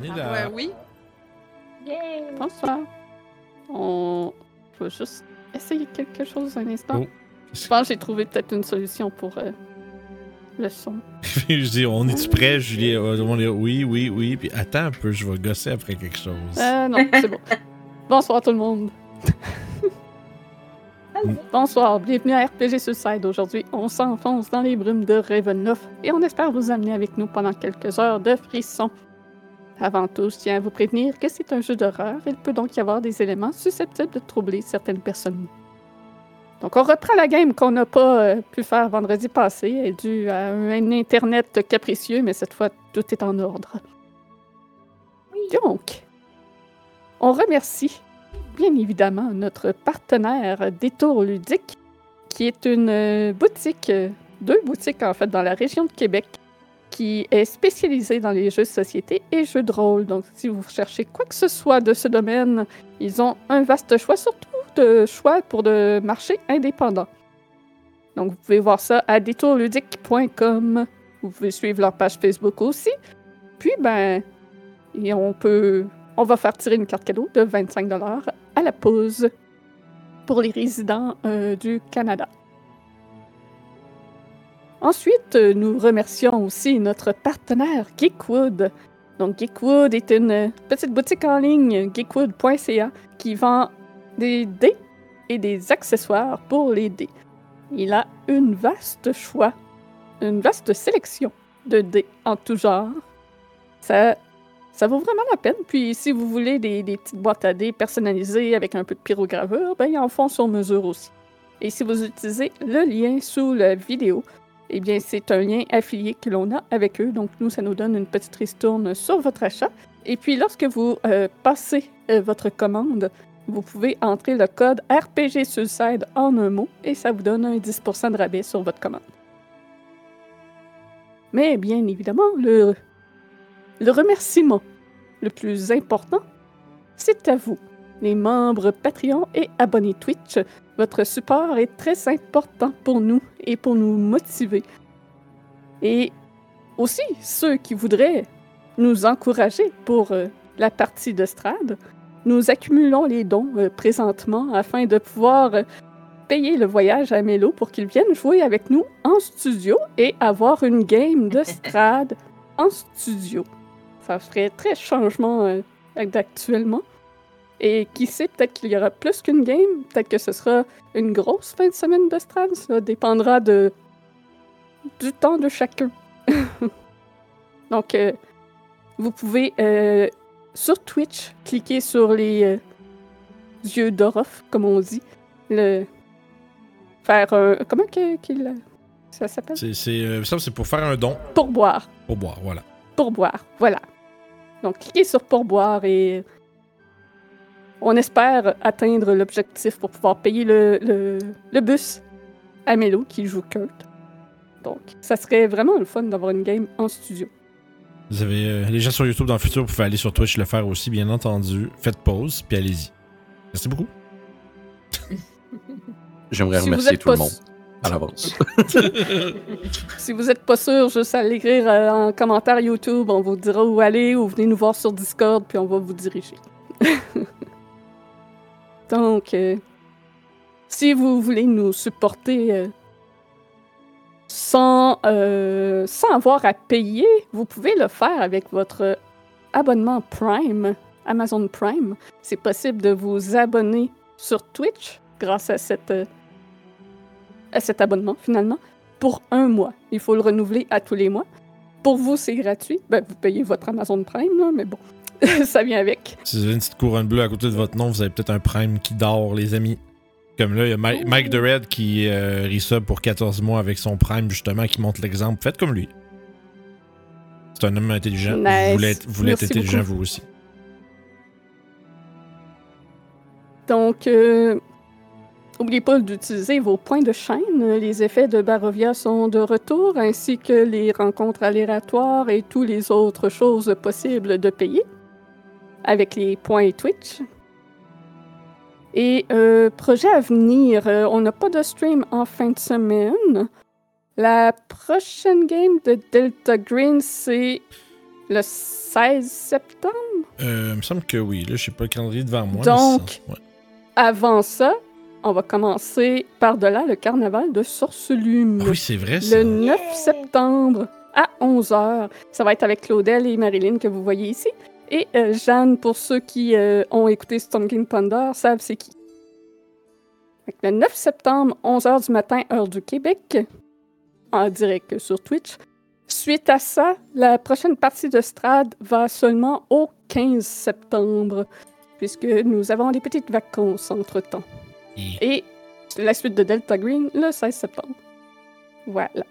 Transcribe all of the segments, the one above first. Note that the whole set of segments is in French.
On est là. Ouais, oui. Yay! Bonsoir. On va juste essayer quelque chose un instant. Oh. Je pense que j'ai trouvé peut-être une solution pour le son. Je dis, on est-tu prêt, Julie? On est, oui. Puis attends un peu, je vais gosser après quelque chose. Non, c'est bon. Bonsoir tout le monde. Bonsoir, bienvenue à RPG Suicide. Aujourd'hui, on s'enfonce dans les brumes de Ravenloft et on espère vous amener avec nous pendant quelques heures de frissons. Avant tout, je tiens à vous prévenir que c'est un jeu d'horreur. Il peut donc y avoir des éléments susceptibles de troubler certaines personnes. Donc, on reprend la game qu'on n'a pas pu faire vendredi passé, dû à un Internet capricieux, mais cette fois, tout est en ordre. Oui. Donc, on remercie bien évidemment notre partenaire Détour Ludique, qui est une boutique, deux boutiques en fait, dans la région de Québec, qui est spécialisée dans les jeux de société et jeux de rôle. Donc, si vous cherchez quoi que ce soit de ce domaine, ils ont un vaste choix, surtout de choix pour de marchés indépendants. Donc, vous pouvez voir ça à détourludique.com. Vous pouvez suivre leur page Facebook aussi. Puis, et on va faire tirer une carte cadeau de 25$ à la pause pour les résidents du Canada. Ensuite, nous remercions aussi notre partenaire Geekwood. Donc, Geekwood est une petite boutique en ligne, geekwood.ca, qui vend des dés et des accessoires pour les dés. Il a une vaste choix, une vaste sélection de dés en tout genre. Ça vaut vraiment la peine. Puis, si vous voulez des petites boîtes à dés personnalisées avec un peu de pyrogravure, ils en font sur mesure aussi. Et si vous utilisez le lien sous la vidéo, eh bien, c'est un lien affilié que l'on a avec eux. Donc, nous, ça nous donne une petite ristourne sur votre achat. Et puis, lorsque vous passez votre commande, vous pouvez entrer le code RPG Suicide en un mot et ça vous donne un 10% de rabais sur votre commande. Mais, bien évidemment, le remerciement le plus important, c'est à vous, les membres Patreon et abonnés Twitch. Votre support est très important pour nous et pour nous motiver. Et aussi, ceux qui voudraient nous encourager pour la partie de Strad, nous accumulons les dons présentement afin de pouvoir payer le voyage à Mélo pour qu'il vienne jouer avec nous en studio et avoir une game de Strad en studio. Ça ferait très changement d'actuellement. Et qui sait, peut-être qu'il y aura plus qu'une game. Peut-être que ce sera une grosse fin de semaine de Strad. Ça dépendra du temps de chacun. Donc, vous pouvez, sur Twitch, cliquer sur les yeux d'Orof, comme on dit. Faire un... Comment ça s'appelle? C'est pour faire un don. Pourboire. Pourboire, voilà. Pourboire, voilà. Donc, cliquez sur pourboire et on espère atteindre l'objectif pour pouvoir payer le bus à Mélo qui joue Kurt. Donc, ça serait vraiment le fun d'avoir une game en studio. Vous avez les gens sur YouTube dans le futur, vous pouvez aller sur Twitch le faire aussi, bien entendu. Faites pause, puis allez-y. Merci beaucoup. J'aimerais remercier tout le monde à l'avance. Si vous n'êtes pas sûr, juste à l'écrire en commentaire YouTube, on vous dira où aller ou venez nous voir sur Discord, puis on va vous diriger. Donc, si vous voulez nous supporter sans avoir à payer, vous pouvez le faire avec votre abonnement Prime, Amazon Prime. C'est possible de vous abonner sur Twitch grâce à cet abonnement, finalement, pour 1 mois. Il faut le renouveler à tous les mois. Pour vous, c'est gratuit. Vous payez votre Amazon Prime, là, mais bon, ça vient avec. Si vous avez une petite couronne bleue à côté de votre nom, vous avez peut-être un Prime qui dort, les amis. Comme là, il y a Mike the Red qui resub pour 14 mois avec son Prime, justement, qui montre l'exemple. Faites comme lui. C'est un homme intelligent. Nice. Vous voulez être intelligent, beaucoup. vous aussi. Donc, n'oubliez pas d'utiliser vos points de chaîne. Les effets de Barovia sont de retour, ainsi que les rencontres aléatoires et toutes les autres choses possibles de payer avec les points Twitch. Et projet à venir, on n'a pas de stream en fin de semaine. La prochaine game de Delta Green, c'est Le 16 septembre? Il me semble que oui. Là, je sais pas le calendrier devant moi. Donc, mais ouais. Avant ça, on va commencer par-delà le carnaval de Sourcelume. Ah oui, c'est vrai, ça. Le 9 septembre à 11h. Ça va être avec Claudel et Marilyn que vous voyez ici. Et Jeanne, pour ceux qui ont écouté Storm King Thunder, savent c'est qui. Le 9 septembre, 11h du matin, heure du Québec, en direct sur Twitch. Suite à ça, la prochaine partie de Strad va seulement au 15 septembre, puisque nous avons des petites vacances entre-temps. Et la suite de Delta Green, le 16 septembre. Voilà.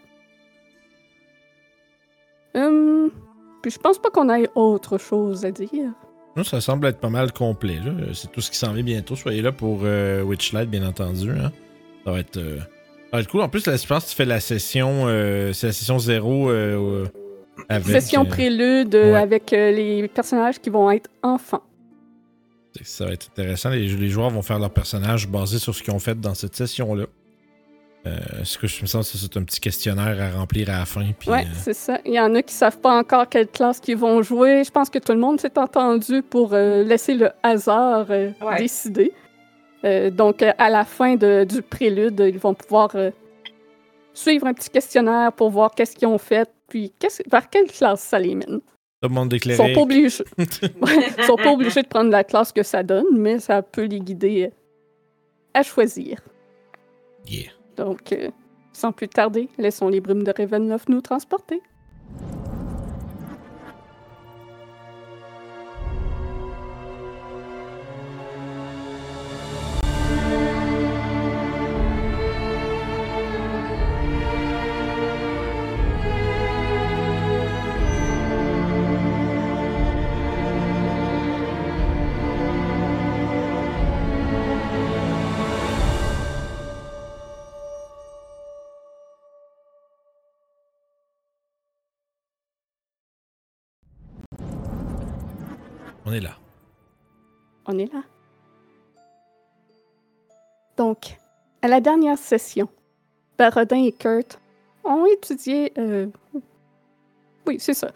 Puis je pense pas qu'on ait autre chose à dire. Non, ça semble être pas mal complet. Là. C'est tout ce qui s'en vient bientôt. Soyez là pour Witchlight, bien entendu. Hein. Ça va être cool. En plus, là, je pense que tu fais la session... c'est la session 0 avec... Session prélude avec les personnages qui vont être enfants. Ça va être intéressant. Les joueurs vont faire leurs personnages basés sur ce qu'ils ont fait dans cette session-là. Ce que je me sens, c'est un petit questionnaire à remplir à la fin. Oui, c'est ça. Il y en a qui savent pas encore quelle classe qu'ils vont jouer. Je pense que tout le monde s'est entendu pour laisser le hasard décider. Donc, à la fin du prélude, ils vont pouvoir suivre un petit questionnaire pour voir qu'est-ce qu'ils ont fait, puis vers quelle classe ça les mène. Tout le monde éclairé. Ils sont pas obligés de prendre la classe que ça donne, mais ça peut les guider à choisir. Yeah. Donc, sans plus tarder, laissons les brumes de Ravenloft nous transporter. On est là. On est là. Donc, à la dernière session, Barodin et Kurt ont étudié... Oui, c'est ça.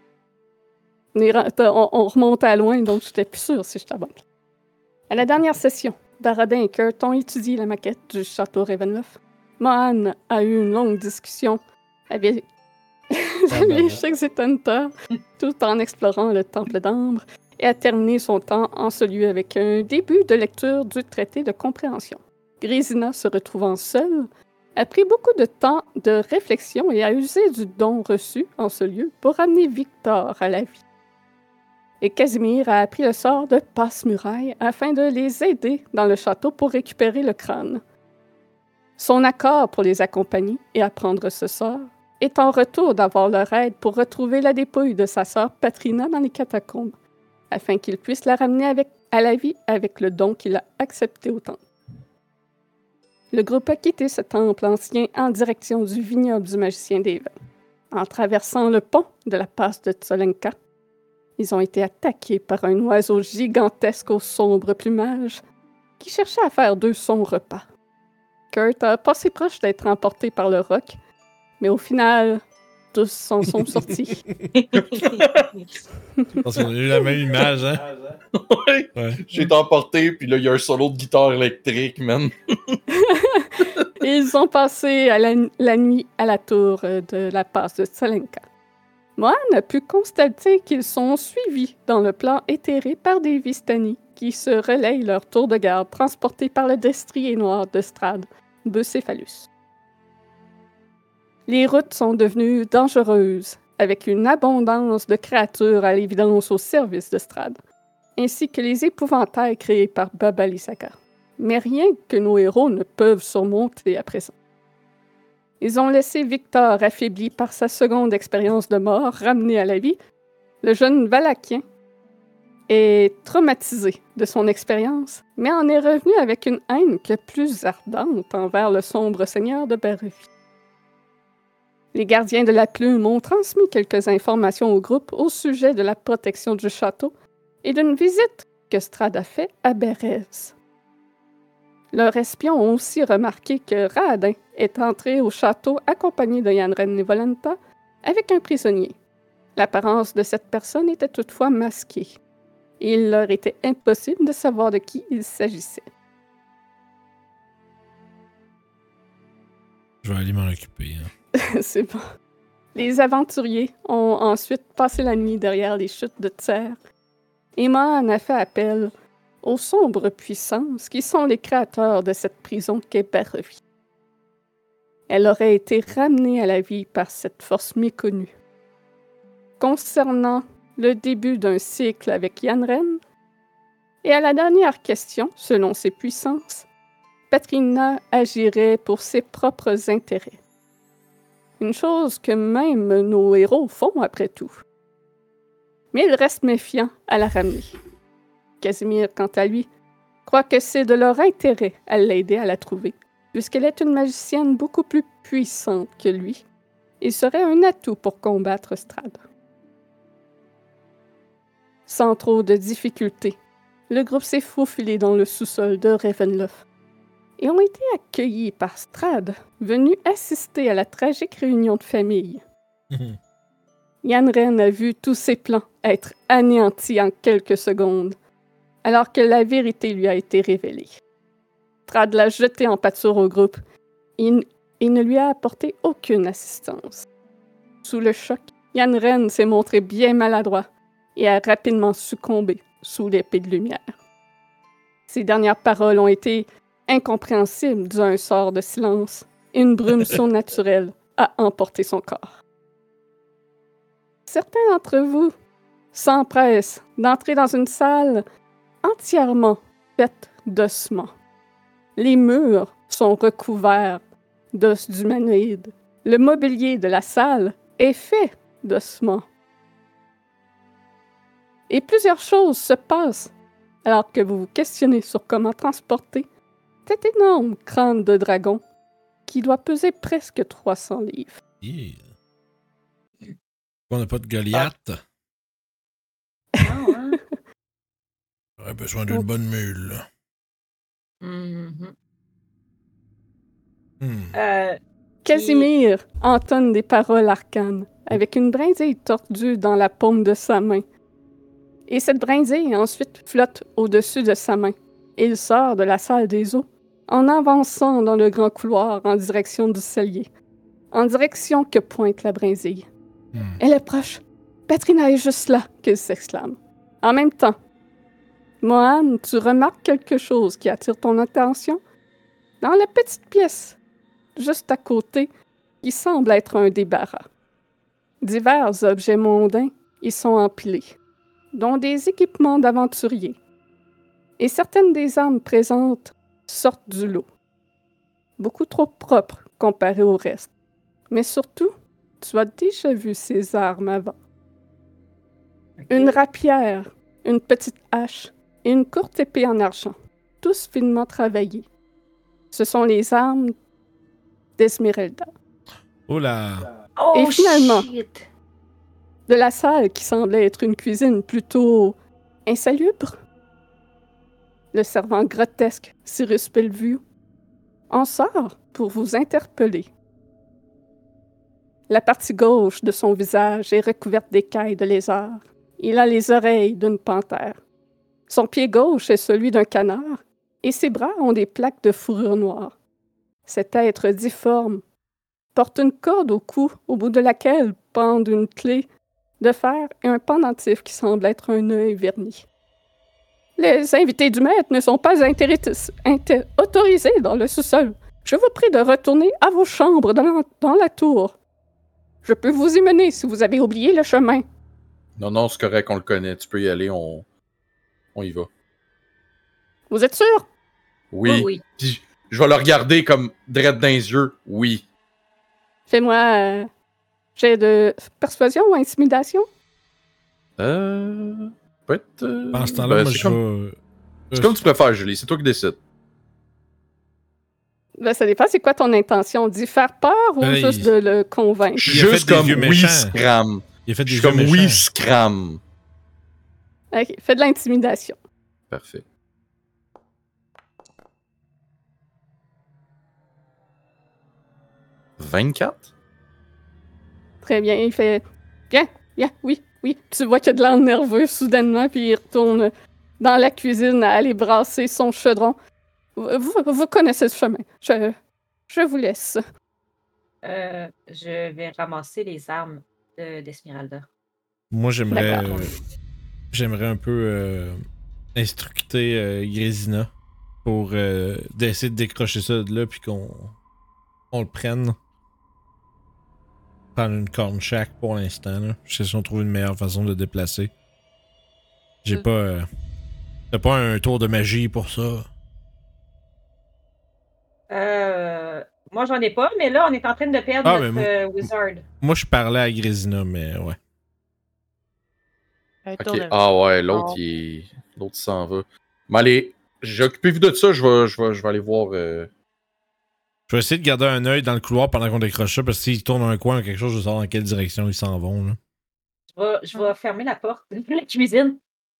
On remonte à loin, donc je n'étais plus sûre si je t'abonne. À la dernière session, Barodin et Kurt ont étudié la maquette du château Ravenloft. Mohan a eu une longue discussion avec les Shexitanters, tout en explorant le Temple d'Ambre, et a terminé son temps en celui avec un début de lecture du traité de compréhension. Grésina, se retrouvant seule, a pris beaucoup de temps de réflexion et a usé du don reçu en ce lieu pour ramener Victor à la vie. Et Casimir a appris le sort de Passe-Muraille afin de les aider dans le château pour récupérer le crâne. Son accord pour les accompagner et apprendre ce sort est en retour d'avoir leur aide pour retrouver la dépouille de sa sœur Patrina dans les catacombes, afin qu'il puisse la ramener à la vie avec le don qu'il a accepté au temple. Le groupe a quitté ce temple ancien en direction du vignoble du magicien Daven. En traversant le pont de la passe de Tsolenka, ils ont été attaqués par un oiseau gigantesque au sombre plumage qui cherchait à faire d'eux son repas. Kurt a passé proche d'être emporté par le roc, mais au final, tous s'en sont sortis. On a eu la même image, hein? Ouais. J'ai été emporté, puis là, il y a un solo de guitare électrique, man. Ils ont passé la nuit à la tour de la passe de Tsolenka. Mohan a pu constater qu'ils sont suivis dans le plan éthéré par des Vistani qui se relayent leur tour de garde transportés par le destrier noir de Strad, Bucephalus. Les routes sont devenues dangereuses, avec une abondance de créatures à l'évidence au service de Strad, ainsi que les épouvantails créés par Baba Lysaga. Mais rien que nos héros ne peuvent surmonter à présent. Ils ont laissé Victor, affaibli par sa seconde expérience de mort, ramené à la vie. Le jeune Valakien est traumatisé de son expérience, mais en est revenu avec une haine que plus ardente envers le sombre seigneur de Berrevi. Les gardiens de la plume ont transmis quelques informations au groupe au sujet de la protection du château et d'une visite que Strad a fait à Bérez. Leurs espions ont aussi remarqué que Raadin est entré au château accompagné de Yanren et Volenta avec un prisonnier, L'apparence de cette personne était toutefois masquée, et il leur était impossible de savoir de qui il s'agissait. Je vais aller m'en occuper. Hein. C'est bon. Les aventuriers ont ensuite passé la nuit derrière les chutes de terre, et Mohan a fait appel aux sombres puissances qui sont les créateurs de cette prison qu'est Barovie. Elle aurait été ramenée à la vie par cette force méconnue. Concernant le début d'un cycle avec Yanren, et à la dernière question, selon ses puissances, Patrina agirait pour ses propres intérêts. Une chose que même nos héros font après tout. Mais ils restent méfiants à la ramener. Casimir, quant à lui, croit que c'est de leur intérêt à l'aider à la trouver, puisqu'elle est une magicienne beaucoup plus puissante que lui et serait un atout pour combattre Strahd. Sans trop de difficultés, le groupe s'est faufilé dans le sous-sol de Ravenloft et ont été accueillis par Strahd, venu assister à la tragique réunion de famille. Yanren a vu tous ses plans être anéantis en quelques secondes, alors que la vérité lui a été révélée. Strahd l'a jeté en pâture au groupe et ne lui a apporté aucune assistance. Sous le choc, Yanren s'est montré bien maladroit et a rapidement succombé sous l'épée de lumière. Ses dernières paroles ont été incompréhensibles dû à un sort de silence. Une brume surnaturelle a emporté son corps. Certains d'entre vous s'empressent d'entrer dans une salle entièrement faite d'ossements. Les murs sont recouverts d'os d'humanoïdes. Le mobilier de la salle est fait d'ossements. Et plusieurs choses se passent alors que vous vous questionnez sur comment transporter cet énorme crâne de dragon qui doit peser presque 300 livres. Yeah. On n'a pas de Goliath. Non, hein? J'aurais besoin d'une bonne mule. Mhm. Casimir entonne des paroles arcanes avec une brindille tordue dans la paume de sa main. Et cette brindille ensuite flotte au-dessus de sa main. Et il sort de la salle des eaux en avançant dans le grand couloir en direction du cellier, en direction que pointe la brindille. Elle est proche. Patrina est juste là, qu'il s'exclame. En même temps, Mohan, tu remarques quelque chose qui attire ton attention dans la petite pièce, juste à côté, qui semble être un débarras. Divers objets mondains y sont empilés, dont des équipements d'aventuriers. Et certaines des armes présentes sortent du lot. Beaucoup trop propres comparées au reste. Mais surtout, tu as déjà vu ces armes avant. Une rapière, une petite hache et une courte épée en argent, tous finement travaillés. Ce sont les armes d'Esmeralda. Oh là! Oh, Et finalement, shit. de la salle qui semblait être une cuisine plutôt insalubre, le servant grotesque Cyrus Bellevue en sort pour vous interpeller. La partie gauche de son visage est recouverte d'écailles de lézard. Il a les oreilles d'une panthère. Son pied gauche est celui d'un canard et ses bras ont des plaques de fourrure noire. Cet être difforme porte une corde au cou au bout de laquelle pendent une clé de fer et un pendentif qui semble être un œil verni. Les invités du maître ne sont pas autorisés dans le sous-sol. Je vous prie de retourner à vos chambres dans la tour. Je peux vous y mener si vous avez oublié le chemin. Non, c'est correct, on le connaît. Tu peux y aller, on y va. Vous êtes sûr? Oui. Oui. Puis, je vais le regarder comme drette dans les yeux. Oui. Fais-moi jet de persuasion ou intimidation? Peut-être. Pendant ce temps-là, moi, c'est je comme... vais. C'est comme tu préfères, Julie. C'est toi qui décides. Ben, ça dépend, c'est quoi ton intention? D'y faire peur ou Ben, juste de le convaincre? Je suis Il a fait juste des comme yeux oui, méchants. scram. Il a fait Je des suis jeux comme oui, méchants. scram. Ok, fais de l'intimidation. Parfait. « 24? » Très bien, il fait... Bien, Yeah, oui. Tu vois qu'il y a de l'air nerveux soudainement, puis il retourne dans la cuisine à aller brasser son chaudron. Vous connaissez ce chemin. Je vous laisse. Je vais ramasser les armes d'Esmeralda. Moi, D'accord. j'aimerais un peu instructer Grésina pour d'essayer de décrocher ça de là, puis qu'on le prenne. Prendre une corn shack pour l'instant. Là. Je sais si on trouve une meilleure façon de déplacer. J'ai pas. T'as pas un tour de magie pour ça? Moi, j'en ai pas, mais là, on est en train de perdre Ah, notre mais wizard. Moi, je parlais à Grésina, mais ouais. Un tour Ok. de- Ah ouais, l'autre, Non. l'autre s'en va. Mais allez, occupez-vous de ça, je vais aller voir. Je vais essayer de garder un œil dans le couloir pendant qu'on décroche ça, parce que s'ils tournent un coin ou quelque chose, je sais dans quelle direction ils s'en vont. Là. Je vais fermer la porte de la cuisine.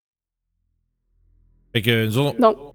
Fait que nous autres, Donc,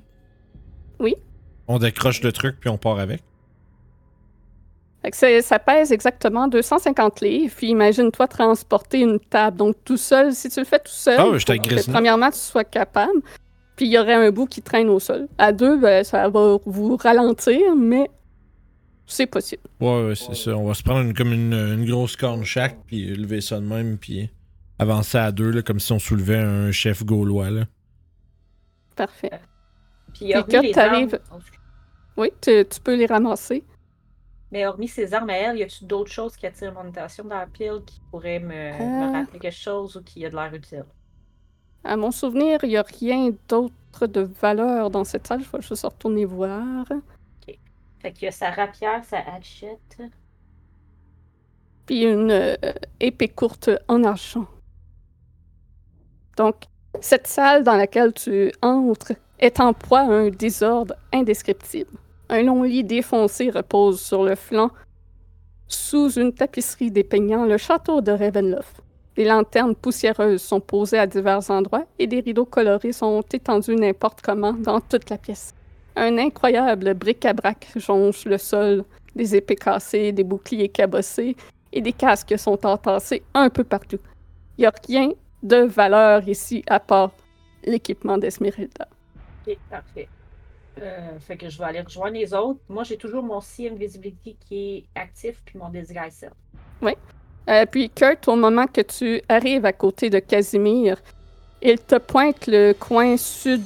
on décroche le truc puis on part avec. fait que ça pèse exactement 250 livres. Puis imagine-toi transporter une table. Donc tout seul, si tu le fais tout seul, Ah ouais, je faut t'agresse, que, là. premièrement, tu sois capable. Puis il y aurait un bout qui traîne au sol. À deux, ben, ça va vous ralentir, mais c'est possible. Ouais, c'est ça. On va se prendre comme une grosse corne chaque, puis lever ça de même, puis avancer à deux, là, comme si on soulevait un chef gaulois. Là. Parfait. Puis Puis hormis quand les t'arrives- armes... Oui, tu peux les ramasser. Mais hormis ces armes à elle, y a-t-il d'autres choses qui attirent mon attention dans la pile qui pourraient me rappeler quelque chose ou qui a de l'air utile? À mon souvenir, il n'y a rien d'autre de valeur dans cette salle. Je vais juste retourner voir. Fait qu'il y a sa rapière, sa hatchette. Puis une épée courte en argent. Donc, cette salle dans laquelle tu entres est en proie à un désordre indescriptible. Un long lit défoncé repose sur le flanc, sous une tapisserie dépeignant le château de Ravenloft. Des lanternes poussiéreuses sont posées à divers endroits et des rideaux colorés sont étendus n'importe comment dans toute la pièce. Un incroyable bric-à-brac jonche le sol, des épées cassées, des boucliers cabossés et des casques sont entassés un peu partout. Il n'y a rien de valeur ici à part l'équipement d'Esmeralda. Ok, parfait. Fait que je vais aller rejoindre les autres. Moi, j'ai toujours mon See Invisibility qui est actif puis mon Disguise Self. Puis Kurt, au moment que tu arrives à côté de Casimir, il te pointe le coin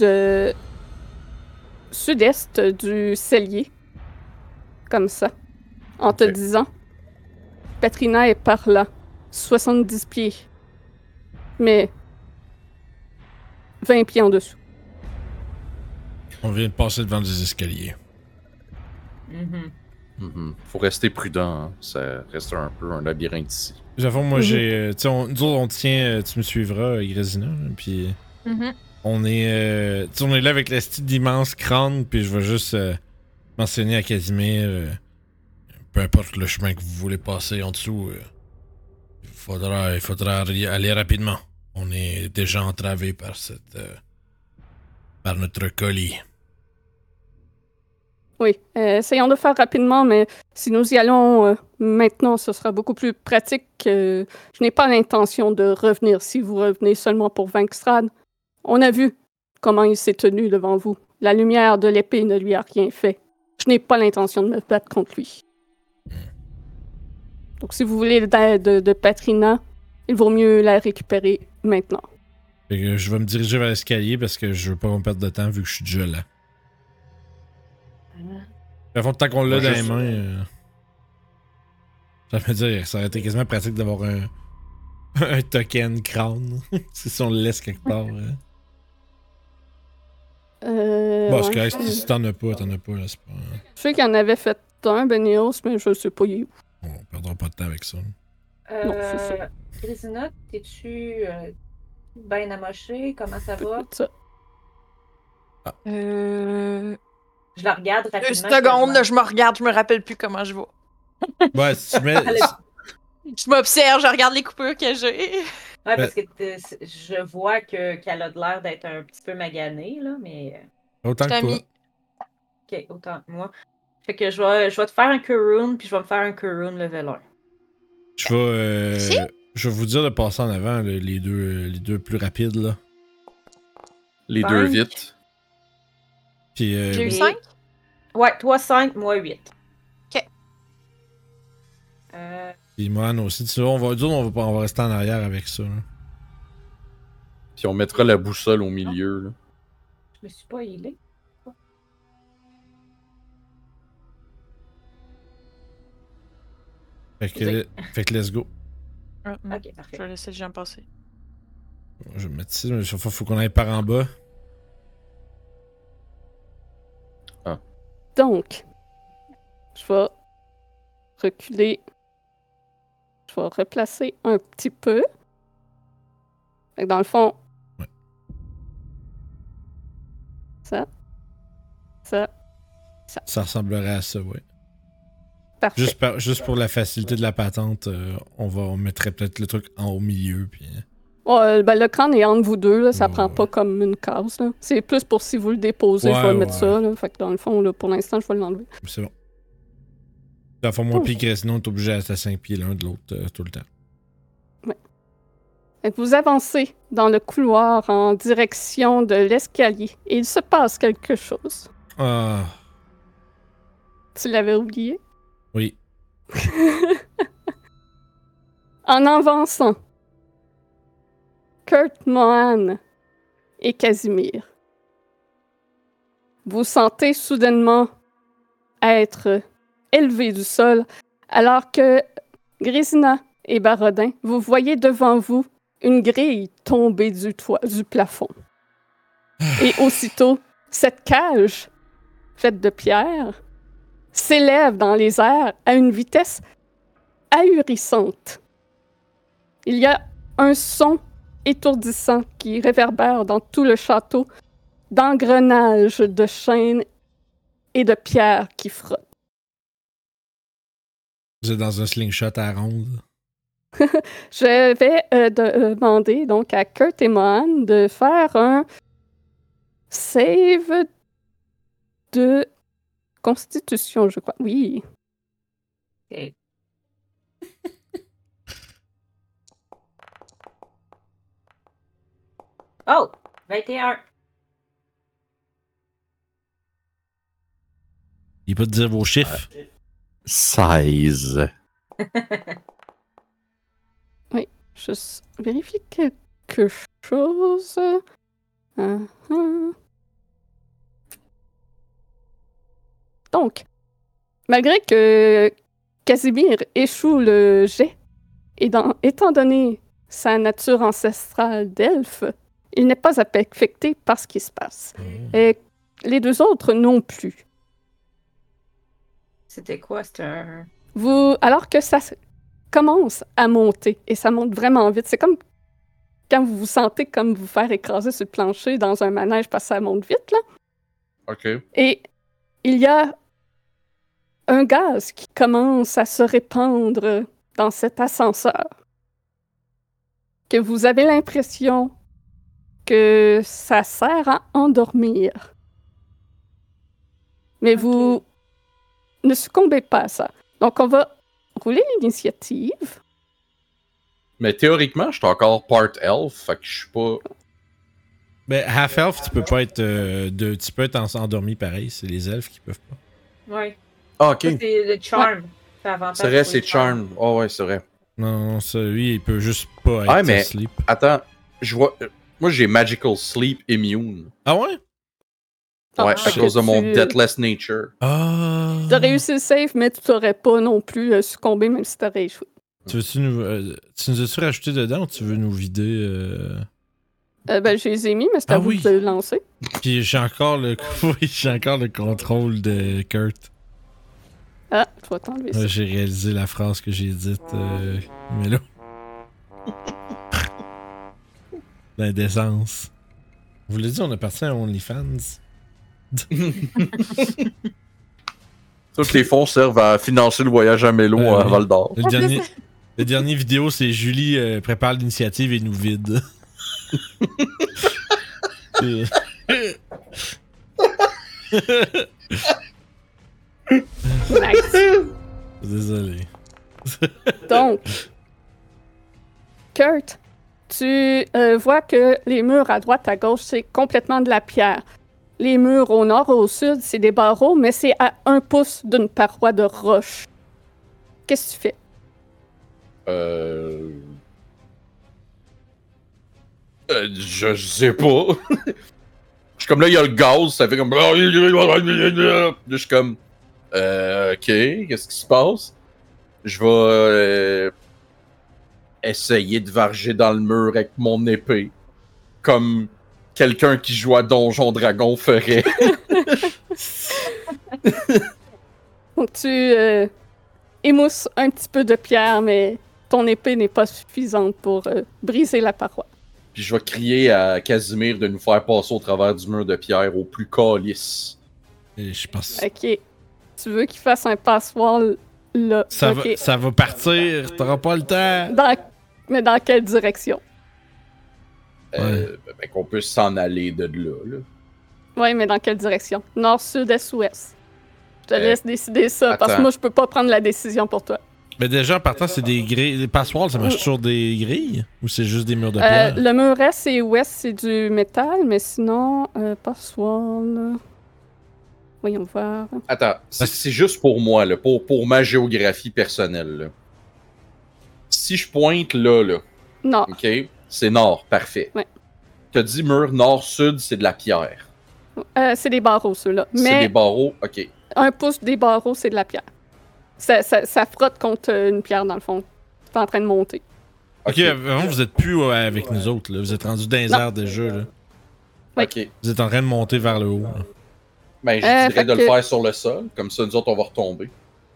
sud-est du cellier. Comme ça. En te Ok. disant, Patrina est par là. 70 pieds. Mais 20 pieds en dessous. On vient de passer devant des escaliers. Faut rester prudent, hein. Ça reste un peu un labyrinthe ici. J'avoue, moi, j'ai. Tu sais, nous autres, on tient. Tu me suivras, Grésina, là, puis Mhm. on est. Tu sais, on est là avec la style d'immense crâne, puis je vais juste mentionner à Casimir. Peu importe le chemin que vous voulez passer en dessous, il faudra aller rapidement. On est déjà entravé par par notre colis. Oui, essayons de faire rapidement, mais si nous y allons maintenant, ce sera beaucoup plus pratique. Je n'ai pas l'intention de revenir si vous revenez seulement pour vaincre Strahd. On a vu comment il s'est tenu devant vous. La lumière de l'épée ne lui a rien fait. Je n'ai pas l'intention de me battre contre lui. Donc si vous voulez l'aide de Patrina, il vaut mieux la récupérer maintenant. Fait que je vais me diriger vers l'escalier parce que je veux pas qu'on perde de temps vu que je suis déjà là. À fond, tant qu'on l'a dans les mains, ça veut dire ça aurait été quasiment pratique d'avoir un token crâne. Si on le laisse quelque part. Bon, c'est correct, si t'en as pas, t'en as pas. Là, c'est pas... Je sais qu'il en avait fait un, Benios, mais je sais pas, il est où. On perdra pas de temps avec ça. Non, c'est ça. Grésina, t'es-tu bien amoché? Comment ça va? Ça. Je la regarde rapidement. 2 secondes, là, je me regarde, je me rappelle plus comment je vais. Ouais, si tu mets. Je m'observe, je regarde les coupures que j'ai. Ouais, parce que je vois qu'elle a de l'air d'être un petit peu maganée, là, mais... Autant que Je t'ai toi. mis. Ok, autant que moi. Fait que je vais te faire un Kurun, puis je vais me faire un Kurun level 1. Je vais. Si? Je vais vous dire de passer en avant les deux plus rapides là. Les 5. deux vite. Puis J'ai eu Et- 5? Ouais, toi 5, moi 8. Ok. puis Mohan aussi. Tu vois, on va rester en arrière avec ça. Là. Puis on mettra la boussole au milieu. Là. Je me suis pas healé. Fait que let's go. Ok, Ok, Je parfait. vais laisser le gens passer. Je vais me mettre ici, mais faut qu'on aille par en bas. Donc, je vais reculer. Je vais replacer un petit peu. Fait que dans le fond, Ouais. ça, Ça ressemblerait à ça, ouais. parfait. Juste pour la facilité de la patente, on mettrait peut-être le truc au milieu, puis... Ouais, ben, le crâne est entre vous deux, là, ça Ouais, prend ouais. pas comme une case. Là. C'est plus pour si vous le déposez, je Ouais, vais mettre ouais. ça. Là. Fait que dans le fond, là, pour l'instant, je vais l'enlever. C'est bon. Dans le fond, moi, Oh. puis Grésino, on est obligé à 5 pieds l'un de l'autre tout le temps. Fait que vous avancez dans le couloir en direction de l'escalier et il se passe quelque chose. Ah, Tu l'avais oublié? oui. En avançant, Kurt, Mohan et Casimir, vous sentez soudainement être élevés du sol, alors que Grésina et Barodin, vous voyez devant vous une grille tomber du plafond. Et aussitôt, cette cage, faite de pierre, s'élève dans les airs à une vitesse ahurissante. Il y a un son étourdissant qui réverbère dans tout le château, d'engrenages de chaînes et de pierres qui frottent. Vous êtes dans un slingshot à ronde. Je vais demander donc à Kurt et Mohan de faire un save de constitution, je crois. Oui. Ok. Oh! 21. Il peut te dire vos chiffres. 16. Juste vérifier quelque chose. Uh-huh. Donc, malgré que Casimir échoue le jet, et étant donné sa nature ancestrale d'elfe, il n'est pas affecté par ce qui se passe. Et les deux autres non plus. C'était quoi? C'était un... Alors que ça commence à monter, et ça monte vraiment vite, c'est comme quand vous vous sentez comme vous faire écraser sur le plancher dans un manège parce que ça monte vite, là. OK. Et il y a un gaz qui commence à se répandre dans cet ascenseur. Que vous avez l'impression que ça sert à endormir. Mais vous ne succombez pas à ça. Donc, on va rouler l'initiative. Mais théoriquement, je suis encore part elf, fait que je suis pas. Ben, half-elf, tu peux pas être. Tu peux être endormi pareil, c'est les elfes qui peuvent pas. Ouais. Ah, ok. Ça, c'est le charm. C'est avantage C'est vrai, pour c'est les charm. Oh, ouais, c'est vrai. Non, ça, lui, il peut juste pas être Ah, mais- asleep. Attends, je vois. Moi, j'ai Magical Sleep Immune. Ah ouais? Ouais, Ah. à cause de mon Tu- Deathless Nature. Ah! Tu as réussi le save, mais tu t'aurais pas non plus succombé, même si tu aurais échoué. Tu veux-tu nous. Tu nous as-tu rajouté dedans ou tu veux nous vider? Ben, je les ai mis, mais c'est à Ah vous oui. de le lancer. Puis j'ai encore le. Oui, j'ai encore le contrôle de Kurt. Ah, tu vas t'enlever ça. Là, j'ai réalisé la phrase que j'ai dite. Mais là. L'indécence. Vous l'avez dit, on est parti à OnlyFans. Tous les fonds servent à financer le voyage à Mélo à oui. Val d'Or. Le dernier vidéo, c'est Julie prépare l'initiative et nous vide. Et- Nice. Désolé. Donc, vois que les murs à droite, à gauche, c'est complètement de la pierre. Les murs au nord et au sud, c'est des barreaux, mais c'est à 1 pouce d'une paroi de roche. Qu'est-ce que tu fais? Je sais pas. Je suis comme là, il y a le gaz, ça fait comme. Là, je suis comme. Ok, qu'est-ce qui se passe? Je vais essayer de varger dans le mur avec mon épée. Comme quelqu'un qui joue à Donjon Dragon ferait. Donc, tu émousses un petit peu de pierre, mais ton épée n'est pas suffisante pour briser la paroi. Puis je vais crier à Casimir de nous faire passer au travers du mur de pierre au plus calice. Et je pense. Ok. Tu veux qu'il fasse un passoire là? Ça, Ok. ça va partir, t'auras pas le temps. Mais dans quelle direction? Qu'on puisse s'en aller de là. Oui, mais dans quelle direction? Nord, sud, est, ouest. Je te laisse décider ça, parce que attends. moi, je peux pas prendre la décision pour toi. Mais déjà, en partant, c'est des grilles. Les passoires, ça marche toujours des grilles? Ou c'est juste des murs de pierre? Le mur est et ouest, c'est du métal, mais sinon, passoire, là... Voyons voir. Attends, c'est juste pour moi, là, pour ma géographie personnelle. Là. Si je pointe là, Non. ok, c'est nord, parfait. Ouais. T'as dit mur nord-sud, c'est de la pierre. C'est des barreaux, ceux-là. C'est Mais des barreaux, ok. 1 pouce des barreaux, c'est de la pierre. Ça frotte contre une pierre, dans le fond. C'est en train de monter. Ok, vraiment, vous êtes plus avec nous autres, là. Vous êtes rendus dans les airs déjà, là. Oui. Ok. Vous êtes en train de monter vers le haut, là. Ben, je dirais fait de le que- faire sur le sol, comme ça, nous autres, on va retomber.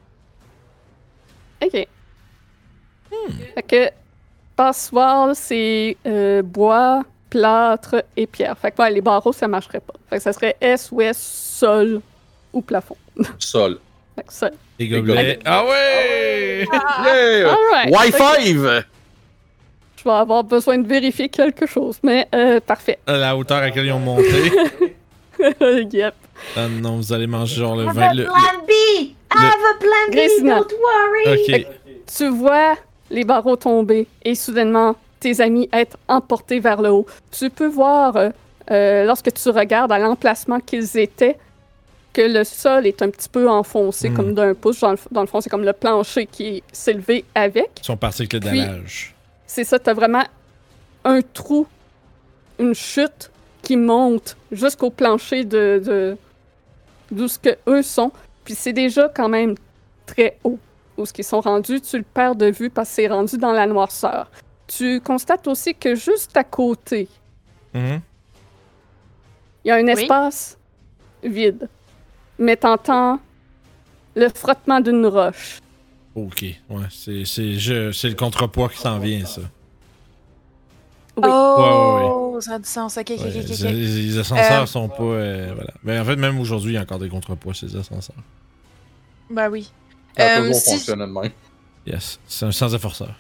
OK. Fait que passoire, c'est bois, plâtre et pierre. Fait que ouais, les barreaux, ça marcherait pas. Fait que ça serait est, ouest, sol ou plafond. Sol. Fait que sol. Les gobelets. Ah ouais! Yeah! Alright. Wi-Fi! Je vais avoir besoin de vérifier quelque chose, mais parfait. À la hauteur à laquelle ils ont monté. Yep. Ah non, vous allez manger genre le I have vin. a plan B! I have a plan B! Grésina. Don't worry! Ok. Tu vois les barreaux tomber et soudainement tes amis être emportés vers le haut. Tu peux voir, lorsque tu regardes à l'emplacement qu'ils étaient, que le sol est un petit peu enfoncé, comme d'1 pouce. Dans le fond, c'est comme le plancher qui s'est levé avec. Ils sont partis avec le Puis- dallage. C'est ça, t'as vraiment un trou, une chute qui monte jusqu'au plancher d'où ce que eux sont. Puis c'est déjà quand même très haut où ce qu'ils sont rendus. Tu le perds de vue parce que c'est rendu dans la noirceur. Tu constates aussi que juste à côté, Mhm. il y a un Oui. espace vide. Mais t'entends le frottement d'une roche. Ok, ouais, c'est le contrepoids qui s'en vient, ça. Oui. Oh, ça a du sens. Ok, ok, Ouais, ok, ok. les ascenseurs sont pas. Voilà. Mais en fait, même aujourd'hui, il y a encore des contrepoids, ces ascenseurs. Ben oui. Ça a toujours si- fonctionné de même. Yes, c'est un sans efforceur.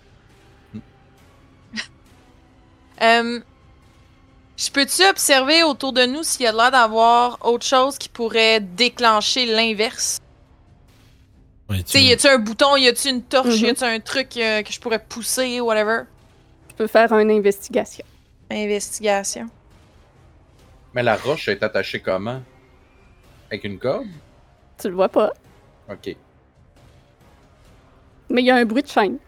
Je peux-tu observer autour de nous s'il y a l'air d'avoir autre chose qui pourrait déclencher l'inverse? Ouais, Tu sais, y a-tu un bouton, y a-tu une torche, Mhm. y a-tu un truc que je pourrais pousser, whatever? Tu peux faire une investigation. Investigation. Mais la roche est attachée comment? Avec une corde? Tu le vois pas, Ok. mais il y a un bruit de chaîne.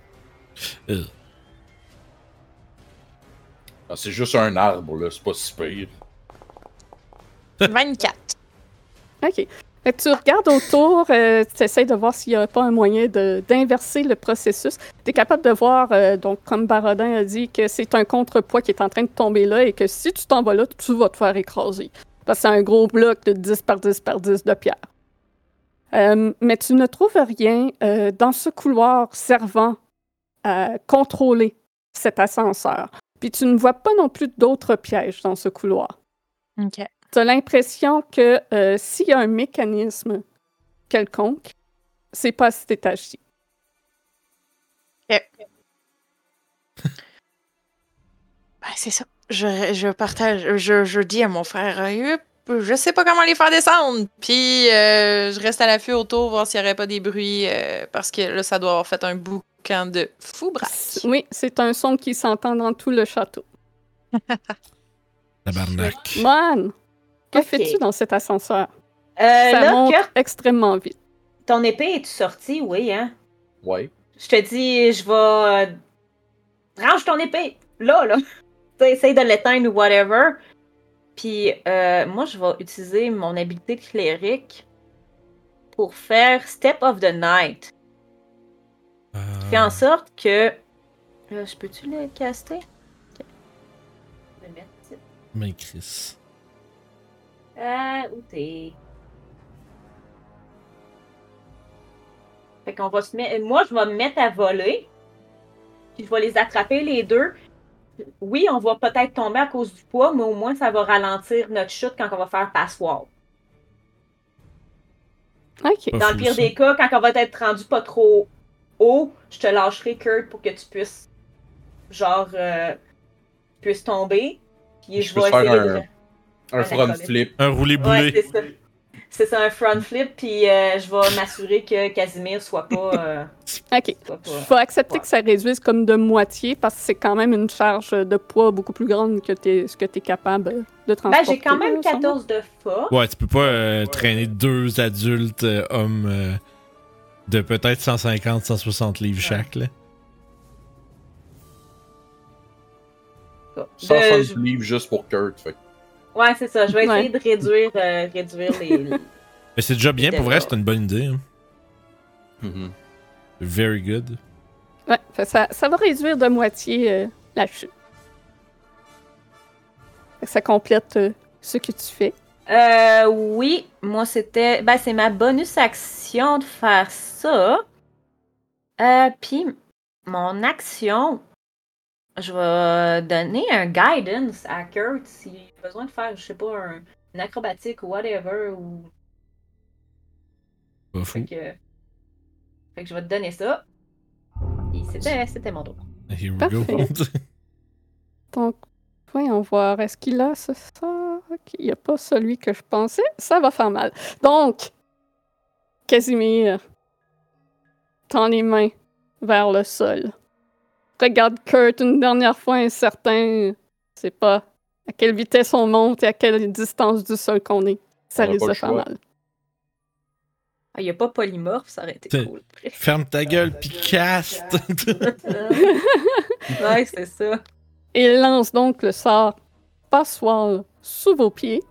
Ah, c'est juste un arbre, là, c'est pas si pire. 24. OK. Fait que tu regardes autour, tu essaies de voir s'il n'y a pas un moyen d'inverser le processus. Tu es capable de voir, donc comme Barodin a dit, que c'est un contrepoids qui est en train de tomber là et que si tu t'en vas là, tu vas te faire écraser. Parce que c'est un gros bloc de 10 par 10 par 10 de pierre. Mais tu ne trouves rien dans ce couloir servant à contrôler cet ascenseur. Puis tu ne vois pas non plus d'autres pièges dans ce couloir. OK. Tu as l'impression que s'il y a un mécanisme quelconque, c'est pas à cet étage-ci. Ben, c'est ça. Je partage, je dis à mon frère, je sais pas comment les faire descendre. Puis je reste à l'affût autour, voir s'il y aurait pas des bruits, parce que là, ça doit avoir fait un boucan de fou braque. Oui, c'est un son qui s'entend dans tout le château. Tabarnak. Man, que Ok. fais-tu dans cet ascenseur? Ça Là, monte Kurt, extrêmement vite. ton épée est-tu sortie? Oui, hein? Ouais. Je te dis, je vais. Range ton épée! Là! Essaye de l'éteindre ou whatever. Puis, moi, je vais utiliser mon habilité clérique pour faire Step of the Night. Qui fait en sorte que. Je peux-tu le caster? Ok. Je vais le mettre ici. Mais Chris. Où t'es? Fait qu'on va se mettre. Moi, je vais me mettre à voler. Puis je vais les attraper les deux. Oui, on va peut-être tomber à cause du poids, mais au moins ça va ralentir notre chute quand on va faire pass-wall. OK. Pas Dans fou, le pire ça. des cas, quand on va être rendu pas trop haut, je te lâcherai, Kurt, pour que tu puisses, genre, puisses tomber. Puis Je je peux vais faire essayer de. un front accolade. flip. Un roulé-boulé. Ouais, c'est ça. C'est ça, un front flip, puis je vais m'assurer que Casimir soit pas. OK. Soit pas... Je vais accepter Ouais. que ça réduise comme de moitié parce que c'est quand même une charge de poids beaucoup plus grande que ce que tu es capable de transporter. Ben, j'ai quand même là, sûrement. 14 de force. Ouais, tu peux pas traîner deux adultes hommes de peut-être 150-160 livres chaque, là. 160 livres juste pour Kurt. Fait. Ouais, c'est ça. Je vais essayer Ouais. de réduire les. Mais c'est déjà bien, pour vrai, D'accord. c'est une bonne idée. Hein. Mhm. Very good. Ouais, ça va réduire de moitié la chute. Fait que ça complète ce que tu fais. Oui, moi c'était. Ben, c'est ma bonus action de faire ça. Puis, mon action, je vais donner un guidance à Kurt s'il a besoin de faire, je sais pas, une acrobatique ou whatever. Ou... Pas fou. Fait que je vais te donner ça. Et c'était mon tour. Here we Parfait. go. Donc, voyons voir. Est-ce qu'il a ce sort? OK, il n'y a pas celui que je pensais. Ça va faire mal. Donc, Casimir, tends les mains vers le sol. Regarde Kurt une dernière fois, incertain. C'est pas à quelle vitesse on monte et à quelle distance du sol qu'on est. Ça On a risque pas de le faire choix. mal. Ah, il n'y a pas polymorphe, ça aurait été T'sais, cool. Ferme ta gueule pis caste! Ouais, c'est ça. Il lance donc le sort Passoire sous vos pieds.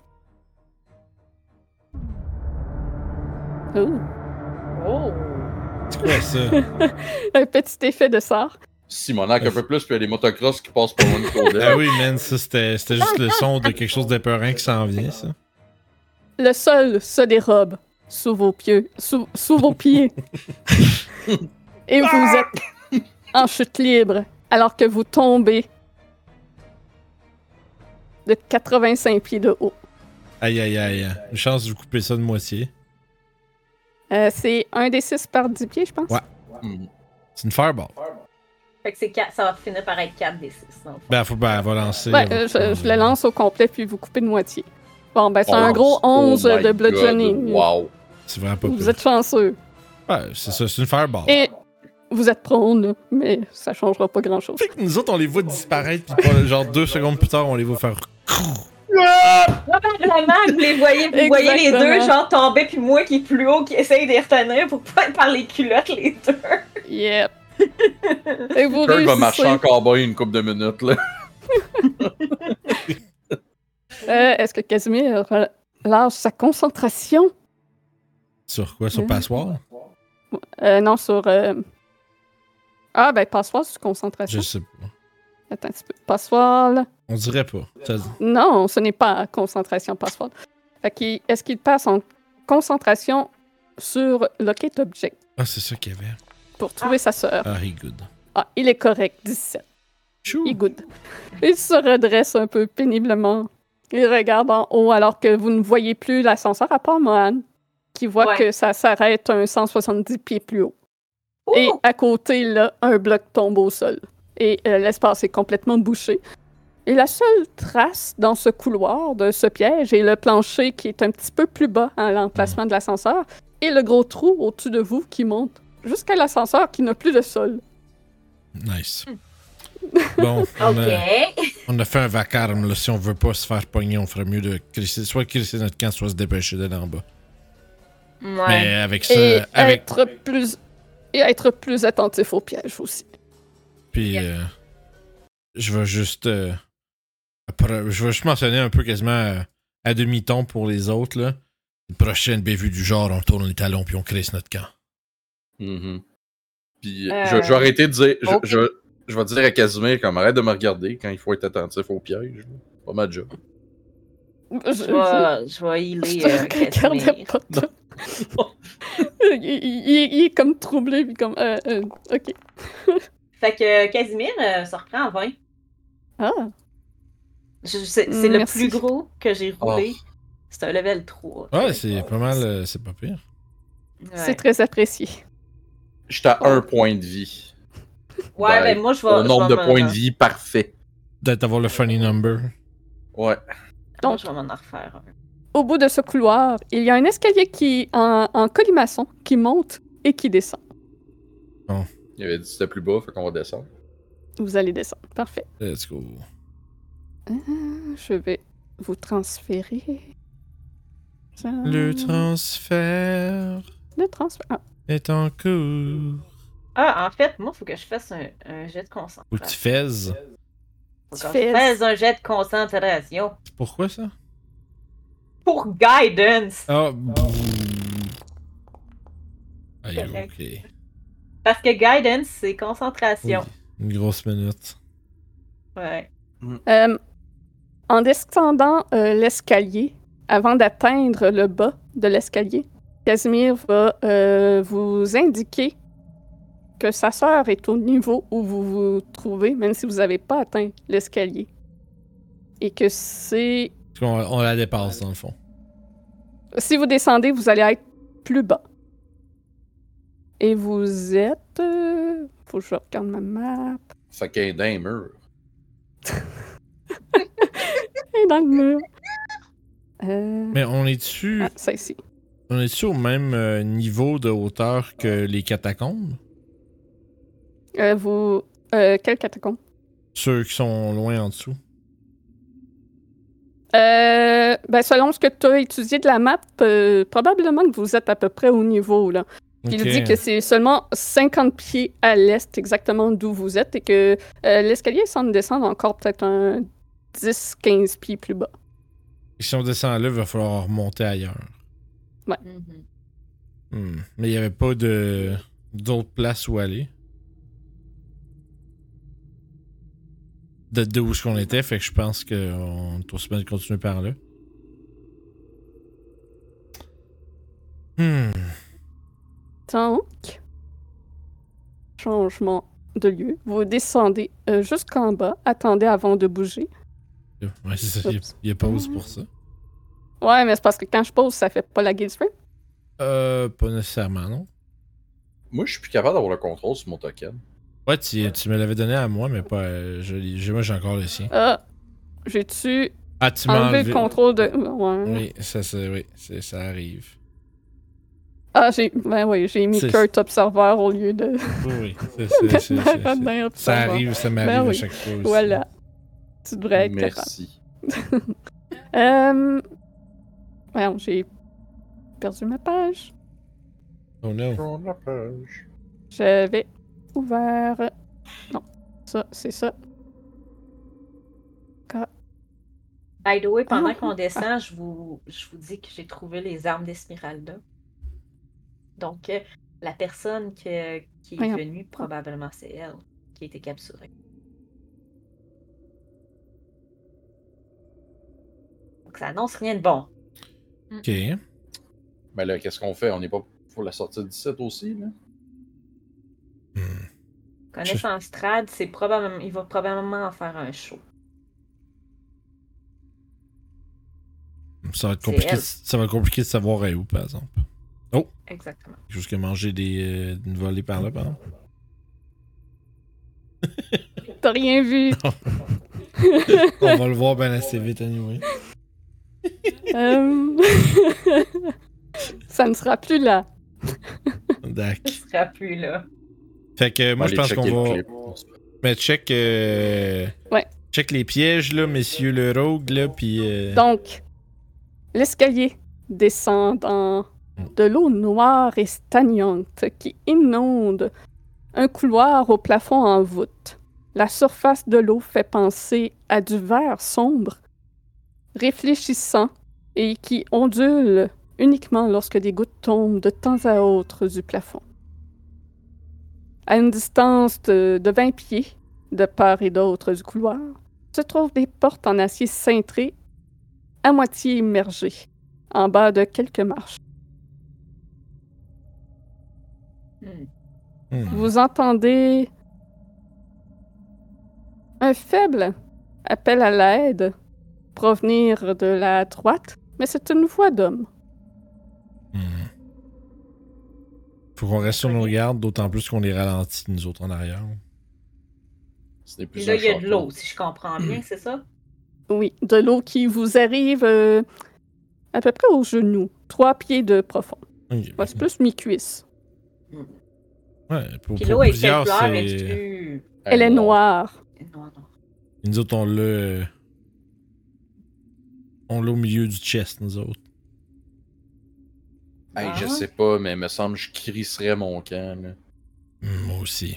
Oh. Oh! C'est quoi ça? Un petit effet de sort. Simonac un peu plus, puis il y a des motocross qui passent pas loin de Claudel. Ah oui, man, ça c'était juste le son de quelque chose d'épeurant qui s'en vient, ça. Le sol se dérobe sous vos pieds. Sous vos pieds. Et vous êtes en chute libre alors que vous tombez de 85 pieds de haut. Aïe, aïe, aïe. Une chance de vous couper ça de moitié. C'est 1d6 par 10 pieds, je pense. Ouais. Mhm. C'est une fireball. Fait que ça va finir par être 4 des 6. Ben, elle va lancer. Ouais, elle va je le lance au complet puis vous coupez de moitié. Bon, ben c'est Oh, un gros 11 oh my de bludgeoning. God, wow. C'est vraiment pas Vous pire. êtes chanceux. Ouais, c'est ça, c'est une fireball. Et vous êtes prone, là, mais ça changera pas grand-chose. Fait que nous autres, on les voit disparaître, puis pas, genre 2 secondes plus tard, on les voit faire. Vraiment, vous les voyez, vous voyez les deux, Exactement. genre tomber, puis moi qui est plus haut, qui essaye de les retenir pour pas être par les culottes, les deux. Yep. Et vous Kurt va marcher réussissez. en cowboy une couple de minutes, là. Est-ce que Casimir lâche sa concentration? Sur quoi? Sur passoire? Non, sur... Ah, ben, passoire sur concentration. Je sais pas. Attends un petit peu. Passoire, là. On dirait pas. Ça- Non, ce n'est pas concentration passoire. Fait qu'il- est-ce qu'il passe en concentration sur Locate Object Ah, c'est ça qu'il y avait. pour trouver sa sœur? Ah, he good. Ah, il est correct, 17. Chou! Il est good. Il se redresse un peu péniblement. Il regarde en haut alors que vous ne voyez plus l'ascenseur, à part Mohan, qui voit Ouais. que ça s'arrête un 170 pieds plus haut. Ouh! Et à côté, là, un bloc tombe au sol. Et l'espace est complètement bouché. Et la seule trace dans ce couloir de ce piège est le plancher qui est un petit peu plus bas à l'emplacement de l'ascenseur et le gros trou au-dessus de vous qui monte jusqu'à l'ascenseur qui n'a plus de sol. Nice. Bon, Ok. on a fait un vacarme, là. Si on veut pas se faire pogner, on ferait mieux de crisser, soit crisser notre camp, soit se dépêcher d'aller en bas. Ouais. Mais avec ça, Et avec... être plus attentif aux pièges aussi. Puis, je vais juste... je vais juste mentionner un peu quasiment à demi-ton pour les autres, là. Une prochaine bévue du genre, on tourne les talons puis on crisse notre camp. Mhm. Puis je vais arrêter de dire. ok. Je vais dire à Casimir comme arrête de me regarder quand il faut être attentif aux pièges. C'est pas ma job. Je vais healer regardais Casimir. pas tout. il est comme troublé, puis comme, ok. Fait que Casimir se reprend en 20. Ah, C'est le Merci. plus gros que j'ai roulé. Oh. C'est un level 3. Ouais, c'est pas mal, c'est pas pire. c'est très apprécié. J'étais à 1 point de vie. Ouais, Ben, ben moi je vais. Au nombre de je vais points de vie parfait. Peut-être avoir le funny number. Ouais. Moi, je vais m'en refaire un. Au bout de ce couloir, il y a un escalier qui en colimaçon qui monte et qui descend. Il avait dit que c'était plus bas, fait qu'on va descendre. Vous allez descendre. Parfait. Let's go. Je vais vous transférer. Ça. Le transfert Le transfert. Ah, est en cours. Ah, en fait, moi, il faut que je fasse un jet de Ou tu concentration. faises. Faut Tu que je fais- fasse un jet de concentration. Pourquoi ça? Pour guidance. Ah. Aïe, Correct. ok. Parce que guidance, c'est concentration. Oui, une grosse minute. Ouais. En descendant l'escalier, avant d'atteindre le bas de l'escalier, Casimir va vous indiquer que sa sœur est au niveau où vous vous trouvez, même si vous n'avez pas atteint l'escalier. Et que c'est... On la dépasse, dans le fond. Si vous descendez, vous allez être plus bas. Et vous êtes... faut que je regarde ma map. Fait qu'il est dans les murs. Et dans le mur. Mais on est-tu Ça ici. au même niveau de hauteur que les catacombes? Quel catacombe? Ceux qui sont loin en dessous. Ben, selon ce que tu as étudié de la map, probablement que vous êtes à peu près au niveau, là. Puis Ok. il dit que c'est seulement 50 pieds à l'est, exactement d'où vous êtes, et que l'escalier semble descendre encore peut-être un 10-15 pieds plus bas. Et si on descend là, il va falloir remonter ailleurs. Mhm. Mais il n'y avait pas d'autres places où aller. De où est-ce qu'on était, fait que je pense qu'on est aussi bien de continuer par là. Donc, changement de lieu. Vous descendez jusqu'en bas, attendez avant de bouger. Ouais, c'est ça, Oups. il y a pause pour ça. Ouais, mais c'est parce que quand je pose, ça fait pas la guild sprint. Pas nécessairement, non? Moi, je suis plus capable d'avoir le contrôle sur mon token. Ouais, tu me l'avais donné à moi, mais pas. Moi, j'ai encore le sien. J'ai-tu Ah, tu m'as enlevé enlevé. le contrôle de... Ouais. Oui, ça arrive. Ah, j'ai mis C'est- Kurt Observer au lieu de... Oui, Radin ça Observer. arrive, ça m'arrive Ben oui. à chaque fois aussi. Voilà. Tu devrais être Merci. capable. Voyons, j'ai perdu ma page. Oh non. Tourne la page. J'avais ouvert... Non, ça, c'est ça. By the way, pendant Ah. qu'on descend, je vous dis que j'ai trouvé les armes d'Esmeralda. Donc, la personne qui est Voyons. venue, probablement c'est elle qui a été capturée. Donc, ça annonce rien de bon. Ok. Mais là, qu'est-ce qu'on fait? On n'est pas pour la sortie du site aussi, là? Connaissant Strad, il va probablement en faire un show. Ça va être C'est compliqué. elle. Ça va être compliqué de savoir à où, par exemple. Exactement. Juste que manger une volée par là, par exemple. T'as rien vu. On va le voir bien assez vite, anyway. Ça ne sera plus là. D'accord. Je ne serai plus là. Fait que moi, je Aller pense checker qu'on le va. clip. Mais check. Ouais. Check les pièges, là, messieurs le rogue, là, pis. Donc, l'escalier descend dans de l'eau noire et stagnante qui inonde un couloir au plafond en voûte. La surface de l'eau fait penser à du verre sombre, réfléchissant et qui ondule uniquement lorsque des gouttes tombent de temps à autre du plafond. À une distance de 20 pieds, de part et d'autre du couloir, se trouvent des portes en acier cintré, à moitié immergées, en bas de quelques marches. Vous entendez un faible appel à l'aide provenir de la droite, mais c'est une voix d'homme. Faut qu'on reste sur nos gardes, d'autant plus qu'on les ralentit, nous autres, en arrière. Ce n'est Puis plus là, un il y a de château. l'eau, si je comprends bien, c'est ça? Oui, de l'eau qui vous arrive à peu près aux genoux, 3 pieds de profond. Ok. Ouais, c'est plus mi-cuisse. Ouais, pour Puis l'eau est quelle plusieurs, couleur? c'est. Es-tu... Elle est noire. Non, non. Nous autres, on l'a. On l'a au milieu du chest, nous autres. Hey, je Ah. sais pas, mais me semble que je crisserais mon camp. Là. Moi aussi.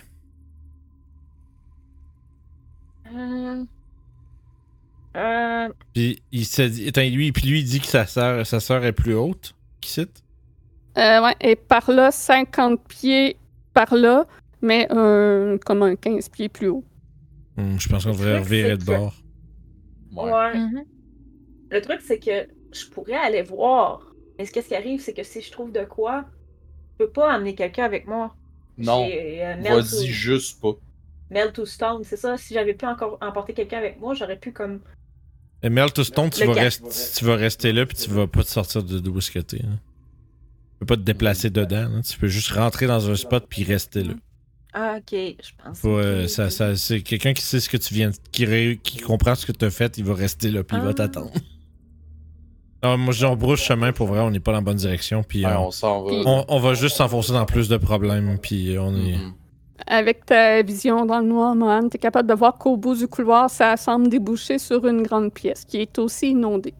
Puis il s'est dit. Attends, lui, il dit que sa sœur est plus haute. Qui cite? Ouais, et par là, 50 pieds par là, mais comme un 15 pieds plus haut. Je pense qu'on Le devrait truc, revirer c'est de que- bord. Ouais. Mhm. Le truc, c'est que je pourrais aller voir. Mais qu'est-ce qui arrive, c'est que si je trouve de quoi, je peux pas amener quelqu'un avec moi. Non, J'ai, vas-y juste pas. Melt to Stone, c'est ça. Si j'avais pu encore emporter quelqu'un avec moi, j'aurais pu comme... Et Melt to Stone, tu Le vas, cap. tu vas rester là, puis tu vas pas te sortir de où est-ce que t'es. Hein. Tu peux pas te déplacer dedans. Hein. Tu peux juste rentrer dans un spot, puis rester là. Ah, ok, je pense. Pas, c'est quelqu'un qui sait ce que tu viens, qui comprend ce que tu as fait, il va rester là, puis il va Ah. t'attendre. Ah, moi, je dis, on brousse chemin pour vrai, on n'est pas dans la bonne direction, puis Ouais, on s'en va. Puis- on va juste s'enfoncer dans plus de problèmes, puis on est. Mhm. Avec ta vision dans le noir, Mohan, t'es capable de voir qu'au bout du couloir, ça semble déboucher sur une grande pièce qui est aussi inondée.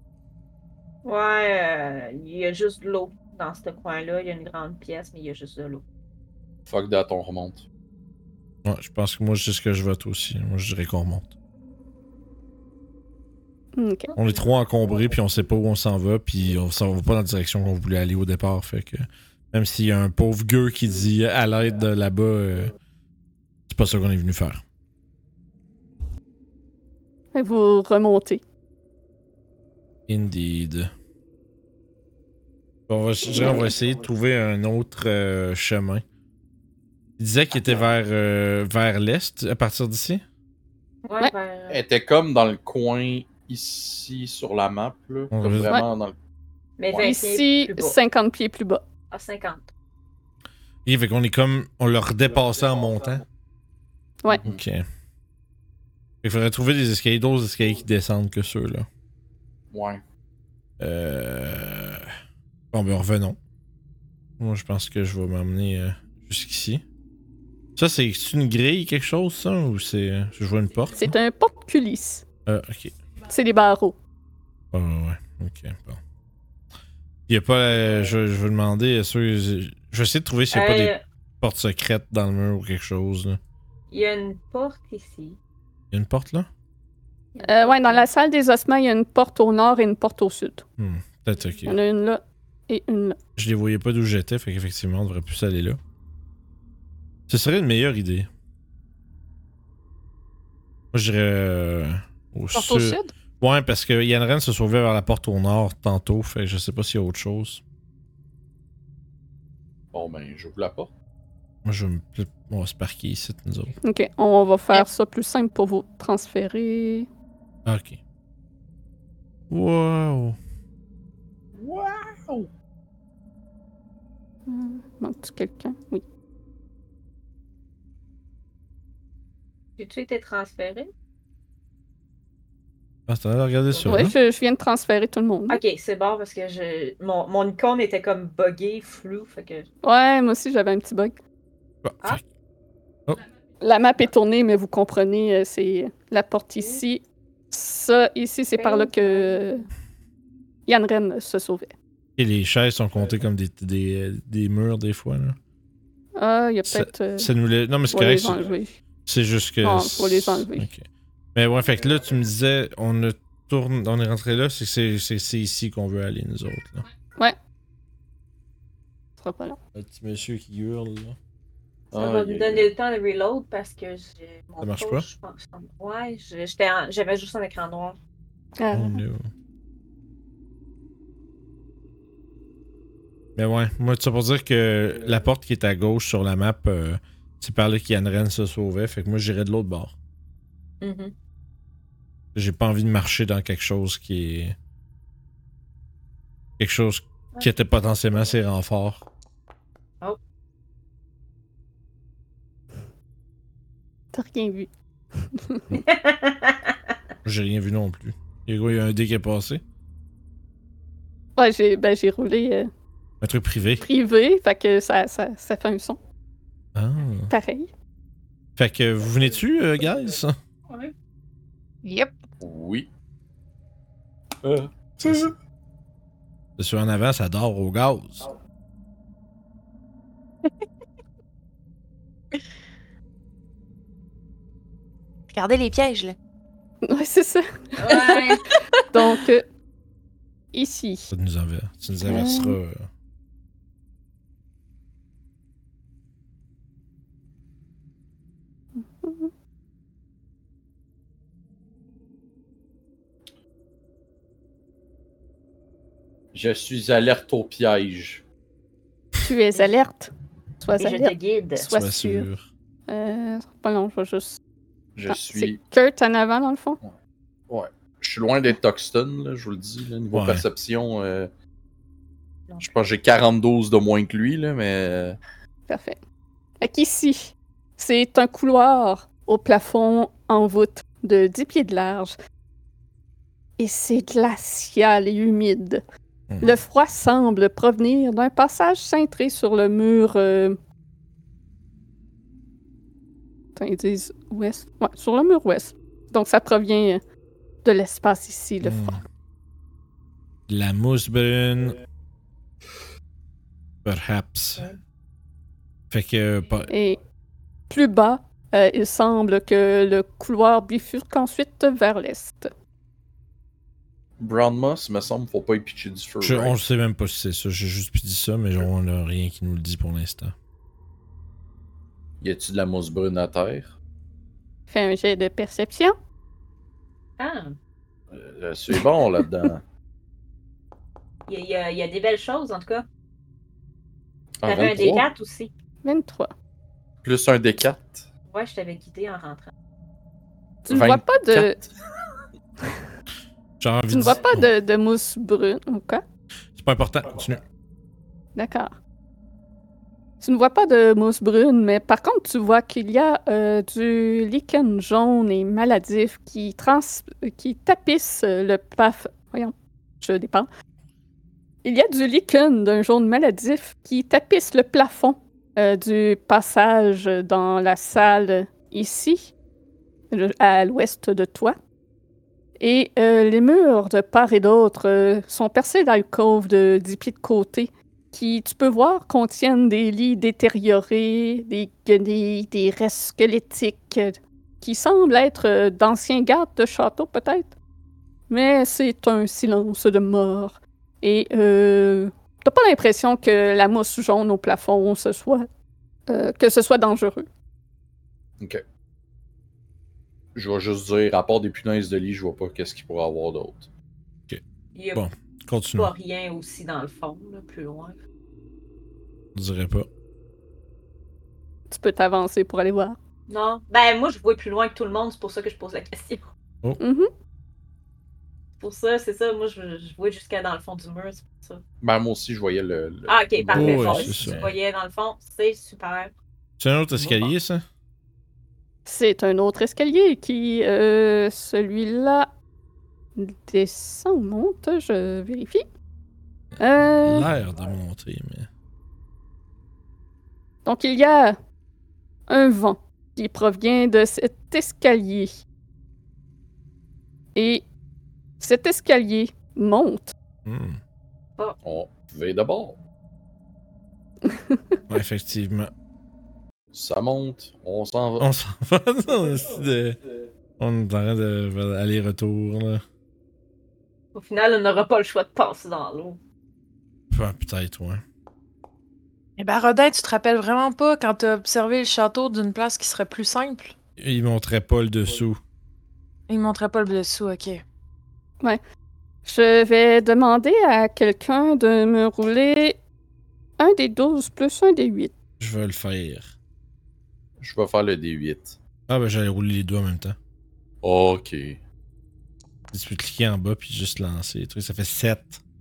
Ouais, il y a juste de l'eau dans ce coin-là. Il y a une grande pièce, mais il y a juste de l'eau. Fuck that, on remonte. Ouais, je pense que moi, c'est ce que je vote aussi. Moi, je dirais qu'on remonte. Ok. On est trop encombrés, puis on sait pas où on s'en va, puis on s'en va pas dans la direction qu'on voulait aller au départ, fait que. Même s'il y a un pauvre gueux qui dit à l'aide de là-bas, c'est pas ça qu'on est venu faire. Et vous remontez. Indeed. Je dirais on va essayer de trouver un autre chemin. Il disait qu'il était vers l'est, à partir d'ici. Ouais, Ouais. Elle était comme dans le coin ici sur la map, là. Comme Ouais. vraiment dans le. Mais 20 Ici, pieds plus bas. 50 pieds plus bas. Ah, 50. Et fait qu'on est comme. On l'a redépassé en montant. Ouais. Ok. Il faudrait trouver des escaliers, d'autres escaliers qui descendent que ceux-là. Ouais. Bon, ben revenons. Moi, je pense que je vais m'emmener jusqu'ici. Ça, c'est une grille, quelque chose, ça? Ou c'est. Je vois une porte? C'est un porte-culisse. Ok. C'est des barreaux. Ouais, ok, bon. Il y a pas. Je vais demander. Je vais essayer de trouver s'il n'y a pas des portes secrètes dans le mur ou quelque chose. Là. Il y a une porte ici. Il y a une porte là? Ouais, dans la salle des ossements, il y a une porte au nord et une porte au sud. Peut-être, ok. Il y en a une là et une là. Je les voyais pas d'où j'étais, fait qu'effectivement, on devrait plus aller là. Ce serait une meilleure idée. Moi, je dirais au Porte au sud. sud? Ouais, parce que Yann Ren se sauvait vers la porte au nord tantôt, fait que je sais pas s'il y a autre chose. Bon, ben, j'ouvre la porte. Moi, je vais on va se parquer ici, nous autres. Ok, on va faire ça plus simple pour vous transférer. Ok. Wow. Wow! Manque-tu quelqu'un? Oui. As-tu été transféré? Ah, t'as l'air de regarder ça. Oui, hein? je viens de transférer tout le monde. Ok, c'est bon parce que mon icône était comme buggé, flou, fait que. Ouais, moi aussi, j'avais un petit bug. Bon, Ah. fait- Oh. La map est tournée, mais vous comprenez, c'est la porte ici. Ça, ici, c'est par là que Yann Ren se sauvait. Et les chaises sont comptées comme des murs des fois. Là. Ah, il y a peut-être... Ça nous Non, mais c'est faut correct. les enlever. C'est juste que... Non, faut les enlever. Ok. Mais ouais, fait que là, tu me disais, on est rentré là, c'est ici qu'on veut aller, nous autres. Là. Ouais. Ce sera pas long. Le petit monsieur qui hurle, là. Ça va nous donner le temps de reload parce que j'ai mon Ça marche poche, pas? je pense. Ouais, j'avais juste un écran noir. Ah. Oh no. Mais ouais, moi, ça pour dire que la porte qui est à gauche sur la map, c'est par là qu'Yann Ren se sauvait, fait que moi, j'irais de l'autre bord. Mhm. J'ai pas envie de marcher dans quelque chose qui est... Quelque chose qui était potentiellement ses renforts. Oh. T'as rien vu. J'ai rien vu non plus. Il y a un dé qui est passé. Ouais, j'ai roulé Un truc privé. privé, fait que ça fait un son. Ah. Pareil. Fait que vous venez-tu, guys? Ouais. Yep. Oui. C'est sûr, en avant, ça dort au gaz. Regardez les pièges, là. Ouais, c'est ça. Ouais. Donc, ici. Tu nous averseras. Je suis alerte au piège. Tu es alerte. Sois Et je te alerte. guide. Sois Sois sûr. sûr. Pas long, je vais juste... Je Ah, suis. C'est Kurt en avant, dans le fond? Ouais. Je suis loin d'être Toxton, là, je vous le dis. Là, niveau Ouais. perception, je pense que j'ai 42 de moins que lui, là, mais. Parfait. Fait qu'ici, c'est un couloir au plafond en voûte de 10 pieds de large. Et c'est glacial et humide. Le froid semble provenir d'un passage cintré sur le mur... Attends, ils disent ouest. Ouais, sur le mur ouest. Donc ça provient de l'espace ici, le froid. La mousse brune. Perhaps. Fait que... Et plus bas, il semble que le couloir bifurque ensuite vers l'est. Brown Moss, me semble, faut pas y pitcher du feu. On right? sait même pas si c'est ça. J'ai juste dit ça, mais on n'a rien qui nous le dit pour l'instant. Y a-tu de la mousse brune à terre? Fais un jet de perception. Ah, C'est bon là-dedans. il y a des belles choses, en tout cas. Ah, T'avais un 23? D4 aussi. 23. Plus un D4. Ouais, je t'avais guidé en rentrant. Tu ne vois pas de... J'ai envie Tu ne vois pas de mousse brune, ou quoi? C'est pas important, continue. D'accord. Tu ne vois pas de mousse brune, mais par contre, tu vois qu'il y a du lichen jaune et maladif qui tapisse le plafond. Voyons, je dépends. Il y a du lichen d'un jaune maladif qui tapisse le plafond du passage dans la salle ici, à l'ouest de toi. Et les murs de part et d'autre sont percés d'alcôves de 10 pieds de côté qui, tu peux voir, contiennent des lits détériorés, des guenilles, des restes squelettiques qui semblent être d'anciens gardes de château, peut-être. Mais c'est un silence de mort. Et t'as pas l'impression que la mousse jaune au plafond, que ce soit dangereux. Ok. Je vais juste dire, à part des punaises de lit, je vois pas qu'est-ce qu'il pourrait avoir d'autre. Il y a Bon, continue. pas rien aussi dans le fond, là, plus loin. Je dirais pas. Tu peux t'avancer pour aller voir. Non. Ben, moi, je vois plus loin que tout le monde, c'est pour ça que je pose la question. Mhm. Pour ça, c'est ça. Moi, je vois jusqu'à dans le fond du mur, c'est pour ça. Ben, moi aussi, je voyais le. Ah, ok, parfait. ouais, Bon, c'est si ça. tu voyais dans le fond, c'est super. C'est un autre escalier, ça? C'est un autre escalier qui, celui-là, descend ou monte, je vérifie. L'air de monter, mais... Donc, il y a un vent qui provient de cet escalier. Et cet escalier monte. On va d'abord. Ouais, effectivement. Ça monte, on s'en va. On s'en va dans le style de... On est en train de faire aller-retour, là. Au final, on n'aura pas le choix de passer dans l'eau. Ah, peut-être, ouais. Eh ben, Rodin, tu te rappelles vraiment pas quand t'as observé le château d'une place qui serait plus simple? Il montrait pas le dessous. Il montrait pas le dessous, ok. Je vais demander à quelqu'un de me rouler un des 12 plus un des 8. Je vais le faire. Je vais faire le D8. Ah, ben j'allais rouler les deux en même temps. Ok. Tu peux cliquer en bas puis juste lancer les trucs. Ça fait 7.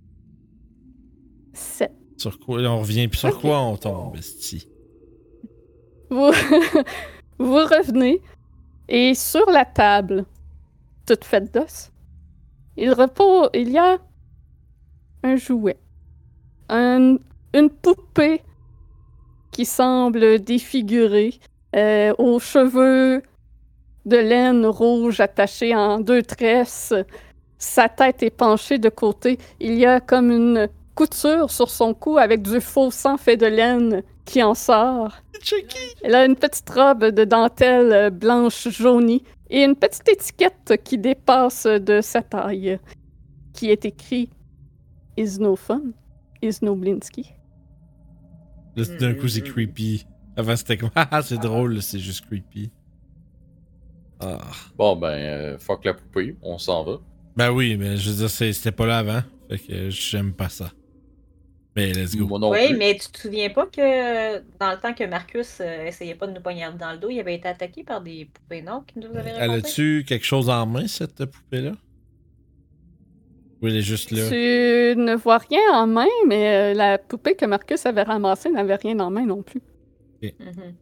7. Sur quoi on revient, puis sur Ok. quoi on tombe, esti? Vous... vous revenez et sur la table, toute faite d'os, il y a un jouet. Une poupée qui semble défigurée, aux cheveux de laine rouge attachés en 2 tresses. Sa tête est penchée de côté. Il y a comme une couture sur son cou avec du faux sang fait de laine qui en sort. Chucky! Elle a une petite robe de dentelle blanche jaunie et une petite étiquette qui dépasse de sa taille, qui est écrit « Is no fun, is no Blinsky ». Là, d'un coup, c'est creepy. Avant, c'était comme, ah, c'est drôle, là, c'est juste creepy. Ah. Bon, ben, fuck la poupée, on s'en va. Ben oui, mais je veux dire, c'était pas là avant. Fait que j'aime pas ça. Mais let's go. Moi non Oui, plus. mais tu te souviens pas que dans le temps que Marcus essayait pas de nous poignarder dans le dos, il avait été attaqué par des poupées noires qui nous avaient Elle raconté? a-tu quelque chose en main, cette poupée-là? Oui, elle est juste là. Tu ne vois rien en main, mais la poupée que Marcus avait ramassée n'avait rien en main non plus. Mhm.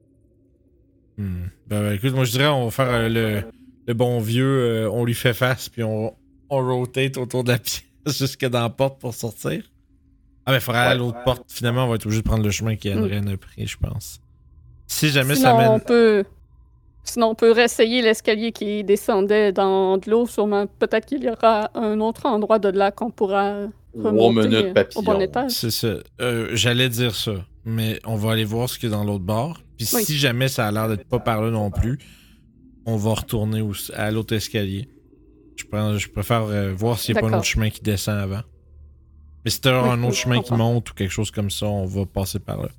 Ben, écoute, moi je dirais on va faire le bon vieux, on lui fait face, puis on rotate autour de la pièce jusque dans la porte pour sortir. Ah, ben, il faudra aller à l'autre porte. Finalement, on va être obligé de prendre le chemin qui André a pris, je pense. Si jamais ça mène. Sinon, on peut réessayer l'escalier qui descendait dans de l'eau. Sûrement, peut-être qu'il y aura un autre endroit de là qu'on pourra 3 remonter minutes au papillon. bon étage. C'est ça. J'allais dire ça. Mais on va aller voir ce qu'il y a dans l'autre bord. Puis Oui. si jamais ça a l'air d'être pas par là non plus, on va retourner à l'autre escalier. Je préfère voir s'il n'y a pas un D'accord. autre chemin qui descend avant. Mais si t'as Oui, un autre je chemin qui comprends. monte ou quelque chose comme ça, on va passer par là.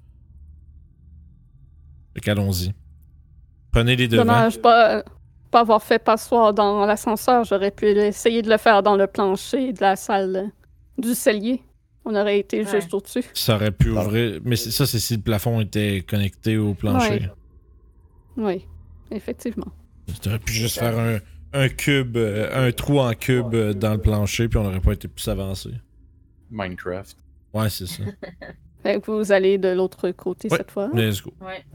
Fait qu'allons-y. Prenez les devants. Dommage pas avoir fait passoire dans l'ascenseur. J'aurais pu essayer de le faire dans le plancher de la salle du cellier. On aurait été Ouais. juste au-dessus. Ça aurait pu ouvrir. Mais ça, c'est si le plafond était connecté au plancher. Oui, effectivement. T'aurais pu juste faire un cube, un trou en cube dans le plancher, puis on n'aurait pas été plus avancé. Minecraft. Ouais, c'est ça. Fait que vous allez de l'autre côté Ouais. cette fois. Let's go. Ouais.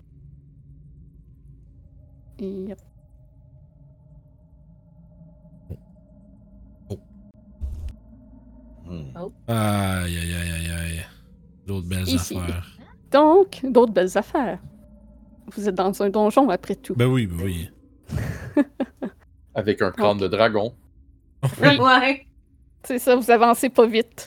Et... Aïe, aïe, aïe, aïe, aïe. D'autres belles Ici. affaires. Donc, d'autres belles affaires. Vous êtes dans un donjon après tout. Ben oui, ben oui. Avec un crâne de dragon. Oui. Ouais. C'est ça, vous avancez pas vite.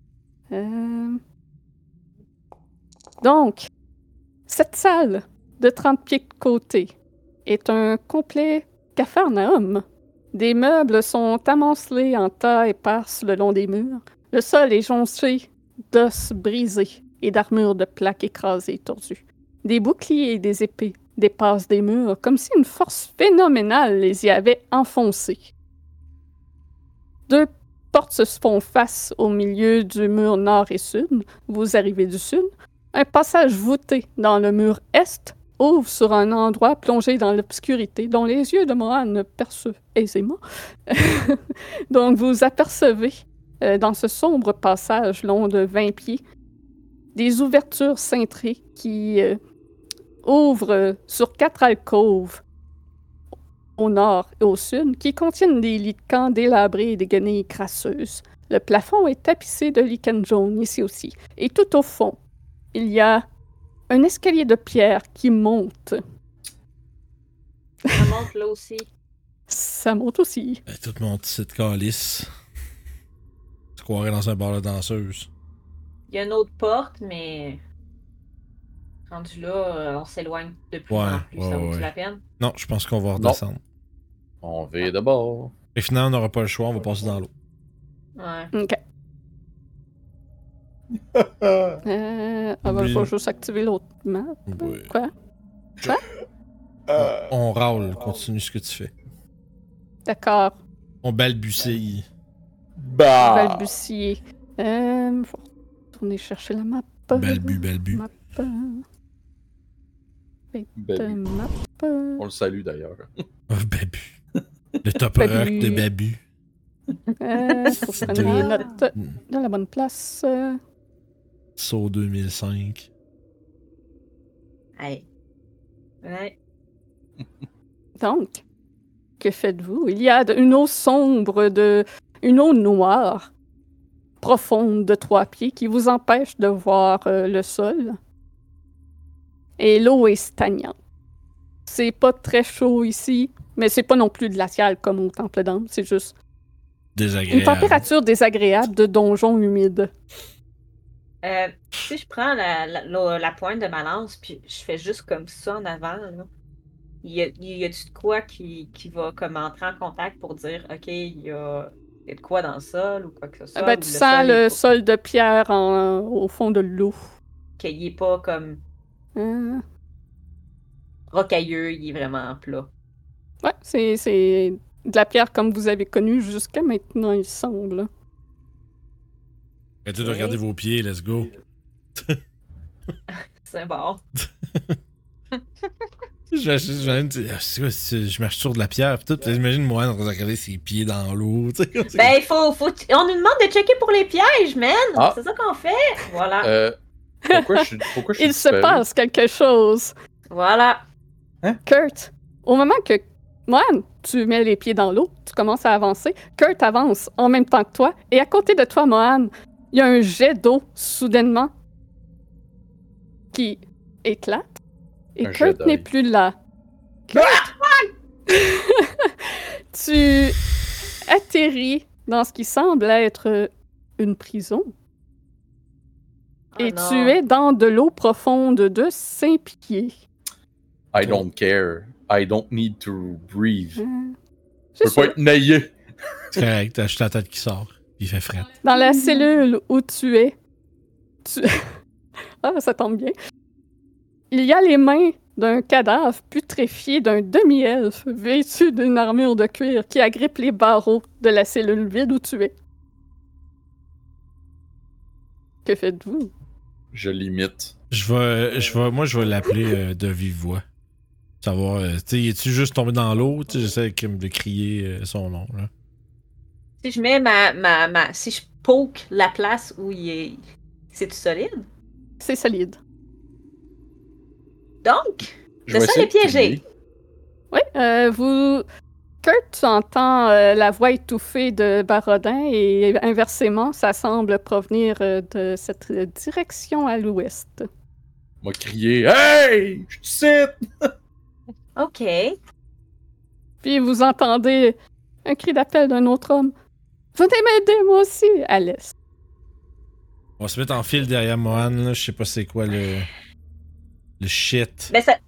Donc, cette salle de 30 pieds de côté est un complet capharnaüm. Des meubles sont amoncelés en tas éparses le long des murs. Le sol est jonché d'os brisés et d'armures de plaques écrasées et tordues. Des boucliers et des épées dépassent des murs comme si une force phénoménale les y avait enfoncés. 2 portes se font face au milieu du mur nord et sud. Vous arrivez du sud. Un passage voûté dans le mur est ouvre sur un endroit plongé dans l'obscurité dont les yeux de Mohan perçoivent aisément. Donc vous apercevez dans ce sombre passage long de 20 pieds des ouvertures cintrées qui ouvrent sur 4 alcôves au nord et au sud, qui contiennent des lits de camp délabrés et des guenilles crasseuses. Le plafond est tapissé de lichen jaune ici aussi. Et tout au fond, il y a un escalier de pierre qui monte Ça monte là aussi. Ça monte aussi. Tout mon petit calice. Tu croirais dans un bar de danseuse. Il y a une autre porte, mais. Rendu là, on s'éloigne de plus en plus. Ça vaut-tu la peine? Non, je pense qu'on va redescendre. On va d'abord. Et finalement, on n'aura pas le choix, on va passer dans l'eau. Ouais. Ok. Je vais juste activer l'autre map. Oui. Quoi? On râle, continue ce que tu fais. D'accord. On balbutie. Bah! Balbutier. Faut retourner chercher la map. Balbu. Map. Babu. Map. On le salue d'ailleurs. Oh, Babu. Le top rock de Babu. Faut prendre les notes dans la bonne place. Saut 2005. Hey. Ouais. Donc, que faites-vous? Il y a une eau sombre, une eau noire, profonde de 3 pieds, qui vous empêche de voir le sol. Et l'eau est stagnante. C'est pas très chaud ici, mais c'est pas non plus glacial comme au Temple d'Ambre. C'est juste Désagréable. une température désagréable de donjon humide. Si je prends la pointe de ma lance, puis je fais juste comme ça en avant, là, y a-tu de quoi qui va comme entrer en contact pour dire, OK, il y a de quoi dans le sol ou quoi que ce soit? Ben, tu sens le sol de pierre au fond de l'eau. Qu'il n'est pas comme rocailleux, il est vraiment plat. Ouais, c'est de la pierre comme vous avez connu jusqu'à maintenant, il semble. Arrêtez de regarder vos pieds, let's go. C'est bon. Je marche sur de la pierre pis tout. J'imagine moi en train de regarder ses pieds dans l'eau. Ben, on nous demande de checker pour les pièges, man! Ah. C'est ça qu'on fait! Voilà. Pourquoi je suis Il se disparu? passe quelque chose. Voilà. Kurt, au moment que Mohan, tu mets les pieds dans l'eau, tu commences à avancer. Kurt avance en même temps que toi. Et à côté de toi, Mohan, il y a un jet d'eau soudainement qui éclate. Et Un Kurt jet n'est d'œil. plus là. Kurt! Tu atterris dans ce qui semble être une prison. Oh Et non. tu es dans de l'eau profonde de 5 pieds. I don't care. I don't need to breathe. Je C'est peux pas ça. être naillé. C'est correct, t'as juste la tête qui sort. Puis il fait fret. Dans la cellule où tu es, ah, ça tombe bien. Il y a les mains d'un cadavre putréfié d'un demi-elfe vêtu d'une armure de cuir qui agrippe les barreaux de la cellule vide où tu es. Que faites-vous? Je l'imite. Moi, je vais l'appeler de vive voix. Savoir, tu sais, es-tu juste tombé dans l'eau? Tu sais, j'essaie de crier son nom, là. Si je mets si je poke la place où il est. C'est-tu solide? C'est solide. Donc, Je c'est vais ça essayer les de piéger. crier. Oui, Kurt, tu entends la voix étouffée de Barodin et inversement, ça semble provenir de cette direction à l'ouest. M'a crié. Hey! Je te cite! OK. Puis vous entendez un cri d'appel d'un autre homme. Venez m'aider, moi aussi, à l'est. On va se mettre en file derrière Mohan, là. Je sais pas c'est quoi le shit. Mais ça.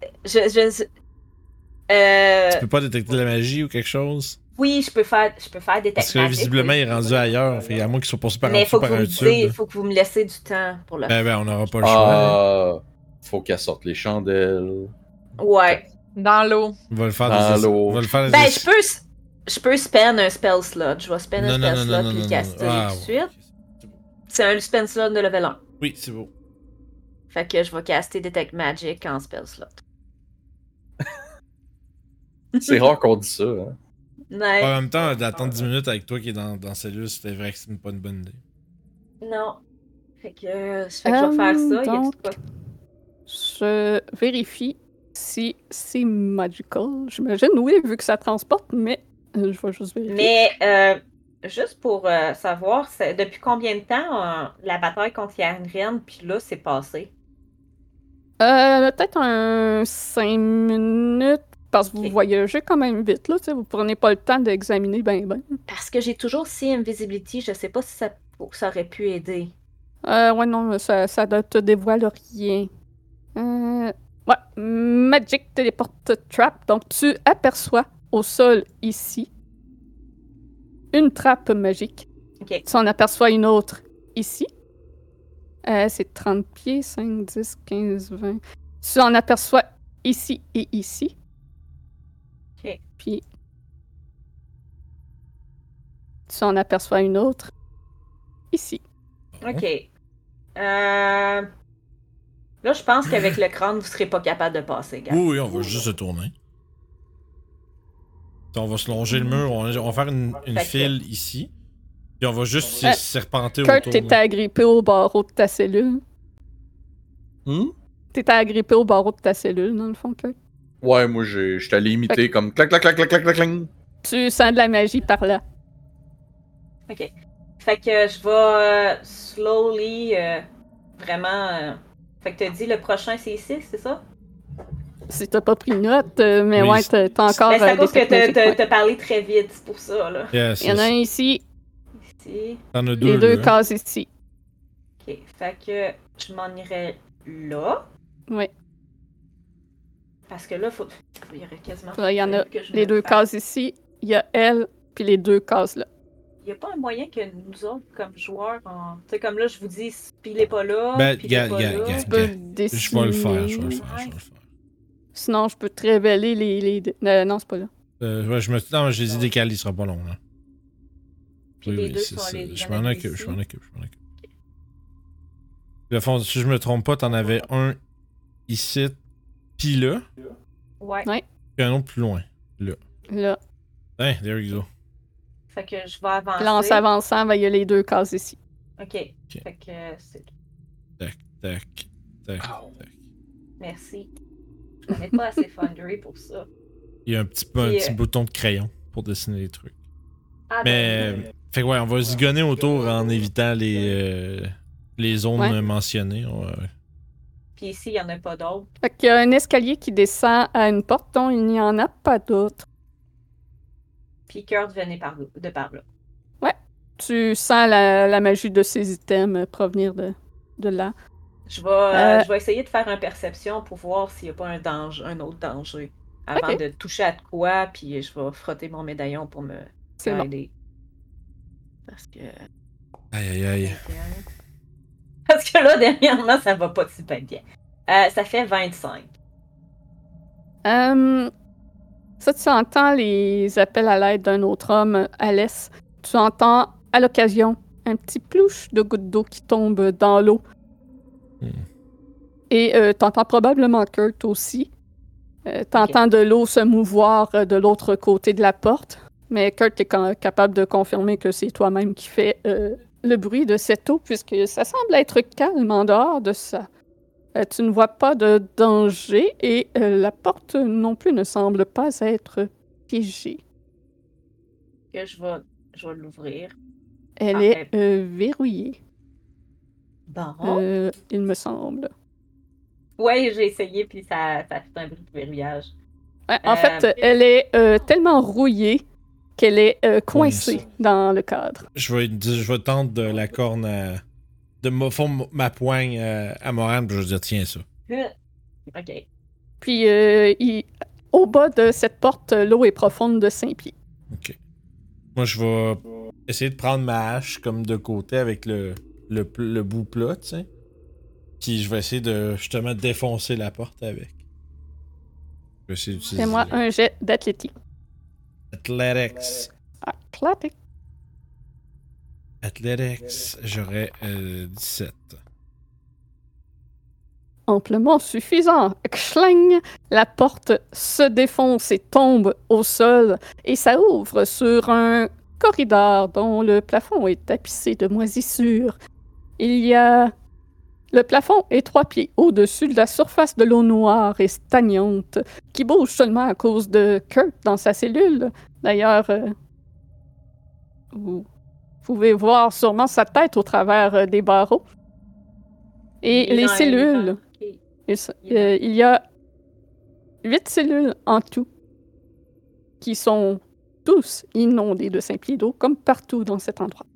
Tu peux pas détecter la magie ou quelque chose? Oui, je peux faire Parce détecter. que là, visiblement, il est rendu ailleurs. Fait, à moins qu'il soit passé par en Mais dessous par un il tube. faut que vous me laissiez du temps pour le faire. Ben, on n'aura pas le choix. Faut qu'elle sorte les chandelles. Ouais. Dans l'eau. On va le faire Dans l'eau. On va le faire Ben, je peux spend un spell slot. Je vais spend un Non, spell slot puis le non. caster Ah, tout de ouais. suite. C'est un spell slot de level 1. Oui, c'est beau. Fait que je vais caster Detect Magic en spell slot. C'est rare qu'on dit ça. Hein. Ouais. En même temps, d'attendre 10 minutes avec toi qui est dans la cellule, c'était vrai que c'est pas une bonne idée. Non. Fait que je vais faire ça. Y a donc, quoi? Je vérifie si c'est magical. J'imagine, oui, vu que ça transporte, mais je vais juste vérifier. Mais juste pour savoir, depuis combien de temps la bataille contre Yanrian, puis là, c'est passé? Peut-être un 5 minutes, parce que vous Ok. voyagez quand même vite, là, tu sais, vous prenez pas le temps d'examiner ben. Parce que j'ai toujours See Invisibility, je sais pas si ça aurait pu aider. Ouais, non, ça ne te dévoile rien. Ouais, Magic Teleport Trap. Donc, tu aperçois au sol ici une trappe magique. Ok. Tu en aperçois une autre ici. C'est 30 pieds, 5, 10, 15, 20. Tu en aperçois ici et ici. Ok. Puis, tu en aperçois une autre ici. Ok. Là, je pense qu'avec le crâne, vous serez pas capable de passer, gars. Oui, on va juste se tourner. On va se longer le mur, on va faire une Fait que- file ici. Puis on va juste serpenter Kurt, autour. t'étais agrippé au barreau de ta cellule. T'étais agrippé au barreau de ta cellule, dans le fond, Kurt. Ouais, moi, j'étais allé imiter comme clac, clac, clac, clac, clac, clac, clac. Tu sens de la magie par là. Ok. Fait que je vais slowly, vraiment. Fait que t'as dit le prochain c'est ici, c'est ça? Si t'as pas pris note, mais Oui, ouais, t'as encore Ben, c'est à des cause que effets magiques, ouais. t'as parlé très vite, c'est pour ça, là. Yes, Il y en a un ici, Ici. T'en as les deux, deux là. cases ici. Ok. Fait que je m'en irais là. Oui. Parce que là, il y aurait quasiment. Là, il y en a que je les me deux fasse. cases ici, il y a elle, puis les deux cases là. Il n'y a pas un moyen que nous autres, comme joueurs, tu sais, comme là, je vous dis, pilez pas là, Ben, pilez pas là. Tu peux Je dessiner. vais le faire, je vais le faire. Sinon, je peux te révéler les... non, c'est pas là. Ouais, non, j'ai dit décaler, il sera pas long, là. Puis Oui, les oui, deux c'est sont ça. les. Je m'en occupe, je m'en occupe. Le fond, si je me trompe pas, t'en avais un ici, pis là, Ouais. puis un autre plus loin. Là. Hein, there you go. Fait que je vais avancer. Là, en s'avançant, ben, il y a les deux cases ici. Ok. Fait que c'est. Tac, tac, tac. Merci. Je connais pas assez Foundry pour ça. Il y a un petit Puis, bouton de crayon pour dessiner les trucs. Ah, Mais, ben, fait que ouais, on va zigonner autour en évitant les zones Ouais. mentionnées. Puis ici, il n'y en a pas d'autres. Fait qu'il y a un escalier qui descend à une porte dont il n'y en a pas d'autre. Puis Kurt venait de par là. Tu sens la magie de ces items provenir de là. Je vais essayer de faire une perception pour voir s'il n'y a pas un autre danger. Avant Ok. de toucher à de quoi, puis je vais frotter mon médaillon pour me C'est bon. guider. Parce que. Aïe, aïe, aïe. Parce que là, dernièrement, ça va pas super bien. Ça fait 25. Ça, tu entends les appels à l'aide d'un autre homme, Alès. Tu entends, à l'occasion, un petit plouche de gouttes d'eau qui tombe dans l'eau. Et t'entends probablement Kurt aussi. T'entends de l'eau se mouvoir de l'autre côté de la porte. Mais Kurt est capable de confirmer que c'est toi-même qui fais le bruit de cette eau, puisque ça semble être calme en dehors de ça. Tu ne vois pas de danger et la porte non plus ne semble pas être piégée. Que je vais l'ouvrir. Elle est verrouillée, Bon. il me semble. Ouais, j'ai essayé, puis ça fait un bruit de verrouillage. Ouais, en fait, elle est tellement rouillée qu'elle est coincée Coincée. dans le cadre. Je vais tendre de la corne de ma poigne à Moran, puis je vais dire tiens ça. Ok. Puis, au bas de cette porte, l'eau est profonde de 5 pieds. Ok. Moi, je vais essayer de prendre ma hache comme de côté avec le bout plat, tu sais. Puis je vais essayer de justement défoncer la porte avec. Je vais essayer d'utiliser. Fais-moi un jet d'athlétique. Athletics. Athlétique. Athletics, j'aurais 17. Amplement suffisant. Schling! La porte se défonce et tombe au sol et ça ouvre sur un corridor dont le plafond est tapissé de moisissures. Le plafond est 3 pieds au-dessus de la surface de l'eau noire et stagnante qui bouge seulement à cause de Kurt dans sa cellule. D'ailleurs, vous pouvez voir sûrement sa tête au travers des barreaux. Et les cellules... Il y a 8 cellules en tout qui sont tous inondés de 5 pieds d'eau, comme partout dans cet endroit,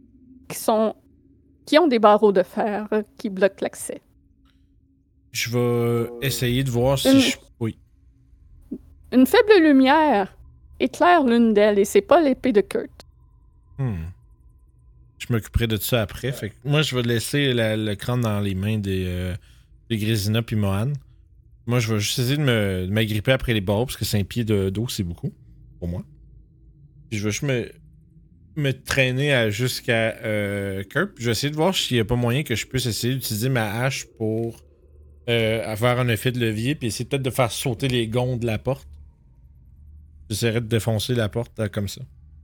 qui ont des barreaux de fer qui bloquent l'accès. Je vais essayer de voir si je... Oui. Une faible lumière éclaire l'une d'elles, et c'est pas l'épée de Kurt. Je m'occuperai de ça après. Fait que moi, je vais laisser le crâne dans les mains des Grésina puis Mohan. Moi, je vais juste essayer de m'agripper après les barreaux, parce que 5 pieds d'eau, c'est beaucoup pour moi. Puis je vais juste me traîner jusqu'à Kurt. Je vais essayer de voir s'il n'y a pas moyen que je puisse essayer d'utiliser ma hache pour avoir un effet de levier, puis essayer peut-être de faire sauter les gonds de la porte. J'essaierai de défoncer la porte comme ça.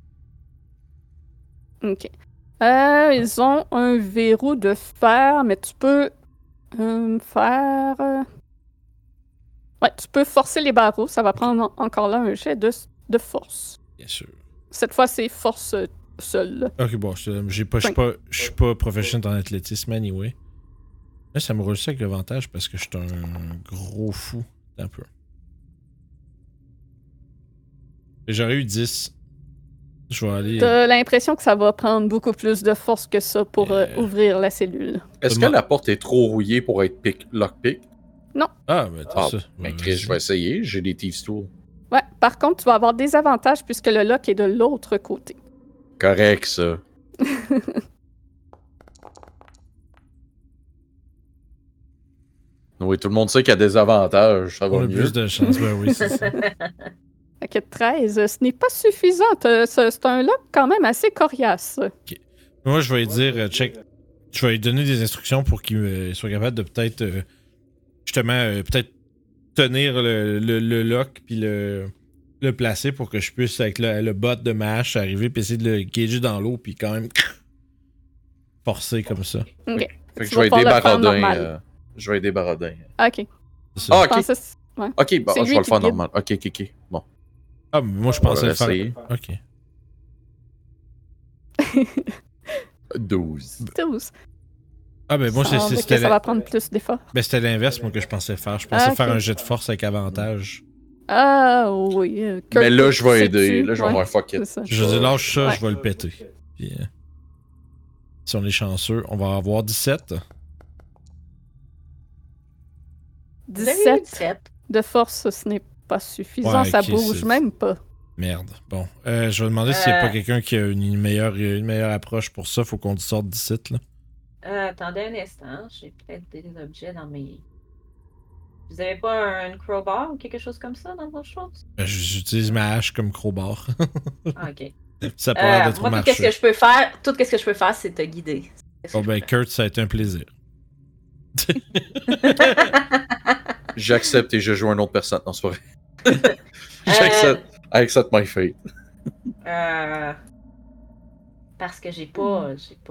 OK. Ils ont un verrou de fer, mais tu peux faire... Ouais, tu peux forcer les barreaux. Ça va prendre encore là un jet de force. Bien sûr. Cette fois, c'est force seule. Ok, bon, je suis pas professionnel en athlétisme anyway. Là, ça me roule ça avec l'avantage parce que je suis un gros fou. Un peu. Et j'aurais eu 10. Je vais aller. T'as l'impression que ça va prendre beaucoup plus de force que ça pour ouvrir la cellule. Est-ce que la porte est trop rouillée pour être lockpick? Non. Ah, ben t'as ça. Ben Chris, je vais essayer. J'ai des Thieves Tools. Ouais, par contre, tu vas avoir des avantages puisque le lock est de l'autre côté. Correct, ça. Oui, tout le monde sait qu'il y a des avantages. Ça va On a mieux. plus de chance, ben oui, c'est ça. Fait que 13, ce n'est pas suffisant. C'est un lock quand même assez coriace. Ok. Moi, je vais lui dire, check. Je vais lui donner des instructions pour qu'il soit capable de peut-être, justement, peut-être tenir le lock puis le placer pour que je puisse, avec le bot de ma hache, arriver puis essayer de le gager dans l'eau puis quand même forcer comme ça. OK. Fait que Tu je vais vas aider pouvoir le faire Barodin. normal. Je vais aider Barodin. OK. C'est ça. Ah, Je ok. pensais- ouais. Ok, bah, C'est je lui vais le qui faire guide. normal. Ok. Bon. Ah, mais moi, je On va pensais le faire. essayer. Ok. 12. 12. Ah, ben moi, Ça va prendre plus d'efforts. c'était l'inverse, moi, que je pensais faire. Je pensais ok. faire un jet de force avec avantage. Ah oui. Kurt, Mais là, je vais sais-tu? aider. Là, je vais Ouais, voir fuck c'est it. ça. Je dis lâche ça, Ouais. je vais le péter. Puis, si on est chanceux, on va avoir 17. 17 17. de force, ce n'est pas suffisant. Ouais, Ça ok, bouge c'est- même pas. Merde. Bon. Je vais demander s'il n'y a pas quelqu'un qui a une meilleure approche pour ça. Faut qu'on sorte d'ici, là. Attendez un instant, j'ai peut-être des objets dans mes... Vous avez pas un crowbar ou quelque chose comme ça dans vos choses? J'utilise ma hache comme crowbar. Ah, ok. Ça a pas l'air de trop Moi, tout marcher. ce que je peux faire, c'est te guider. Bon, ben, Kurt, ça a été un plaisir. J'accepte et je joue à une autre personne. Non, c'est pas vrai. J'accepte. I accept my fate. Parce que j'ai pas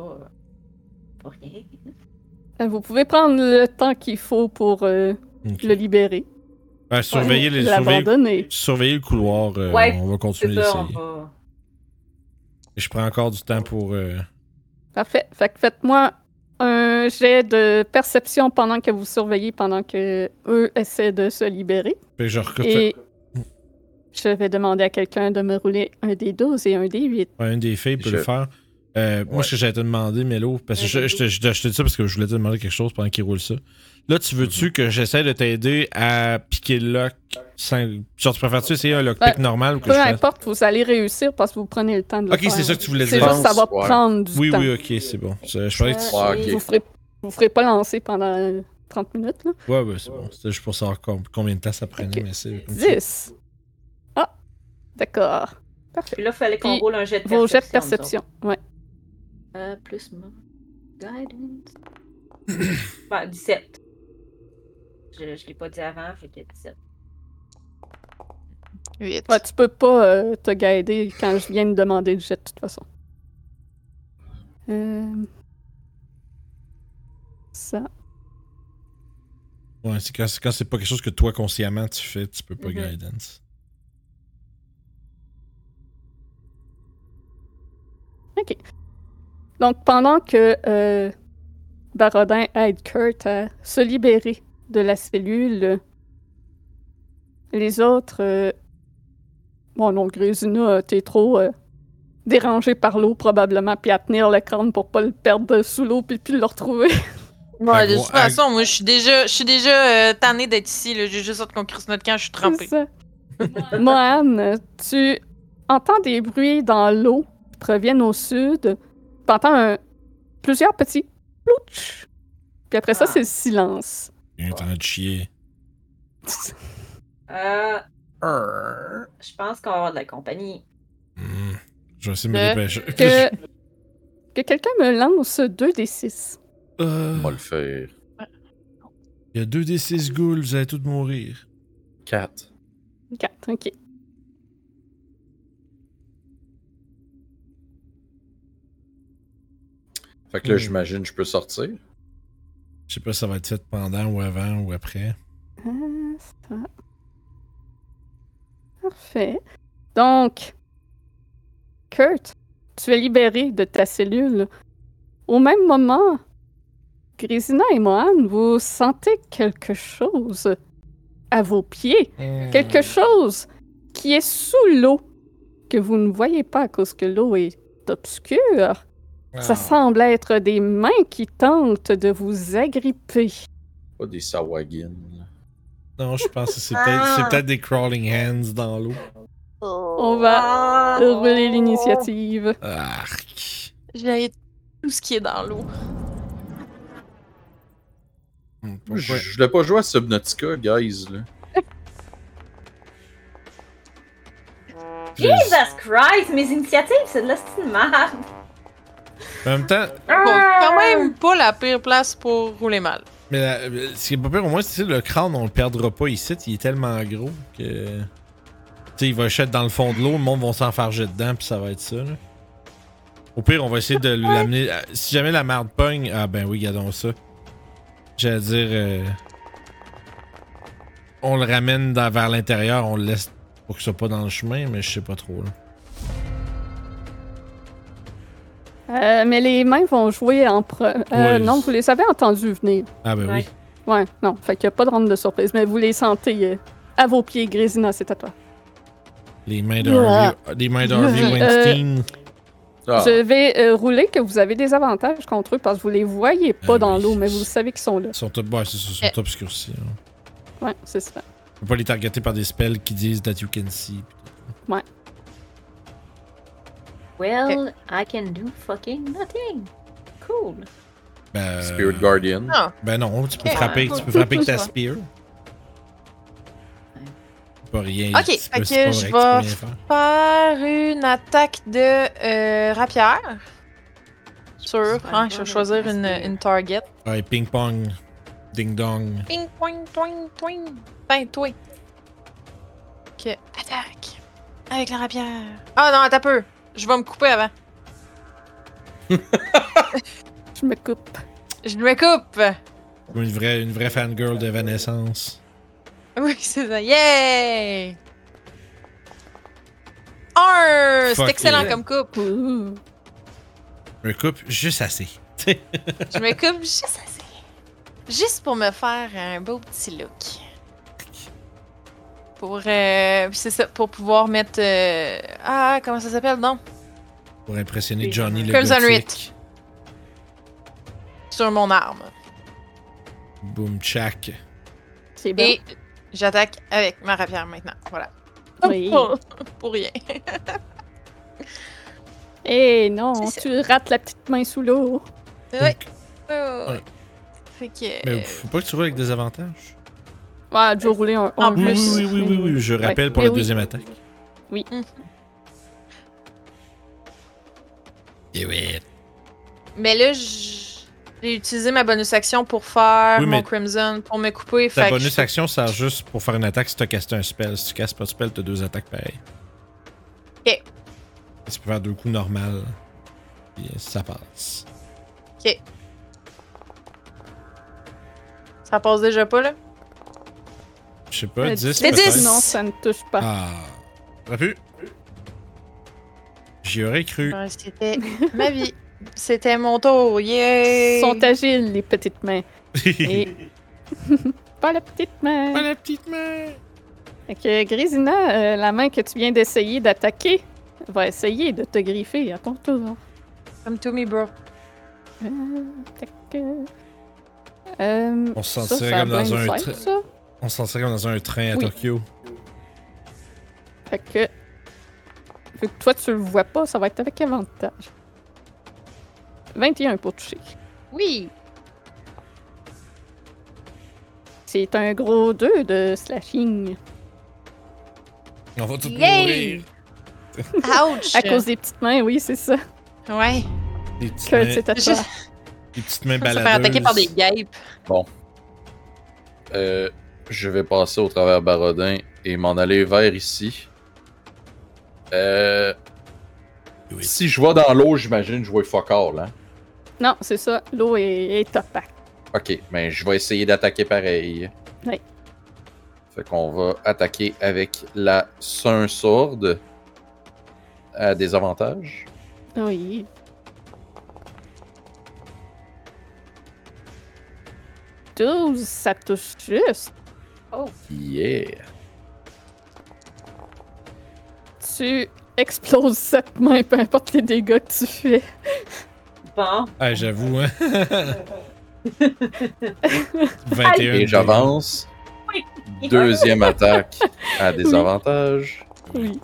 rien. Vous pouvez prendre le temps qu'il faut pour Ok. le libérer. Ouais, surveiller L'abandonner. le couloir. Ouais, On va C'est continuer ça, on d'essayer. va... Je prends encore du temps pour. Parfait. Fait que faites-moi un jet de perception pendant que vous surveillez, pendant que eux essaient de se libérer. Fait que je recoupe. Et je vais demander à quelqu'un de me rouler un des 12 et un des 8. Un des filles peut le faire. Moi, ce que j'allais te demander, Mélo, parce que je te dis ça parce que je voulais te demander quelque chose pendant qu'il roule ça. Là, tu veux-tu que j'essaie de t'aider à piquer le lock genre, tu préfères-tu essayer un lockpick normal ou que Peu je fasse... importe, vous allez réussir parce que vous prenez le temps de le Ok, faire. c'est ça que tu voulais C'est dire. juste que ça va Ouais. prendre du Oui, temps. oui, ok, c'est bon. Je parlais que tu... Ouais, ok. Vous ferez pas lancer pendant 30 minutes, là. Ouais, c'est bon. C'était juste pour savoir combien de temps ça prenait, Ok. mais c'est... comme ça. 10. Ah, d'accord. Parfait. Puis là, il fallait qu'on Puis, roule un jet de Vos jets de perception. perception, ouais. Plus mon guidance. 17. Je l'ai pas dit avant, fait que 17. 8. Ouais, tu peux pas te guider quand je viens de demander le jet, de toute façon. Ça. Ouais, c'est quand c'est pas quelque chose que toi, consciemment, tu fais, tu peux pas guidance. OK. Donc, pendant que Barodin aide Kurt à se libérer de la cellule, les autres Bon, non, Grésina, t'es trop dérangée par l'eau, probablement, puis à tenir le crâne pour pas le perdre sous l'eau, puis le retrouver. Ouais, de gros, toute façon, moi, je suis déjà tannée d'être ici. Là. J'ai juste hâte qu'on crisse notre camp, je suis trempée. C'est ça. Mohan, tu entends des bruits dans l'eau qui proviennent au sud. Tu entends plusieurs petits plouch. Puis après ça, c'est le silence. Il est en train de chier. Je pense qu'on va avoir de la compagnie. Je vais essayer de me dépêcher. Que quelqu'un me lance 2d6. On va le faire. Il y a 2d6 ghouls, vous allez tous mourir. 4. 4, ok. Fait que là, j'imagine, je peux sortir. Je sais pas si ça va être fait pendant ou avant ou après. Ça. Parfait. Donc, Kurt, tu es libéré de ta cellule. Au même moment, Grésina et Mohan, vous sentez quelque chose à vos pieds. Quelque chose qui est sous l'eau, que vous ne voyez pas à cause que l'eau est obscure. Ça semble être des mains qui tentent de vous agripper. Pas des Sawagin. Non, je pense que c'est peut-être des crawling hands dans l'eau. On va rouler l'initiative. Arc. J'ai tout ce qui est dans l'eau. Je voulais pas jouer à Subnautica, guys. Là. Jesus Christ, mes initiatives, c'est de la style merde. En même temps, Bon, quand même pas la pire place pour rouler mal. mais ce qui est pas pire au moins, c'est que le crâne, on le perdra pas ici. Il est tellement gros que. Tu sais, il va jeter dans le fond de l'eau, le monde va s'enfarger dedans, puis ça va être ça. Là. Au pire, on va essayer de l'amener. Si jamais la merde pogne. Ah ben oui, gardons ça. J'allais dire. On le ramène vers l'intérieur, on le laisse pour qu'il soit pas dans le chemin, mais je sais pas trop. Là. Mais les mains vont jouer en Ouais. non, vous les avez entendus venir. Ah ben oui. Ouais, non, fait qu'il n'y a pas de ronde de surprise, mais vous les sentez à vos pieds. Grésina, c'est à toi. Les mains d'Harvey Weinstein. Ah, Je vais rouler que vous avez des avantages contre eux parce que vous les voyez pas dans oui. l'eau, mais vous savez qu'ils sont là. Ils sont tous obscurcis. Hein. Ouais, c'est ça. On peut pas les targeter par des spells qui disent that you can see. Well, I can do fucking nothing. Cool. Ben, Spirit Guardian. Ah, Ben non, tu peux Ok. frapper, Ouais. tu peux frapper avec ta Tout ça. spear. Pas rien. Ok, c'est fait pas- c'est que pas je vrai tu peux rien vais faire. faire une attaque de rapière. Sûr, hein, je vais choisir une target. Ouais, ping pong, ding dong. Ping, poing, toing, toing. Ben, toi. Ok, attaque. Avec la rapière. Ah non, attends un peu. Je vais me couper avant. Je me coupe. Je me coupe. Comme une vraie fangirl d'Evanescence. Oui, c'est ça. Yay! Un! C'est Fuck excellent yeah. comme coupe. Ouh. Un couple juste assez. Je me coupe juste assez. Juste pour me faire un beau petit look. Pour, c'est ça, pour pouvoir mettre... ah, comment ça s'appelle, non? Pour impressionner Johnny le Crimson gothique. Writ. Sur mon arme. Boom chak. C'est bien. Et j'attaque avec ma rapière maintenant. Voilà. Oui. Pour rien. Eh non, C'est ça. tu rates la petite main sous l'eau. Oui. Ouais. Fait que... Mais faut pas que tu roules avec des avantages. Ouais, je vais rouler un En Oui, plus. oui, je rappelle pour Mais la oui. deuxième attaque. Et oui. Mais là, j'ai utilisé ma bonus action pour faire Oui, mais mon Crimson, pour me couper. Ta fait que bonus action sert juste pour faire une attaque si t'as casté un spell. Si tu casses pas de spell, t'as 2 attaques pareilles. Ok. Tu peux faire 2 coups normales. Puis ça passe. Ok. Ça passe déjà pas, là? Je sais pas, 10 c'est peut-être. 10. Non, ça ne touche pas. Ah. T'aurais pu. J'y aurais cru. Ouais, c'était ma vie. C'était mon tour. Yay! Sont agiles, les petites mains. Et... pas la petite main. Pas la petite main. Fait que Grisina, la main que tu viens d'essayer d'attaquer, va essayer de te griffer à ton tour. Come to me, bro. Tac. On se ça, sentirait ça comme dans un blindside, ça. On se sentirait comme dans un train à Oui. Tokyo. Fait que. Vu que toi tu le vois pas, ça va être avec avantage. 21 pour toucher. Oui. C'est un gros 2 de slashing. On va tout Yay! mourir. Ouch! À cause des petites mains, oui, c'est ça. Ouais. Des petites Kurt, mains, c'est à Je- toi. des petites mains Se faire baladeuses. attaquer par des guêpes. Je vais passer au travers Barodin et m'en aller vers ici. Oui. Si je vais dans l'eau, j'imagine jouer fuck all, hein? Non, c'est ça. L'eau est opaque. Ok, mais je vais essayer d'attaquer pareil. Oui. Fait qu'on va attaquer avec la Sun Sword à des avantages. Oui. « 12, ça touche juste. Yeah! Tu exploses cette main, peu importe les dégâts que tu fais. Bon. Ah, j'avoue, hein. 21. Et j'avance. Oui. Deuxième attaque à des avantages. Oui.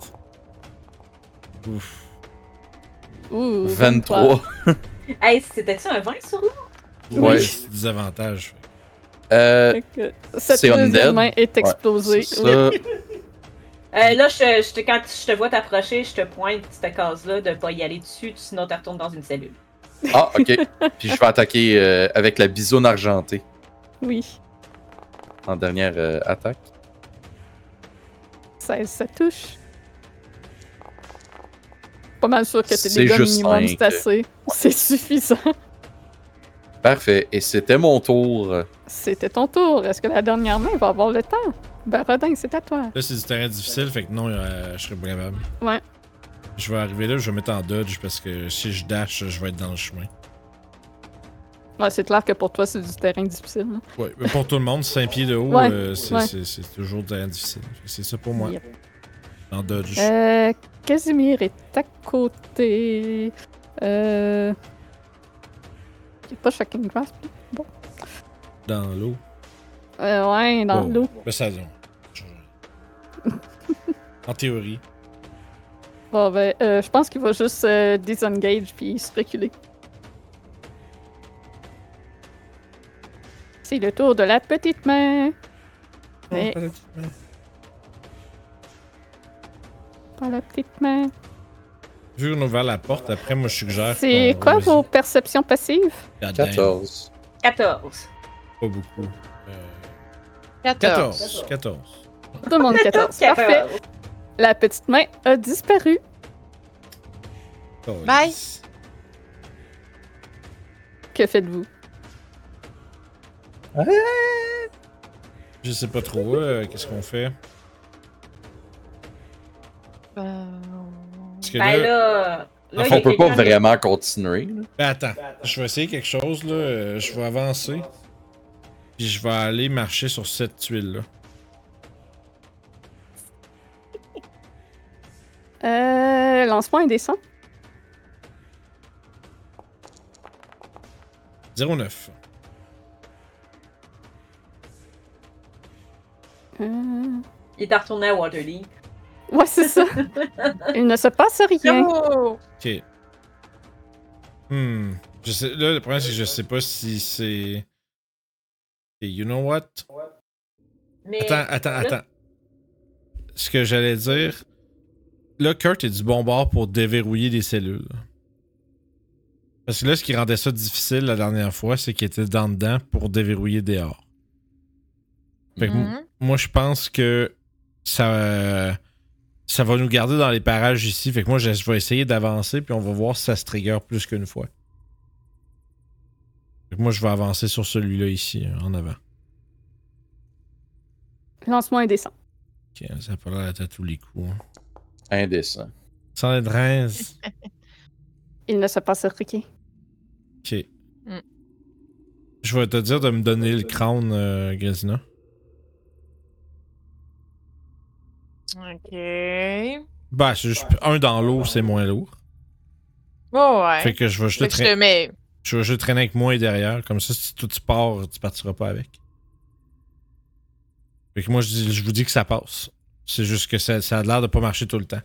Ouf. Ouh, 23. Hey, c'était-tu un 20 sur nous? Ouais. C'est des avantages. Fait que cette C'est deuxième undead. main est explosée. C'est Oui. ça. Là, quand je te vois t'approcher, je te pointe cette case-là de pas y aller dessus, sinon tu retournes dans une cellule. Ah, ok. Puis je vais attaquer avec la bisoune argentée Oui. en dernière attaque. 16, ça touche. Pas mal sûr que tes C'est dégâts juste minimum, 5. c'est assez. C'est suffisant. Parfait. Et c'était mon tour. C'était ton tour. Est-ce que la dernière main va avoir le temps? Barodin, c'est à toi. Là, c'est du terrain difficile, fait que non, je serais pas capable. Ouais. Je vais arriver là, je vais mettre en dodge parce que si je dash, je vais être dans le chemin. Ouais, c'est clair que pour toi, c'est du terrain difficile. Là. Ouais, mais pour tout le monde, 5 pieds de haut, Ouais, c'est ouais. c'est toujours du terrain difficile. C'est ça pour moi. Yep. En dodge. Casimir est à côté. Il n'y a pas Shocking Grasp. Bon. Dans l'eau. Ouais, dans Oh. l'eau. Ben, ça En théorie. Bon, ben, je pense qu'il va juste disengage puis se reculer. C'est le tour de la petite main. Mais pas la petite main. Vu qu'on a ouvert la porte, après, moi, je suggère. C'est qu'on- quoi vas-y. vos perceptions passives? God damn, 14. 14. Pas beaucoup. 14. 14. Tout le monde 14. Parfait. La petite main a disparu. Bye. Que faites-vous? Je sais pas trop, qu'est-ce qu'on fait? Parce que Ben là... là. Enfin, il y a On peut pas quelqu'un- vraiment continuer. là. Ben, attends, je vais essayer quelque chose, là. Je vais avancer. Puis je vais aller marcher sur cette tuile-là. Lance-moi un dessin. 09. Il est retourné à Waterloo. Ouais, c'est ça. Il ne se passe rien. Yo! Ok. Je sais, là, le problème, c'est que je sais pas si c'est. Et you know what? Mais Attends. Ce que j'allais dire. Là, Kurt est du bon bord pour déverrouiller des cellules. Parce que là, ce qui rendait ça difficile la dernière fois, c'est qu'il était dedans pour déverrouiller dehors. Fait que Mhm. moi, je pense que ça va nous garder dans les parages ici. Fait que moi, je vais essayer d'avancer, puis on va voir si ça se trigger plus qu'une fois. Fait que moi, je vais avancer sur celui-là ici, en avant. Lance-moi un dessin. Ok, ça a pas l'air d'être à tous les coups. Hein. Indécent. 113. Il ne se passe rien. Ok. Mm. Je vais te dire de me donner le crown, Grazina. Ok. Bah, c'est juste un dans l'eau, c'est moins lourd. Oh, ouais. Fait que je vais juste Fait que je te mets. Je vais juste traîner avec moi et derrière. Comme ça, si tout tu pars, tu partiras pas avec. Fait que moi, je vous dis que ça passe. C'est juste que ça a l'air de pas marcher tout le temps.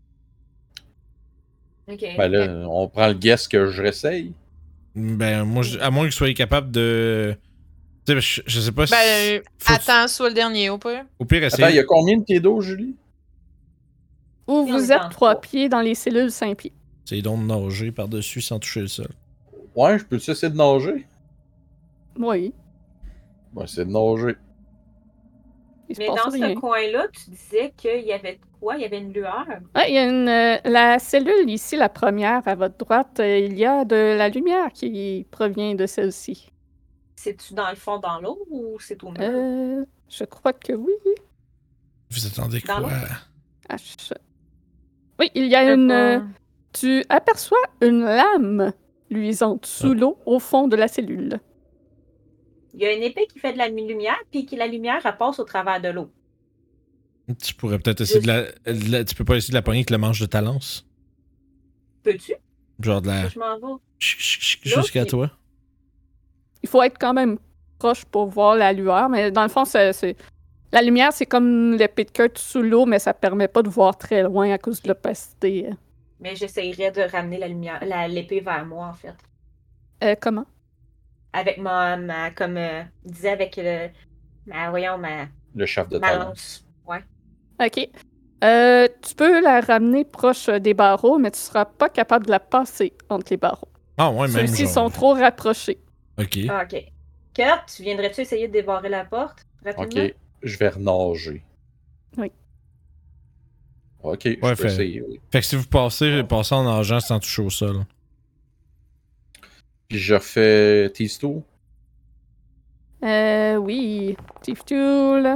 Ok. Ben là, on prend le guess que je réessaye. Ben, moi, à moins que vous soyez capable de. Tu sais, je sais pas si. Ben, faut- attends, soit le dernier, au pire. Au pire, Attends, il y essayez. a combien de pieds d'eau, Julie? Où Et on vous est êtes en 3 trois. pieds dans les cellules 5 pieds. Essayez donc de nager par-dessus sans toucher le sol. Ouais, je peux-tu essayer de nager? Oui, Ouais, c'est de nager. il se Mais passe dans rien. ce coin-là, tu disais qu'il y avait quoi? Il y avait une lueur. Ouais, il y a la cellule ici, la première, à votre droite, il y a de la lumière qui provient de celle-ci. C'est-tu dans le fond, dans l'eau, ou c'est au mur? Je crois que oui. Vous attendez Dans quoi? H. Oui, il y a tu aperçois une lame luisante sous l'eau au fond de la cellule. Il y a une épée qui fait de la lumière, puis que la lumière, elle passe au travers de l'eau. Tu pourrais peut-être essayer tu peux pas essayer de la pogner avec le manche de ta lance? Peux-tu? Genre de la. Je m'en vais. Jusqu'à puis- toi. Il faut être quand même proche pour voir la lueur, mais dans le fond, la lumière, c'est comme l'épée de Kurt sous l'eau, mais ça permet pas de voir très loin à cause de l'opacité. Mais j'essayerais de ramener la lumière, l'épée vers moi, en fait. Comment? Avec comme disait avec ma Le chef de ma talent. lance. Ouais. OK. Tu peux la ramener proche des barreaux, mais tu seras pas capable de la passer entre les barreaux. Ah ouais, même Ceux-ci genre. sont trop rapprochés. Ok. Ah, ok. Kurt, viendrais-tu essayer de débarrer la porte rapidement? Ok, je vais renager. Oui. Ok, je Ouais, peux essayer, oui. Fait que si vous passez en nageant sans toucher au sol. Puis je refais Tease-Tool. Oui. Thief Tool.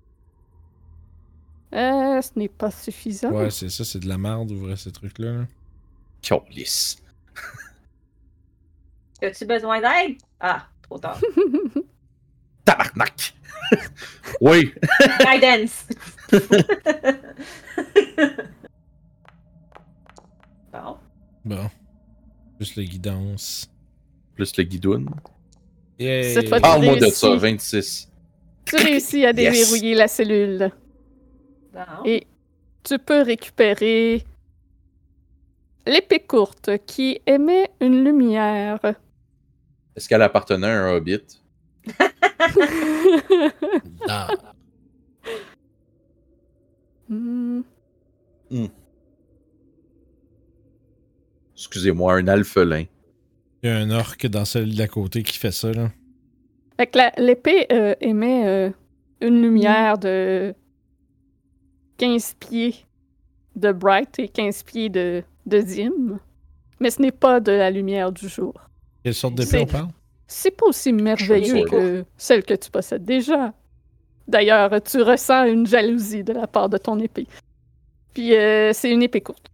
Ce n'est pas suffisant. Ouais, c'est ça, c'est de la merde, ouvrir ces trucs-là. Là. Câlisse. As-tu besoin d'aide? Ah, trop tard. Tabarnak! Oui! Guidance! Bon. Bon. Juste la guidance. Plus le guidoune. Yay! Cette fois, Parle-moi de réussis. ça, 26. Tu réussis à Yes. déverrouiller la cellule. Bon. Et tu peux récupérer l'épée courte qui émet une lumière. Est-ce qu'elle appartenait à un hobbit? Ah. Hmm. Excusez-moi, un alphelin. Il y a un orc dans celle d'à côté qui fait ça, là. Fait que l'épée émet une lumière de 15 pieds de Bright et 15 pieds de Dim. Mais ce n'est pas de la lumière du jour. Quelle sorte d'épée C'est- on parle? C'est pas aussi merveilleux Short que celle que tu possèdes déjà. D'ailleurs, tu ressens une jalousie de la part de ton épée. Puis c'est une épée courte.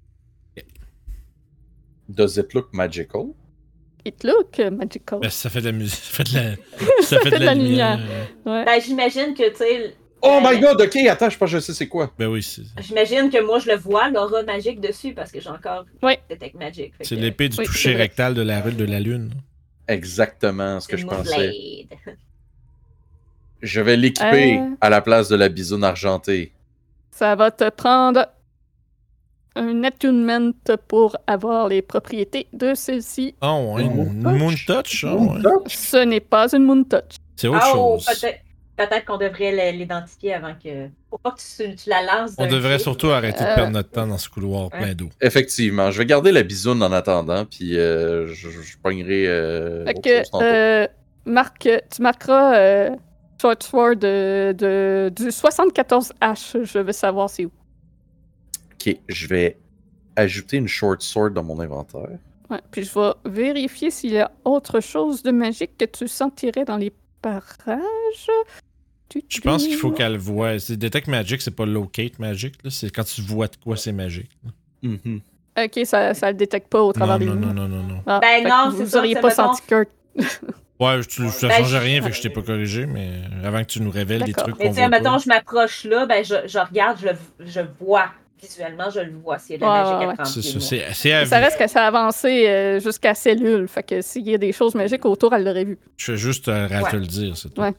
Does it look magical? It look magical. Ben, ça fait de la musique. Ça fait de la, Ça fait de la lumière. Ouais. Ben, j'imagine que, tu sais. Oh my god, ok, attends, je pense que je sais c'est quoi. Ben oui, c'est J'imagine que moi, je le vois, l'aura magique dessus, parce que j'ai encore Ouais. Detect Magic. Fait c'est que l'épée du Oui, toucher c'est vrai. rectal de la rue de la lune. Exactement ce que je pensais. Moonblade. Je vais l'équiper à la place de la bisoune argentée. Ça va te prendre un attunement pour avoir les propriétés de celle-ci. Ah ouais, Moon une touch? Moon Touch? Ah ouais. Ce n'est pas une Moon Touch. C'est autre Oh, chose. peut-être qu'on devrait l'identifier avant que. Faut pas que tu la lances. On d'un devrait pied. surtout arrêter de perdre notre temps dans ce couloir plein d'eau. Effectivement, je vais garder la bisoune en attendant, puis je pognerai Fait autre chose tantôt. que, tu marqueras Short Sword du 74H. Je veux savoir c'est où. Ok, je vais ajouter une short sword dans mon inventaire. Ouais, puis je vais vérifier s'il y a autre chose de magique que tu sentirais dans les parages. Je pense qu'il faut qu'elle voie. C'est Detect Magic, c'est pas Locate Magic. là. C'est quand tu vois de quoi c'est magique. là. Mhm. Ok, ça le détecte pas au travers Non, des non, murs. non, non, non, non. Ah, Ben fait non, que c'est vous ça, auriez c'est pas mettons- senti Kurt. Ouais, ça Ben, change rien, fait que je t'ai pas corrigé, mais avant que tu nous révèles des D'accord. trucs Mais qu'on tu sais, voit mettons, pas. je m'approche là, ben je regarde, je vois. Visuellement, je le vois s'il y a de la magie à 30 C'est pieds ça, de moi. c'est à Ça vue. reste que ça a avancé jusqu'à cellule. Fait que s'il y a des choses magiques autour, elle l'aurait vu. Je fais juste te Ouais. le dire, c'est tout. Ouais.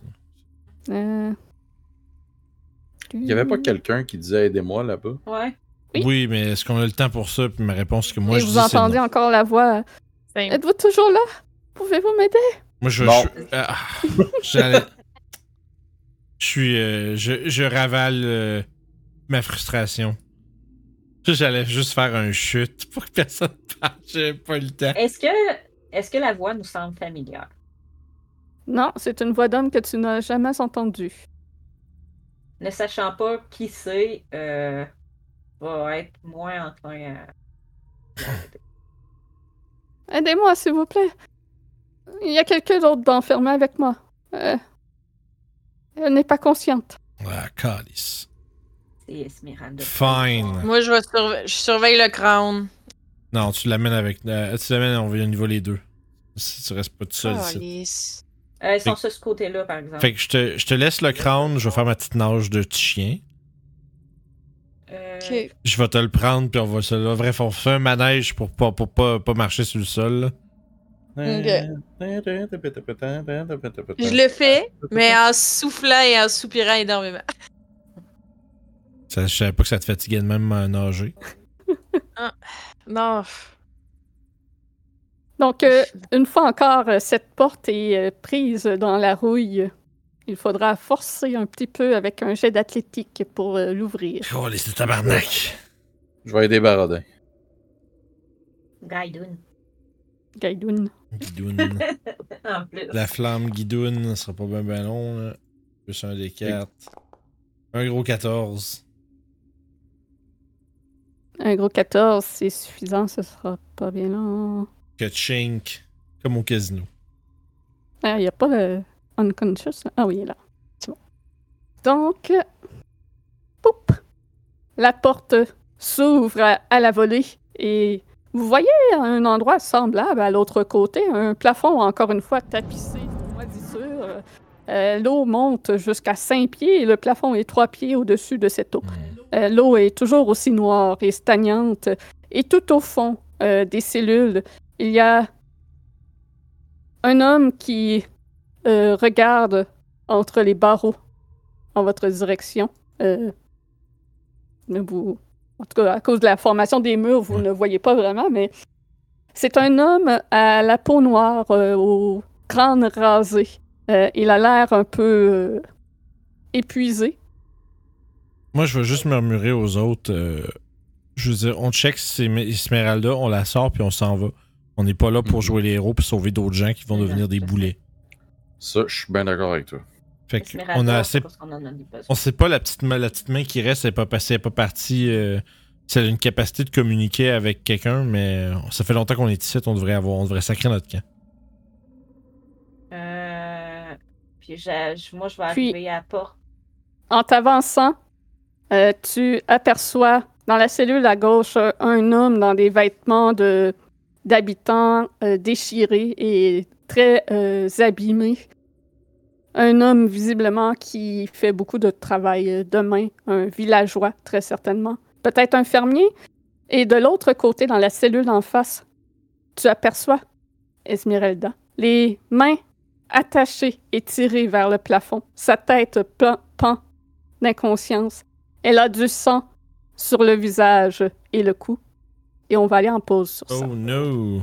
Il y avait pas quelqu'un qui disait aidez-moi là-bas? Ouais. Oui. Oui, mais est-ce qu'on a le temps pour ça? Puis ma réponse, c'est que moi, Et je vous dis c'est entendez non. encore la voix. Same. Êtes-vous toujours là? Pouvez-vous m'aider? Moi, Non. j'allais- je suis... je ravale ma frustration. J'allais juste faire un chute pour que personne parle. J'ai pas le temps. Est-ce que la voix nous semble familière? Non, c'est une voix d'homme que tu n'as jamais entendue. Ne sachant pas qui c'est, va être moins enclin à... Aidez-moi, s'il vous plaît. Il y a quelqu'un d'autre d'enfermé avec moi. Elle n'est pas consciente. Ah, calice. C'est Esmeralda. Fine. Moi, je surveille le crown. Non, tu l'amènes avec... tu l'amènes, on va y niveau les deux. Si tu restes pas tout seul ici. Calice. Ils sont sur ce côté-là, par exemple. Fait que je te laisse le crâne, je vais faire ma petite nage de petit chien. Ok. Je vais te le prendre, puis on va se là. Bref, on fait un manège pour pas marcher sur le sol. Là. Je le fais, mais en soufflant et en soupirant énormément. Je savais pas que ça te fatiguait de même nager. Non. Donc, une fois encore, cette porte est prise dans la rouille. Il faudra forcer un petit peu avec un jet d'athlétique pour l'ouvrir. Oh, les tabarnak! Je vais aider Baradin. Gaïdoun. Gaidoun. Guidoune. En plus. La flamme Guidoune, ça sera pas bien long. Là. Plus un des 4. Un gros 14. Un gros 14, c'est suffisant, ce sera pas bien long. Que chink. Comme au casino. Ah, il n'y a pas le unconscious. Là. Ah oui, il est là. C'est bon. Donc, poup! La porte s'ouvre à la volée et vous voyez un endroit semblable à l'autre côté, un plafond encore une fois tapissé de moisissures. L'eau monte jusqu'à 5 pieds et le plafond est 3 pieds au-dessus de cette eau. L'eau est toujours aussi noire et stagnante. Et tout au fond des cellules, il y a un homme qui regarde entre les barreaux en votre direction. En tout cas, à cause de la formation des murs, vous ne voyez pas vraiment, mais c'est un homme à la peau noire, au crâne rasé. Il a l'air un peu épuisé. Moi, je vais juste murmurer aux autres. Je veux dire, on check si c'est Esmeralda, on la sort puis on s'en va. On n'est pas là pour jouer les héros puis sauver d'autres gens qui vont devenir des boulets. Ça, je suis bien d'accord avec toi. Fait que Esmeralda, on a assez. parce qu'on en a des besoins. On sait pas la petite main qui reste, elle n'est pas passée, elle est pas partie. Si elle a une capacité de communiquer avec quelqu'un, mais ça fait longtemps qu'on est ici, on devrait sacrer notre camp. Puis moi, je vais arriver à la porte. En t'avançant, tu aperçois dans la cellule à gauche un homme dans des vêtements d'habitants déchirés et très abîmés. Un homme visiblement qui fait beaucoup de travail de main, un villageois très certainement, peut-être un fermier. Et de l'autre côté, dans la cellule en face, tu aperçois Esmeralda, les mains attachées et tirées vers le plafond, sa tête pend d'inconscience. Elle a du sang sur le visage et le cou. Et on va aller en pause sur ça. Oh no!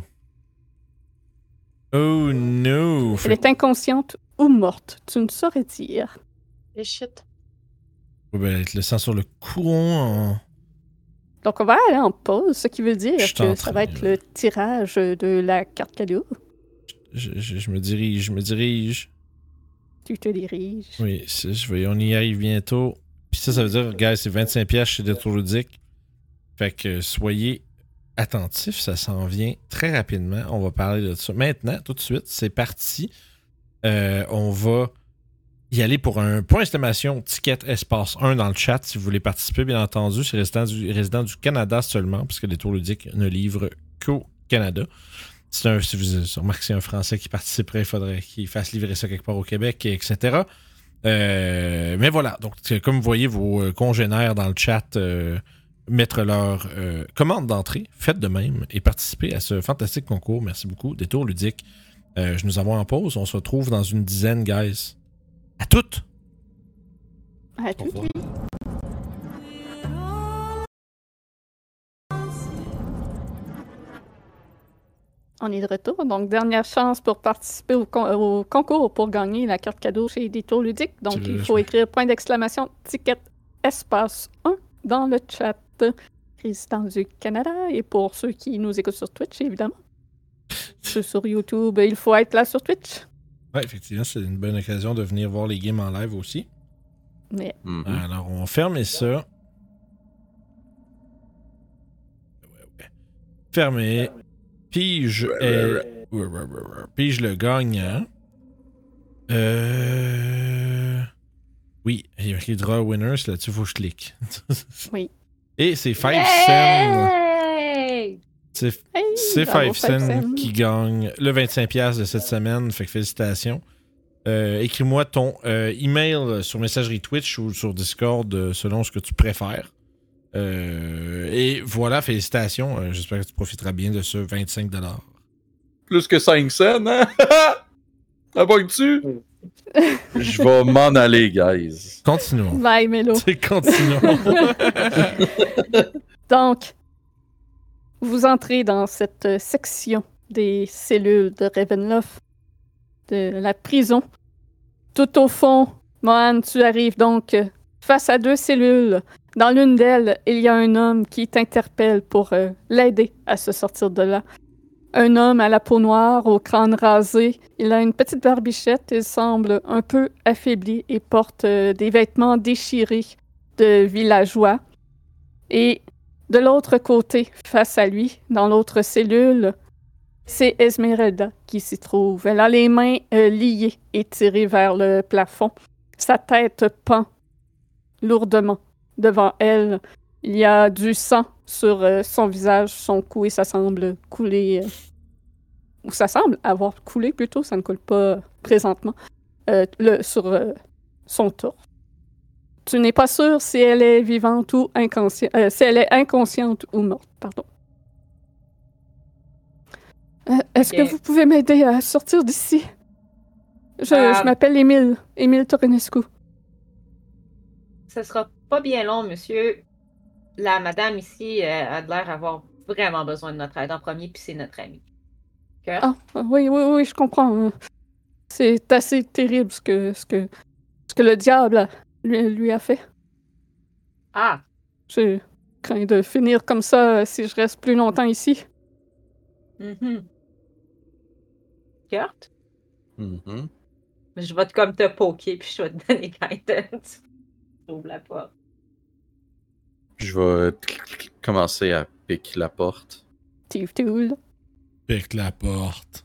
Oh no! Elle est inconsciente ou morte, tu ne saurais dire. Et shit. Avec le sang sur le cou. Donc on va aller en pause, ce qui veut dire Je suis que en ça train, va être le tirage de la carte cadeau. Je me dirige. Tu te diriges. Oui, on y arrive bientôt. Puis ça veut dire, gars, c'est 25$ chez Détour Ludique. Fait que soyez attentifs, ça s'en vient très rapidement. On va parler de ça. Maintenant, tout de suite, c'est parti. On va y aller pour un point d'exclamation Ticket Espace 1 dans le chat si vous voulez participer, bien entendu. C'est résident du Canada seulement, puisque Détour Ludique ne livre qu'au Canada. Si vous remarquez que c'est un Français qui participerait, il faudrait qu'il fasse livrer ça quelque part au Québec, etc. Mais voilà, donc comme vous voyez vos congénères dans le chat mettre leur commande d'entrée, faites de même et participez à ce fantastique concours. Merci beaucoup, Détour Ludique. Je nous envoie en pause, on se retrouve dans une dizaine, guys. À toutes! À tout de suite. On est de retour. Donc, dernière chance pour participer au concours pour gagner la carte cadeau chez Détour Ludique. Donc, il faut écrire point d'exclamation ticket espace 1 dans le chat. Résident du Canada. Et pour ceux qui nous écoutent sur Twitch, évidemment. Ceux sur YouTube, il faut être là sur Twitch. Ouais, effectivement, c'est une bonne occasion de venir voir les games en live aussi. Mais... Alors, on va fermer ça. Fermer. Pige le gagnant. Oui, il y a marqué Draw Winners, là-dessus, il faut que je clique. Oui. Et c'est 5 cents. C'est bravo, 5 cents qui gagne le 25$ de cette semaine, fait que félicitations. Écris-moi ton email sur messagerie Twitch ou sur Discord selon ce que tu préfères. Et voilà, félicitations. J'espère que tu profiteras bien de ce 25$. Plus que 5 cents, hein? Ah, pas dessus? Je vais m'en aller, guys. Continuons. Bye, Mélo. Continuons. Donc, vous entrez dans cette section des cellules de Ravenloft, de la prison. Tout au fond, Mohan, tu arrives donc face à 2 cellules. Dans l'une d'elles, il y a un homme qui t'interpelle pour l'aider à se sortir de là. Un homme à la peau noire, au crâne rasé. Il a une petite barbichette. Il semble un peu affaibli et porte des vêtements déchirés de villageois. Et de l'autre côté, face à lui, dans l'autre cellule, c'est Esmeralda qui s'y trouve. Elle a les mains liées et tirées vers le plafond. Sa tête pend lourdement devant elle. Il y a du sang sur son visage, son cou, et ça semble couler... ou ça semble avoir coulé plutôt, ça ne coule pas présentement, sur son torse. Tu n'es pas sûr si elle est vivante ou inconsciente, si elle est inconsciente ou morte, pardon. Est-ce que vous pouvez m'aider à sortir d'ici? Je m'appelle Émile Torinescu. Ce sera pas bien long, monsieur. La madame ici a l'air d'avoir vraiment besoin de notre aide en premier, puis c'est notre amie. Ah, oui, je comprends. C'est assez terrible ce que le diable lui a fait. Ah! Je crains de finir comme ça si je reste plus longtemps ici. Kurt? Mm-hmm. Je vais comme te poker, puis je vais te donner guidance. J'ouvre la porte. Je vais commencer à piquer la porte. Thief Tool. Pique la porte.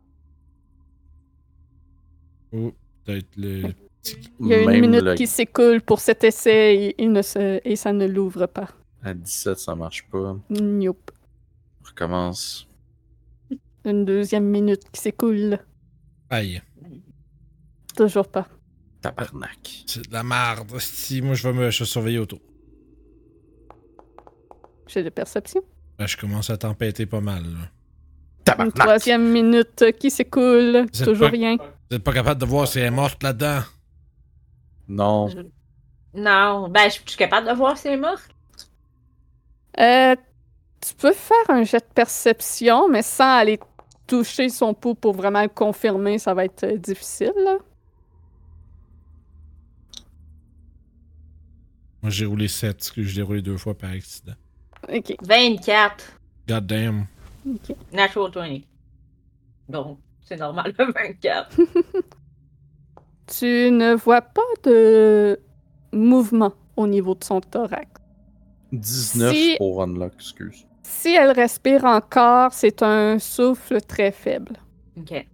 Ou peut-être le... Il y a une minute qui s'écoule pour cet essai et ça ne l'ouvre pas. À 17, ça marche pas. Nope. On recommence. Une deuxième minute qui s'écoule. Aïe. Toujours pas. Tabarnak. C'est de la merde. Si, moi, je vais surveiller autour. J'ai de perception. Ben, je commence à tempêter pas mal, là. Tabarnak. Une troisième minute qui s'écoule. Toujours rien. Vous êtes pas capable de voir si elle est morte là-dedans? Non. Non. Ben, je suis capable de voir si elle est morte. Tu peux faire un jet de perception, mais sans aller toucher son pouls pour vraiment le confirmer, ça va être difficile, là. Moi, j'ai roulé 7, parce que je l'ai roulé 2 fois par accident. Ok. 24. God damn. Ok. Natural 20. Donc, c'est normal, le 24. Tu ne vois pas de mouvement au niveau de son thorax. 19 pour unlock, excuse. Si elle respire encore, c'est un souffle très faible. OK.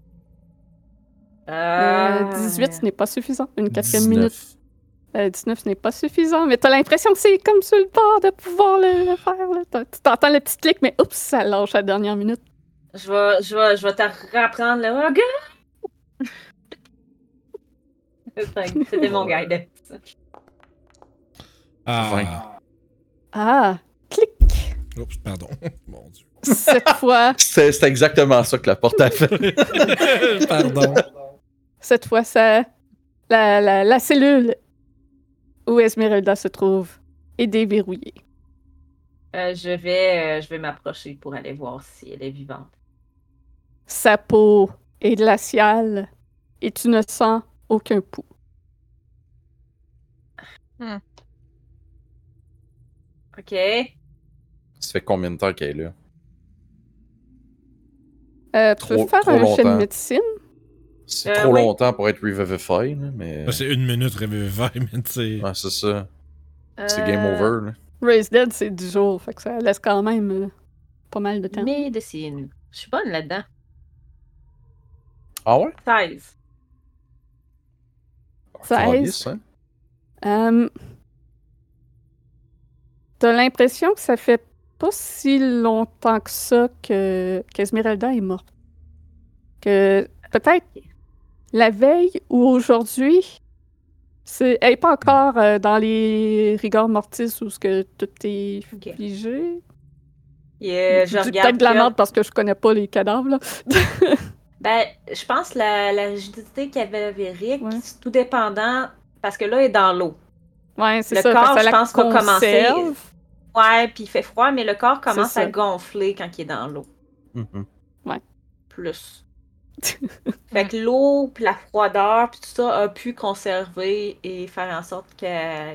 18, ce n'est pas suffisant. Une quatrième 19. minute. 19, ce n'est pas suffisant, mais t'as l'impression que c'est comme sur le bord de pouvoir le faire. Là. Tu t'entends le petit clic, mais oups, ça lâche à la dernière minute. Je vais te rapprendre le regard. C'était mon guide. Ah. Ah, clic. Oups, pardon. Mon Dieu. Cette fois, C'est exactement ça que la porte a fait. Pardon. cette fois, ça, la cellule où Esmeralda se trouve est déverrouillée. Je vais m'approcher pour aller voir si elle est vivante. Sa peau est glaciale et tu ne sens aucun pouls. OK. Ça fait combien de temps qu'elle est là? Tu peux faire trop un jet de longtemps. médecine? C'est trop oui. longtemps pour être revivify, là, mais... Ça, c'est 1 minute Revivify, mais tu sais. Ouais, c'est ça. C'est game over, là. Raise Dead, c'est 10 jours, fait que ça laisse quand même pas mal de temps. Médecine. Je suis bonne là-dedans. Ah ouais? 16. Calice, hein? T'as l'impression que ça fait pas si longtemps que ça qu'Esmeralda est morte. Que peut-être la veille ou aujourd'hui, elle est pas encore dans les rigor mortis où ce que tout est Ok. figé. Je Je dis regarde. peut-être de la Claude. merde parce que je connais pas les cadavres, là. Ben, je pense la rigidité qu'avait Rick, Ouais. c'est tout dépendant, parce que là, elle est dans l'eau. Ouais, c'est Le ça. corps, fait que ça je la pense, va commencer. conserve. Ouais, puis il fait froid, mais le corps commence ça. à gonfler quand il est dans l'eau. Mhm. Plus. Fait que l'eau, puis la froideur, puis tout ça a pu conserver et faire en sorte que...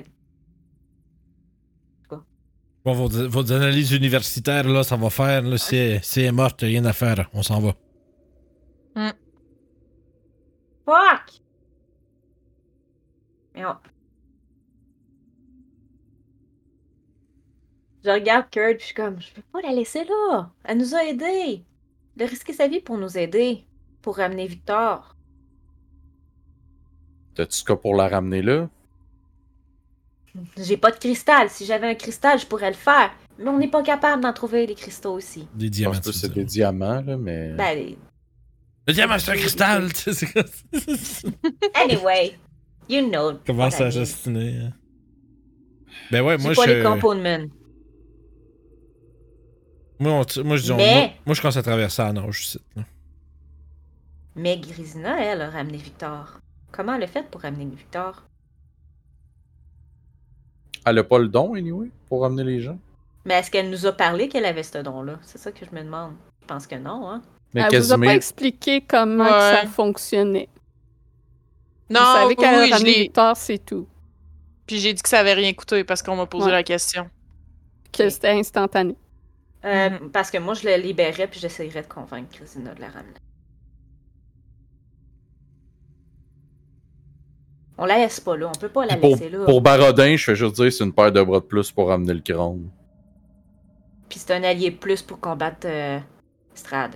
Bon, vos analyses universitaires, là, ça va faire. Là, si elle est morte, rien à faire. On s'en va. Fuck! Mais on- Je regarde Kurt, puis je suis comme, je peux pas la laisser là. Elle nous a aidés. Elle a risqué sa vie pour nous aider, pour ramener Victor. T'as-tu ce cas pour la ramener là? J'ai pas de cristal. Si j'avais un cristal, je pourrais le faire. Mais on n'est pas capable d'en trouver des cristaux aussi. Des Je diamants. pense que tu c'est veux des dire. diamants, là, mais... Ben, Le diamant, c'est un cristal! Tu sais, c'est quoi? anyway, you know. Comment what ça I mean. gestiner? Hein? Ben ouais, J'ai moi, pas les je. compoundments. Moi, je dis, Mais- moi, je commence à traverser la nage ici. Là. Mais Grisina, elle, a ramené Victor. Comment elle a fait pour ramener Victor? Elle a pas le don, anyway, pour ramener les gens? Mais est-ce qu'elle nous a parlé qu'elle avait ce don-là? C'est ça que je me demande. Je pense que non, hein? Mais Elle vous a pas Casimir... expliqué comment que Ouais. ça fonctionnait. Non, Vous savez qu'elle a oui, je ramené l'ai. Victor, c'est tout. Puis j'ai dit que ça avait rien coûté parce qu'on m'a posé Ouais. la question. Que c'était instantané. Parce que moi, je la libérais puis j'essayerais de convaincre Grisina de la ramener. On la laisse pas là. On peut pas la Puis laisser là. pour Barodin, je fais juste dire c'est une paire de bras de plus pour ramener le crâne. Puis c'est un allié plus pour combattre Strad.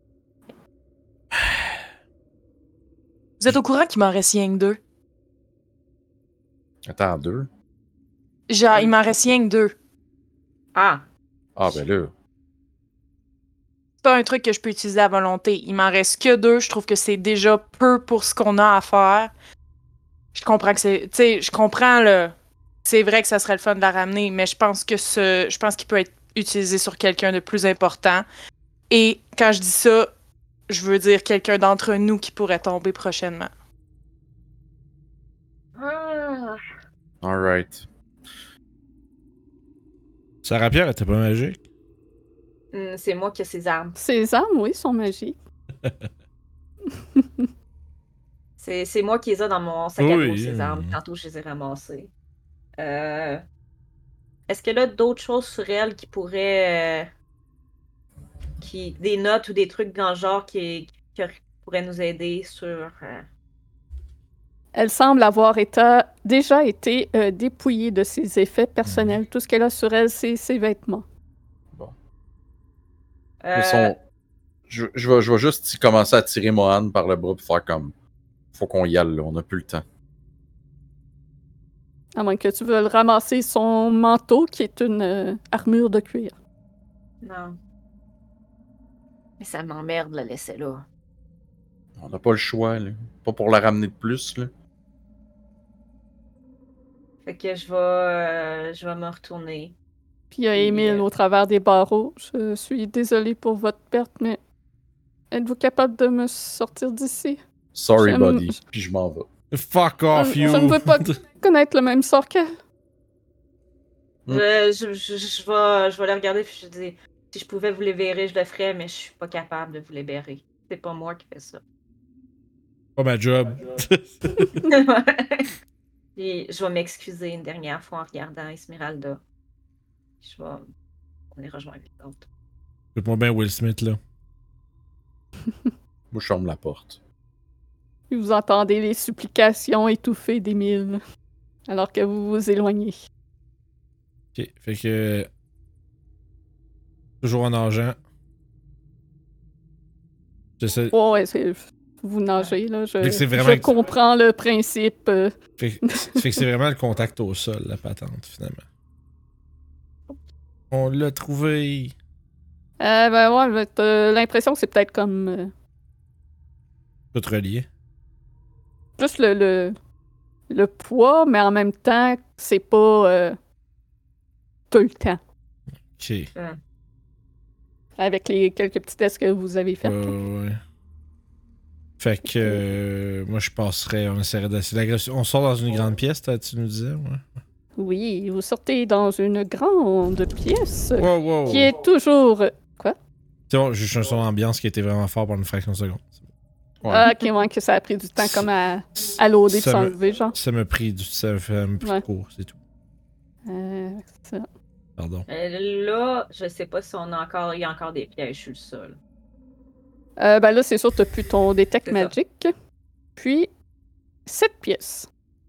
Vous êtes au courant qu'il m'en reste rien que 2? Attends, 2? Genre, il m'en reste rien que 2. Ah! Ah, ben là. C'est pas un truc que je peux utiliser à volonté. Il m'en reste que 2. Je trouve que c'est déjà peu pour ce qu'on a à faire. Je comprends que c'est... Tu sais, je comprends, là. C'est vrai que ça serait le fun de la ramener, mais je pense que je pense qu'il peut être utilisé sur quelqu'un de plus important. Et quand je dis ça, je veux dire quelqu'un d'entre nous qui pourrait tomber prochainement. Alright. Sa rapière était pas magique. C'est moi qui ai ses armes. Ces armes, oui, sont magiques. C'est moi qui les ai dans mon sac à dos, Oui. ces armes. Tantôt, je les ai ramassées. Est-ce qu'elle a d'autres choses sur elle qui pourraient... des notes ou des trucs dans le genre qui pourraient nous aider sur... Elle semble avoir déjà été dépouillée de ses effets personnels. Tout ce qu'elle a sur elle, c'est ses vêtements. Je vais juste commencer à tirer Mohan par le bras pour faire comme... Faut qu'on y aille, là. On a plus le temps. À moins que tu veuilles ramasser son manteau, qui est une armure de cuir. Non. Mais ça m'emmerde de la laisser là. On n'a pas le choix, là. Pas pour la ramener de plus, là. Fait que je vais me retourner. Puis il y a Émile au travers des barreaux. Je suis désolée pour votre perte, mais êtes-vous capable de me sortir d'ici? Sorry, J'aime- buddy. Puis je m'en vais. Fuck off, you! Je ne veux pas connaître le même sort qu'elle. Je vais les regarder puis je dis si je pouvais vous libérer, je le ferais, mais je suis pas capable de vous libérer. C'est pas moi qui fais ça. Pas ma job. Et je vais m'excuser une dernière fois en regardant Esmeralda. On les rejoindre les autres. Écoute-moi bien Will Smith, là. Moi, je ferme la porte. Puis vous entendez les supplications étouffées d'Émile alors que vous vous éloignez. Ok, fait que... Toujours en argent. J'essaie... Oh, ouais, vous nagez, là. Fait que c'est vraiment Je que- comprends le principe. Fait que c'est vraiment le contact au sol, la patente, finalement. On l'a trouvé! Ben ouais, l'impression que c'est peut-être comme Tout relié. juste le poids, mais en même temps, c'est pas tout le temps. Ok. Avec les quelques petits tests que vous avez faits. Ouais. Fait que moi je passerais, on essaierait d'essayer. On sort dans une grande pièce, tu nous disais, ouais. Oui, vous sortez dans une grande pièce Wow. qui est toujours... C'est bon, juste un son d'ambiance qui était vraiment fort pendant une fraction de seconde. Ouais. Ah, ok, ouais, que ça a pris du temps comme à loader de Ça me- s'enlever, genre. Ça m'a pris Ouais. court, c'est tout. Ça. Pardon. Là, je sais pas si il y a encore des pièges sur le sol. Ben là, c'est sûr, t'as plus ton Detect C'est ça. Magic. Puis, 7 pièces.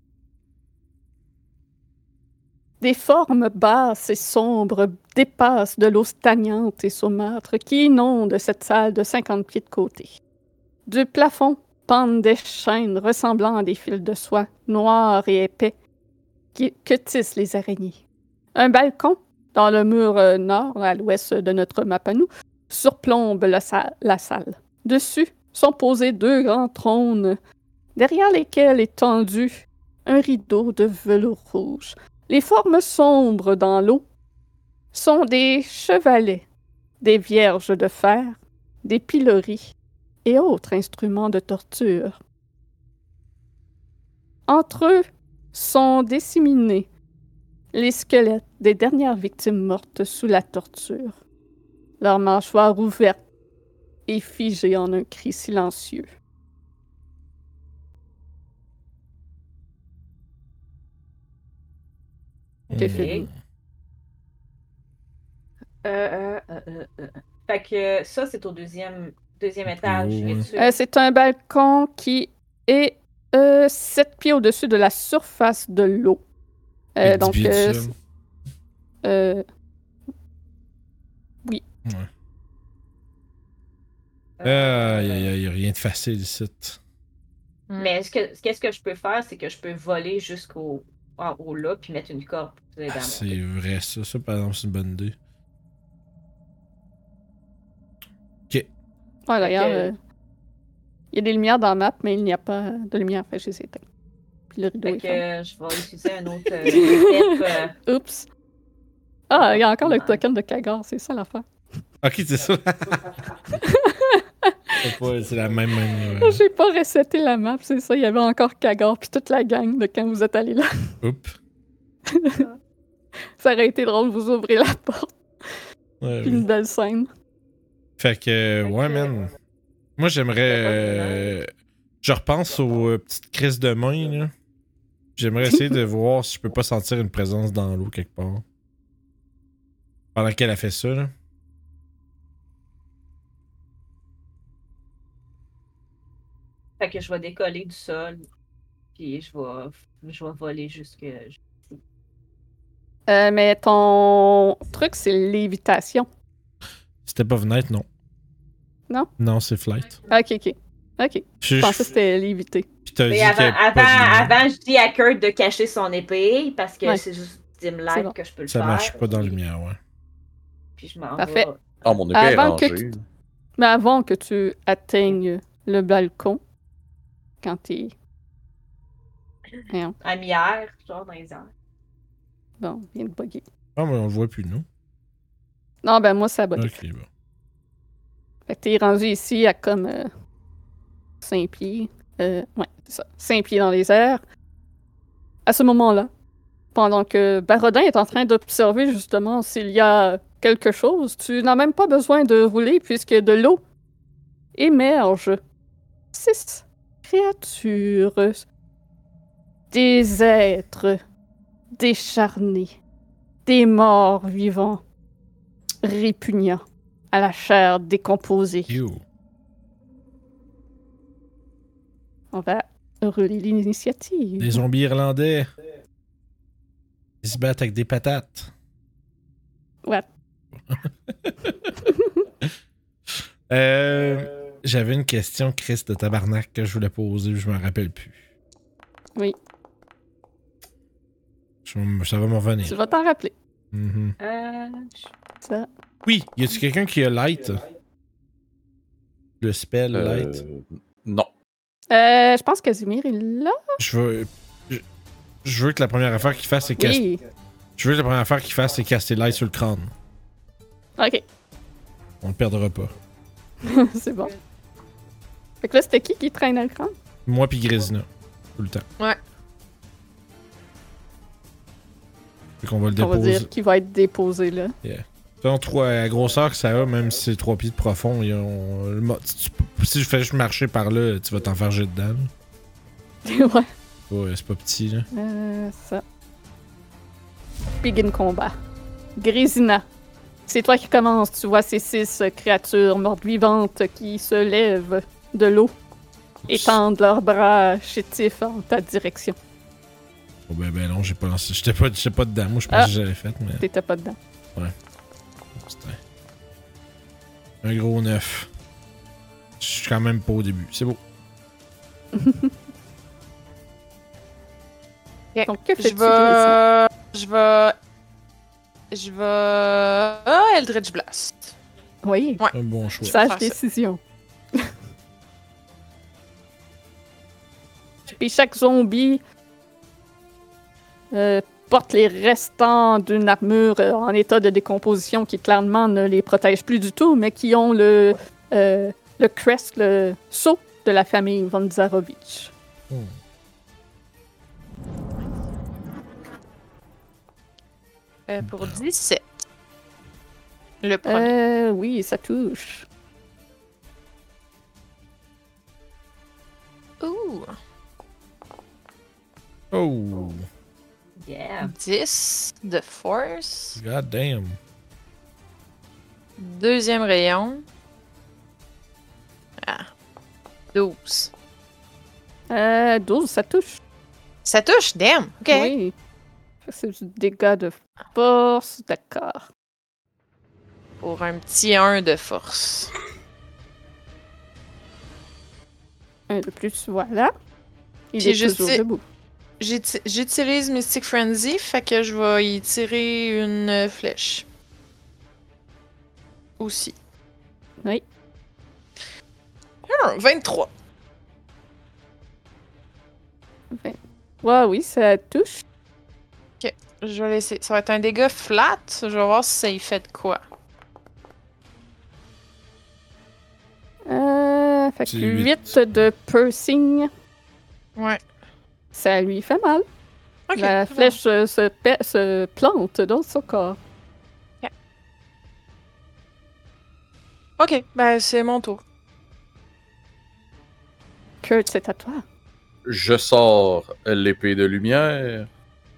Des formes basses et sombres dépassent de l'eau stagnante et saumâtre qui inonde cette salle de 50 pieds de côté. Du plafond pendent des chaînes ressemblant à des fils de soie noirs et épais que tissent les araignées. Un balcon dans le mur nord, à l'ouest de notre map à nous, surplombe la salle. Dessus sont posés 2 grands trônes, derrière lesquels est tendu un rideau de velours rouge. Les formes sombres dans l'eau sont des chevalets, des vierges de fer, des piloris et autres instruments de torture. Entre eux sont disséminés les squelettes des dernières victimes mortes sous la torture, leurs mâchoires ouvertes et figées en un cri silencieux. T'es fait. Fait que ça, c'est au deuxième étage. haut, ouais. Es-tu- C'est un balcon qui est 7 pieds au-dessus de la surface de l'eau. Avec 10 Donc, pieds du sol. oui. Ouais. Y a rien de facile ici. Mais qu'est-ce que je peux faire, c'est que je peux voler jusqu'au en haut là, puis mettre une corde pour vous aider à monter. C'est vrai, ça. Ça, par exemple, c'est une bonne idée. Ouais, d'ailleurs, Fait il y a des lumières dans la map, mais il n'y a pas de lumière. Fait que je les ai éteintes. Puis le rideau Fait est fermé. que je vais utiliser un autre step. Oups! Ah, il y a encore le token de Kagar, c'est ça l'affaire. Ok, c'est ça. C'est la même. J'ai pas reseté la map, c'est ça. Il y avait encore Kagar, puis toute la gang de quand vous êtes allés là. Oups. Ça aurait été drôle, vous ouvrez la porte, Ouais, puis oui. une belle scène. Fait que, ouais, man. Moi, j'aimerais. Je repense aux petites crises de main, là. J'aimerais essayer de voir si je peux pas sentir une présence dans l'eau quelque part. Pendant qu'elle a fait ça, là. Fait que je vais décoller du sol, puis je vais voler jusque. Mais ton truc, c'est l'évitation. C'était pas fenêtre, non. Non? Non, c'est flight. Ok. Je pensais que c'était l'éviter. Puis t'as dit Mais qu'il y avait pas de lumière. avant, je dis à Kurt de cacher son épée, parce que Ouais. c'est juste dim light C'est bon. que je peux le Ça faire. marche pas dans la lumière, ouais. Puis je m'en Parfait. vais. Oh, mon épée est Avant que rangée. Mais avant que tu atteignes le balcon, quand t'es... Voyons, À mi-air, genre dans les airs. bon, il vient de bugger. Ah, mais on le voit plus, nous. Non, ben moi, ça a bugué. Ok, bon. Fait que t'es rendu ici à comme 5 pieds. Ouais, c'est ça. 5 pieds dans les airs. À ce moment-là, pendant que Barodin est en train d'observer justement s'il y a quelque chose, tu n'as même pas besoin de rouler puisque de l'eau émerge 6 créatures. Des êtres décharnés. Des morts vivants. Répugnants. À la chair décomposée. You. On va rouler l'initiative. Des zombies irlandais. Ils se battent avec des patates. Ouais. J'avais une question, Chris, de tabarnak, que je voulais poser, je me rappelle plus. Oui. Ça va m'en revenir. Tu vas t'en rappeler. Mhm. Ça. Oui, y a-tu quelqu'un qui a light? Le spell light? Non. Je pense que Casimir est là. Je veux que la première affaire qu'il fasse, c'est caster. Oui. Je veux que la première affaire qu'il fasse, c'est caster light sur le crâne. Ok. On le perdra pas. C'est bon. Fait que là, c'était qui traîne à l'écran? Moi pis Grésina. Tout le temps. Ouais. Fait qu'on va le On va déposer. dire qu'il va être déposé là. Selon la grosseur que ça a, même si c'est 3 pieds de profond, si je fais juste marcher par là, tu vas t'enfarger dedans. Ouais. Ouais, c'est pas petit, là. Ça. Begin combat. Grésina. C'est toi qui commences. Tu vois ces 6 créatures mortes vivantes qui se lèvent de l'eau et tendent leurs bras chétifs en ta direction. Oh ben non, j'ai pas lancé. J'étais pas dedans. Moi, je pense que j'avais fait, mais. T'étais pas dedans. C'était un gros 9. Je suis quand même pas au début. C'est beau. Donc, que fais-tu, Je Grésina? vais. Ah, Eldritch Blast. Oui. Ouais. Un bon choix. Sage Faire ça. décision. Puis chaque zombie porte les restants d'une armure en état de décomposition qui clairement ne les protège plus du tout, mais qui ont le crest, le sceau de la famille von Zarovich. Pour 17. Le premier. Oui, ça touche. Ouh. Oh! Yeah. 10 de force. God damn. Deuxième rayon. Ah. 12. 12, ça touche. Ça touche, damn. Ok. Oui. C'est du dégât de force, d'accord. Pour un petit 1 de force. Un de plus, voilà. Il Puis est je toujours sais- debout. J'utilise Mystic Frenzy, fait que je vais y tirer une flèche. Aussi. Oui. 23. Ouais, oui, ça touche. Je vais laisser. Ça va être un dégât flat. Je vais voir si ça y fait de quoi. Fait que C'est 8 de piercing, Ouais. ça lui fait mal. Ok. La c'est bon. flèche se plante dans son corps. Ok, ben c'est mon tour. Kurt, c'est à toi. Je sors l'épée de lumière.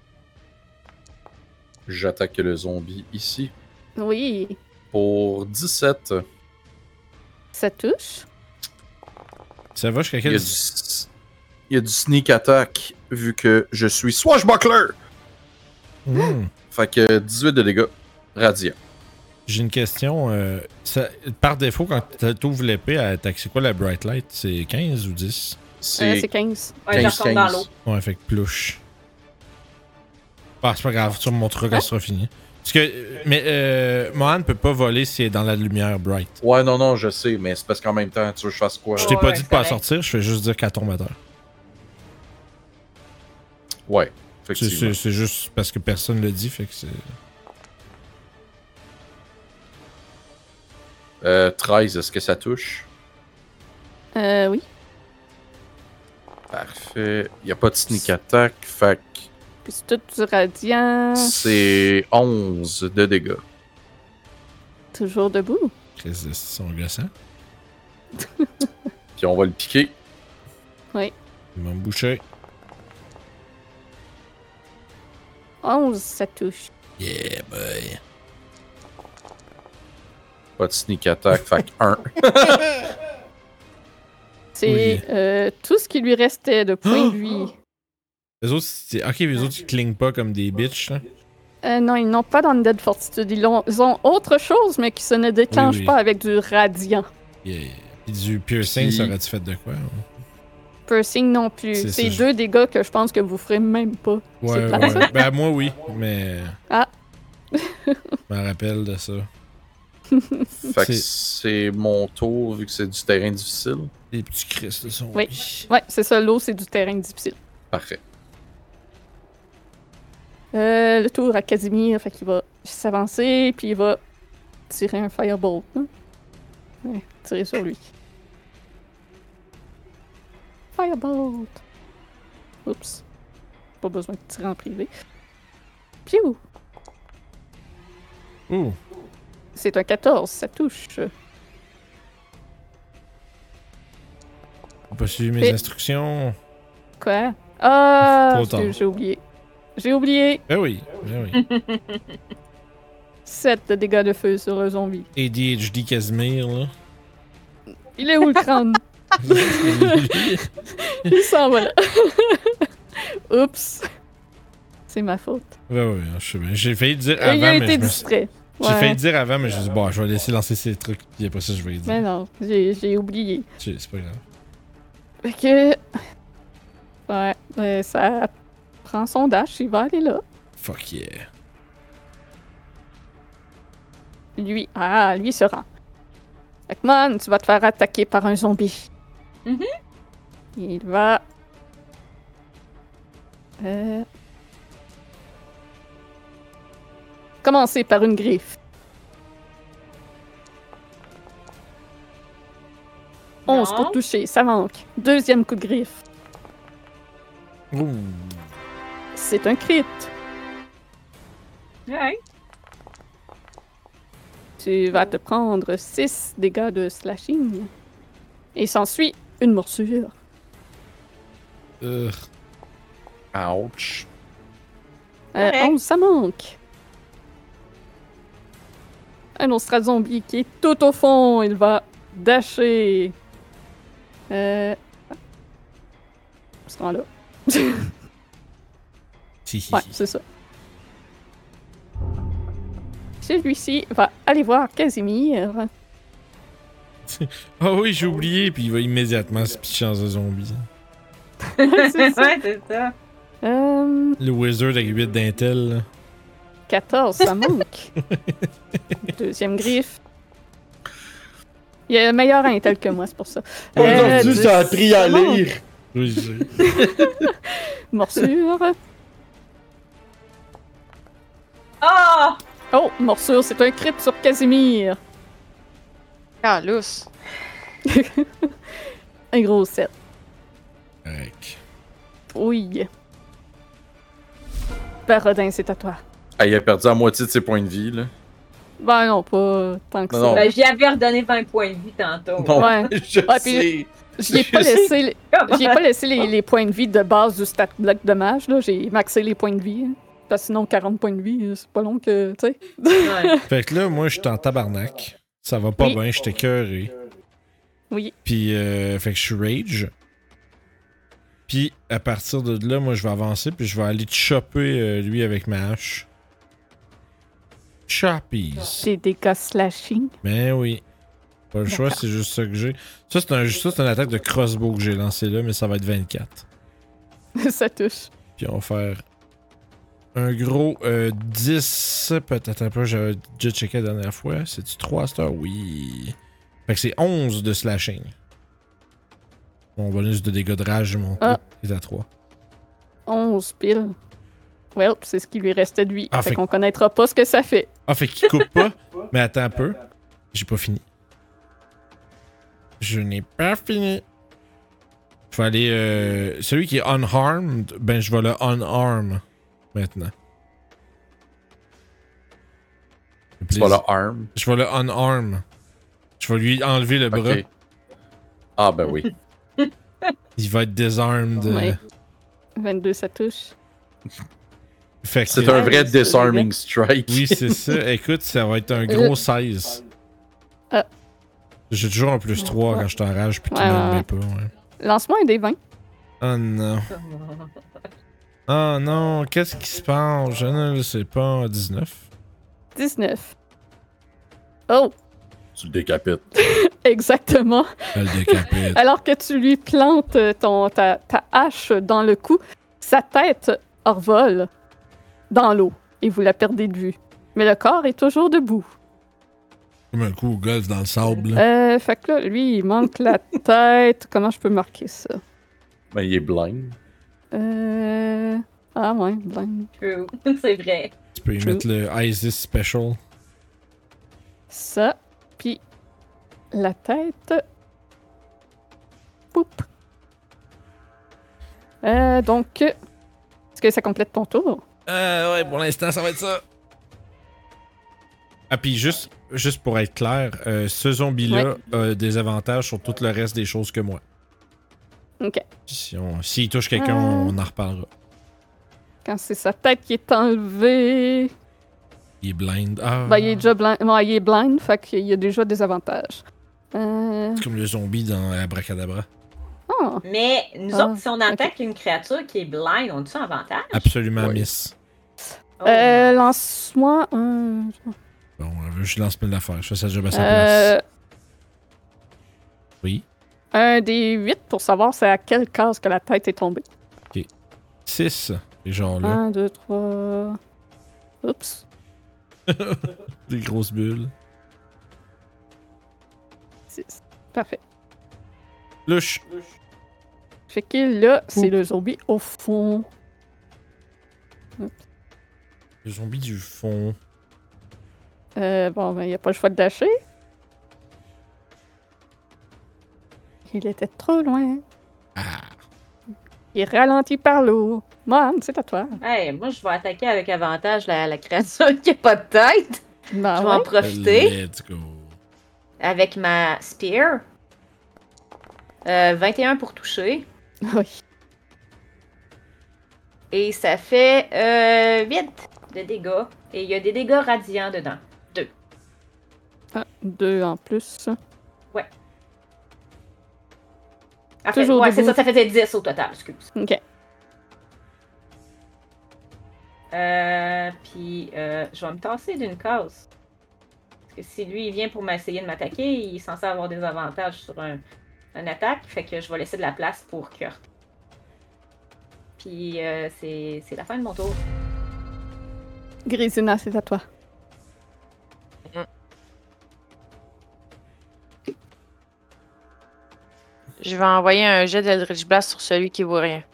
J'attaque le zombie ici. Oui, Pour 17. ça touche. Ça va jusqu'à Il y, quel. a il y a du sneak attack vu que je suis swashbuckler. Fait que 18 de dégâts radiants. J'ai une question. Par défaut, quand t'ouvres l'épée, c'est quoi la bright light? C'est 15 ou 10? C'est 15. Ouais, je retombe dans l'eau. Ouais, fait que plouche. Ah, c'est pas grave, tu me montreras quand ce sera fini. Parce que. Mais Mohan peut pas voler si elle est dans la lumière bright. Ouais, non, je sais, mais c'est parce qu'en même temps, tu veux que je fasse quoi? Je t'ai Ouais, pas dit de c'est pas correct. sortir, je fais juste dire qu'elle tombe à terre. Ouais, effectivement. C'est juste parce que personne le dit, fait que c'est. 13, est-ce que ça touche? Oui. Parfait. Il n'y a pas de sneak attack, fait que Puis c'est tout du radiant. c'est 11 de dégâts. Toujours debout. Chris de son gossant. Puis on va le piquer. Il va me boucher. 11, ça touche. Yeah, boy. Pas de sneak attack, fait que 1. C'est tout ce qui lui restait de points de vie. Les autres, ok, les autres, ils clignent pas comme des bitches, là. Non, ils n'ont pas d'Undead Fortitude. Ils ont autre chose, mais qui se ne déclenche Oui. pas avec du radiant. Yeah. Puis du piercing, Puis- ça aurait-tu fait de quoi? Piercing non plus. C'est C'est ça, deux dégâts que je pense que vous ferez même pas. Ouais, C'est plate, ça. ouais. Ben, moi, oui, mais. Ah. Je me rappelle de ça. Fait que C'est- c'est mon tour, vu que c'est du terrain difficile. Les petits Chris de son. Oui. Ouais, c'est ça, l'eau, c'est du terrain difficile. Parfait. Le tour à Casimir, fait qu'il va s'avancer, puis il va tirer un Firebolt. Hein? Ouais, tirer sur lui. Firebolt! Oups. Pas besoin de tirer en privé. Piou! Ouh. C'est un 14, ça touche. J'ai pas suivi mes Et- instructions. Quoi? Ah! Trop tard. J'ai oublié. J'ai oublié! Ben oui, ben oui. 7 de dégâts de feu sur le zombie. ADHD Casimir, là. Il est où le crâne? Il s'en va là. Oups. C'est ma faute. Ben oui, je sais bien. J'ai failli dire Il a avant, mais été je me suis... distrait. J'ai Ouais. failli dire avant, mais je me suis dit, bon, je vais laisser lancer ces trucs, puis après ça, je vais y dire. Mais non, j'ai oublié. C'est pas grave. Fait que. Ouais, ça prend son dash, il va aller là. Fuck yeah. Lui se rend. Fait que Man, tu vas te faire attaquer par un zombie. Mhm. Il va. Commencer par une griffe. 11 pour Non. toucher, ça manque. Deuxième coup de griffe. Ouh. C'est un crit. Ouais. Tu vas te prendre 6 dégâts de slashing. Et s'ensuit une morsure. Ouch. Correct. 11, ça manque. Un autre zombie qui est tout au fond. Il va dasher. On se rend là. Ouais, c'est ça. Celui-ci va aller voir Casimir. Ah oui, j'ai oublié, puis il va immédiatement se pitcher dans un zombie. C'est ça. Ouais, c'est ça. Le wizard avec 8 d'intel, là. 14, ça manque. Deuxième griffe. Il y a meilleur intel que moi, c'est pour ça. Aujourd'hui, 10, ça a appris à ça manque. lire. Oui, je sais. Morsure. Ah! Oh, morsure, c'est un crit sur Casimir. Ah, lousse. Un gros 7. Correct. Oui. Parodin, c'est à toi. Ah, il a perdu la moitié de ses points de vie, là. Ben non, pas tant que Non, ça. non. Ben, j'y avais redonné 20 points de vie tantôt. Non, Ouais. je Ouais, puis- sais. J'y ai pas laissé, j'y ai pas laissé les points de vie de base du stat block de mage, là. J'ai maxé les points de vie. Hein. Parce que sinon, 40 points de vie, c'est pas long que, tu sais. Ouais. Fait que là, moi, je suis en tabarnak. Ça va pas Oui. bien, j'étais écœuré. Oui. Puis, fait que je suis rage. Puis, à partir de là, moi, je vais avancer, puis je vais aller chopper lui avec ma hache. Choppies. Des dégâts slashing. Ben oui. Pas le choix, D'accord. c'est juste ça que j'ai. Ça, c'est une attaque de crossbow que j'ai lancé là, mais ça va être 24. Ça touche. Puis on va faire Un gros 10. Peut-être un peu, j'avais déjà checké la dernière fois. C'est-tu 3 stars? Oui. Fait que c'est 11 de slashing. Mon bonus de dégâts de rage est monté. Il est à 3. 11 pile. Well, c'est ce qui lui restait de vie. Ah, fait fait- qu'on connaîtra pas ce que ça fait. Ah, fait qu'il coupe pas. Mais attends un peu. J'ai pas fini. Je n'ai pas fini. Faut aller. Celui qui est unharmed, ben je vais le unarm maintenant. Tu vas le arm. Je vais le unarm. Je vais lui enlever le bras. Ok. Ah, ben oui. Il va être disarmed. Ouais. 22, ça touche. Fait que C'est un vrai c'est disarming strike. Oui, c'est ça. Écoute, ça va être un gros 16. Ah. J'ai toujours un plus 3 quand je t'enrage puis qu'il Ouais, me ouais. le met pas. Ouais. Lance-moi un des 20. Oh non. Oh non, qu'est-ce qui se passe? Je ne le sais pas. 19. 19. Oh, Tu le décapites. exactement. Elle décapite. Alors que tu lui plantes ta hache dans le cou, sa tête envole dans l'eau et vous la perdez de vue. Mais le corps est toujours debout. Comme un coup au golf dans le sable. Là. Fait que là, lui, il manque la tête. Comment je peux marquer ça? Ben, il est blind. Ah ouais, blind. True. C'est vrai. Tu peux y True. mettre le Isis Special. Ça, puis la tête. Poup. Donc, est-ce que ça complète ton tour? Ouais, pour l'instant, ça va être ça. Ah, puis juste pour être clair, ce zombie-là a des avantages sur tout le reste des choses que moi. Ok. S'il touche quelqu'un, on en reparlera. Quand c'est sa tête qui est enlevée. Il est blind. Ah, Ben, il est déjà blind. Ouais, il est blind, fait qu'il y a déjà des avantages. c'est comme le zombie dans Abracadabra. Ah, Mais nous Ah, autres, si on attaque une créature qui est blind, on a-tu un avantage? Absolument, Ouais. miss. Oh. lance-moi un. Bon, je lance plein d'affaires. Je fais ça job à sa place. Oui. Un des 8 pour savoir c'est à quelle case que la tête est tombée. 6. Les gens-là. 1, 2, 3. Oups. Des grosses bulles. 6. Parfait. Louche. Fait que là, c'est le zombie au fond. Le zombie du fond. Bon, ben, il n'y a pas le choix de dasher. Il était trop loin. Ah. Il est ralenti par l'eau. Man, c'est à toi. Hey, moi, je vais attaquer avec avantage la créature qui a pas de tête. Ben, Je vais ouais. en profiter Let's go. avec ma spear. 21 pour toucher. Oui. Et ça fait 8 de dégâts. Et il y a des dégâts radiants dedans. 2. 2 en plus. En fait, Toujours ouais, c'est debout. ça faisait 10 au total, excuse. Ok. Puis, je vais me tasser d'une case. Parce que si lui, il vient pour m'essayer de m'attaquer, il est censé avoir des avantages sur un attaque. Fait que je vais laisser de la place pour Kurt. Puis, c'est la fin de mon tour. Grisina, c'est à toi. Je vais envoyer un jet d'Eldritch Blast sur celui qui vaut rien.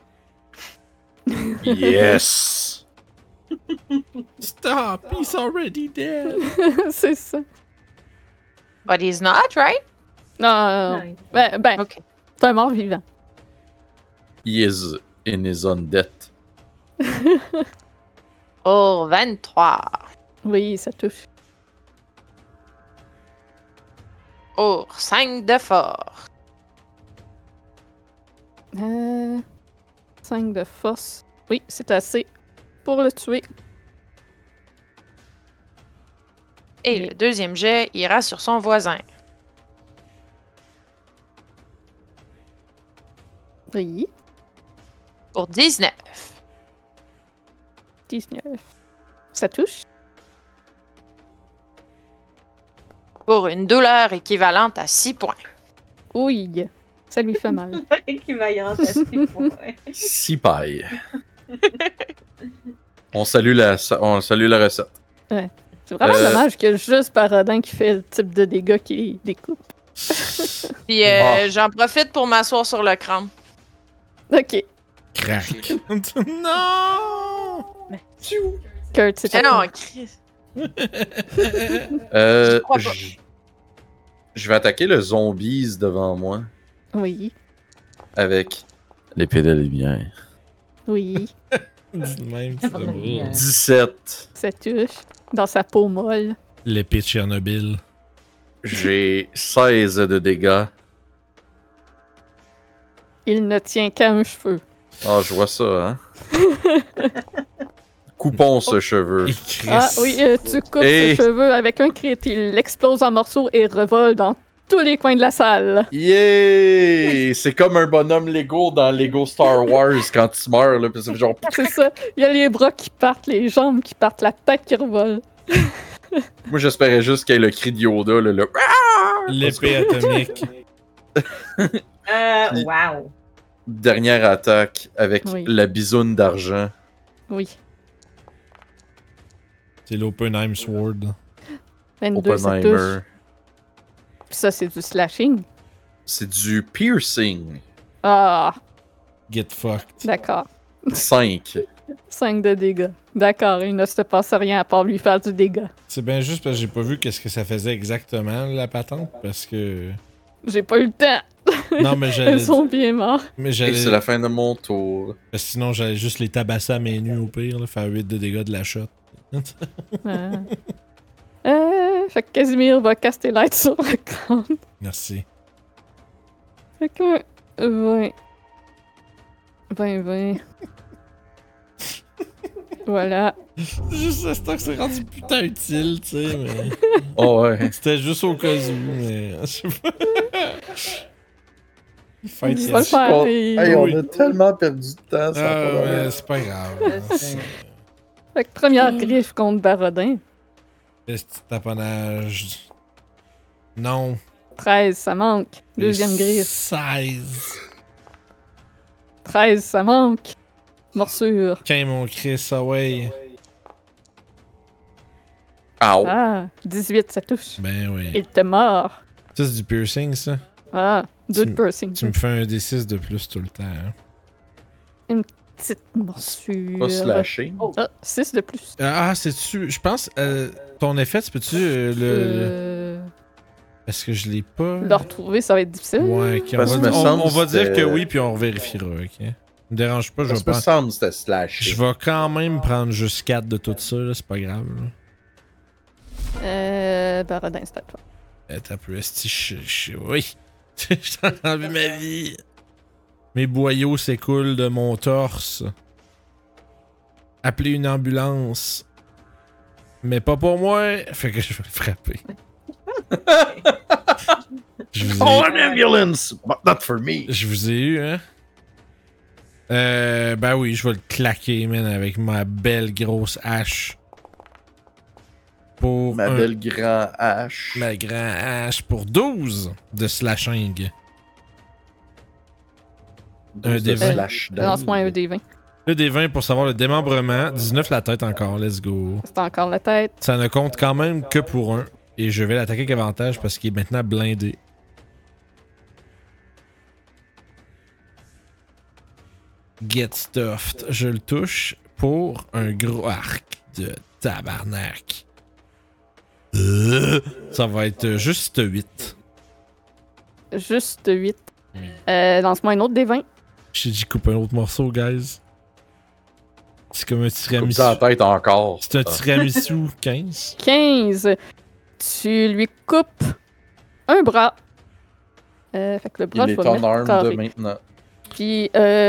Yes! Stop! He's already dead! c'est ça. But he's not, right? Non, Ouais. ben, Ok. c'est un mort vivant. He is in his own death. Oh, 23. Oui, ça touche. Oh, 5 de fort. 5 de force. Oui, c'est assez pour le tuer. Et le deuxième jet ira sur son voisin. Oui, Pour 19. 19. Ça touche. Pour une douleur équivalente à 6 points. Oui, ça lui fait mal. Équivalente à 6 points. Si paille. On salue la recette. C'est vraiment dommage qu'il y a juste Barodin qui fait le type de dégâts qui découpe. Puis j'en profite pour m'asseoir sur le crâne. Ok. Crac. Non! Kurt, c'est Ah à non, toi. Chris. Euh, crois pas. je vais attaquer le zombies devant moi Oui. avec l'épée de lumière. Oui. Dis de même, c'est beau. 17. Ça touche. Dans sa peau molle. L'épée de Tchernobyl. J'ai 16 de dégâts. Il ne tient qu'à un cheveu. Ah, je vois ça, hein. Coupons ce cheveu. Et Chris. Ah oui, tu coupes Et- ses cheveux avec un crit. Il explose en morceaux et revole dans tous les coins de la salle. Yeah! C'est comme un bonhomme Lego dans Lego Star Wars quand il meurt, là, pis c'est genre... C'est ça. Il y a les bras qui partent, les jambes qui partent, la tête qui revole. Moi, j'espérais juste qu'il y ait le cri de Yoda, là, le... L'épée atomique. Wow. Dernière attaque avec Oui. la bisoune d'argent. Oui. C'est l'Oppenheim Sword. 22, ça touche. Oppenheimer. Puis ça, c'est du slashing. C'est du piercing. Ah, Get fucked. d'accord. 5. 5 de dégâts. D'accord, il ne se passe rien à part lui faire du dégât. C'est bien juste parce que j'ai pas vu qu'est-ce que ça faisait exactement, la patente, parce que... J'ai pas eu le temps. Non, mais Un j'allais... zombie est mort. Mais Et j'allais... c'est la fin de mon tour. Parce que sinon, j'allais juste les tabasser à main nue au pire, là, faire 8 de dégâts de la shot. Ah. Fait que Casimir va caster light sur le crâne. Merci. Fait que 20. 20. Voilà. Juste ça, que c'est rendu putain utile, tu sais, mais... Oh ouais. C'était juste au cas où, mais... Je sais pas. Fight Il va le yes. faire. Oh, il- hey, on Oui. a tellement perdu de temps. Ça Ah, a pas ouais, d'allure. c'est pas grave. C'est- Fait que première griffe contre Barodin. Petit taponnage. Non. 13, ça manque. Deuxième griffe. 16. 13, ça manque. Morsure. Qu'un mon Chris, away. Ow. Ah, 18, ça touche. Ben oui. Il te mord. Ça, c'est du piercing, ça. Ah, 2 de Tu- piercing. Tu me fais un D6 de plus tout le temps. Hein. Petite morsure. Pas slasher. Ah, 6 de plus. Ah, c'est-tu... Je pense... ton effet, tu peux-tu Est-ce que je l'ai pas? Le retrouver, ça va être difficile. Ouais, ok. Parce que me On semble va dire c'était- que oui, puis on vérifiera, ok? Me dérange pas, je Ça vais me prendre... semble que c'était slash. Je vais quand même prendre juste 4 de tout ça, là, c'est pas grave. Là. Barodin, c'est à toi. Attends un peu, oui! Je t'en ai enlevé ma vie! Mes boyaux s'écoulent de mon torse. Appelez une ambulance. Mais pas pour moi! Fait que je vais le frapper. Je vous ai... Oh, an ambulance! But not for me! Je vous ai eu, hein? Ben oui, je vais le claquer, man, avec ma belle grosse hache. Pour Ma un- belle grand hache. ma grand hache pour 12 de slashing. un des 20. slash Lance-moi un des 20. Le des 20 pour savoir le démembrement. 19 la tête encore, let's go. C'est encore la tête. Ça ne compte quand même que pour un. Et je vais l'attaquer avec avantage parce qu'il est maintenant blindé. Get stuffed. Je le touche pour un gros arc de tabarnak. Ça va être juste 8. Juste 8. Lance-moi un autre des 20. J'ai dit coupe un autre morceau, guys. C'est comme un Comme tiramisu. ça la tête encore. C'est un tiramisu 15. 15. Tu lui coupes un bras. Fait que le bras, Il je est vais le en mettre arme carré. de maintenant. Puis,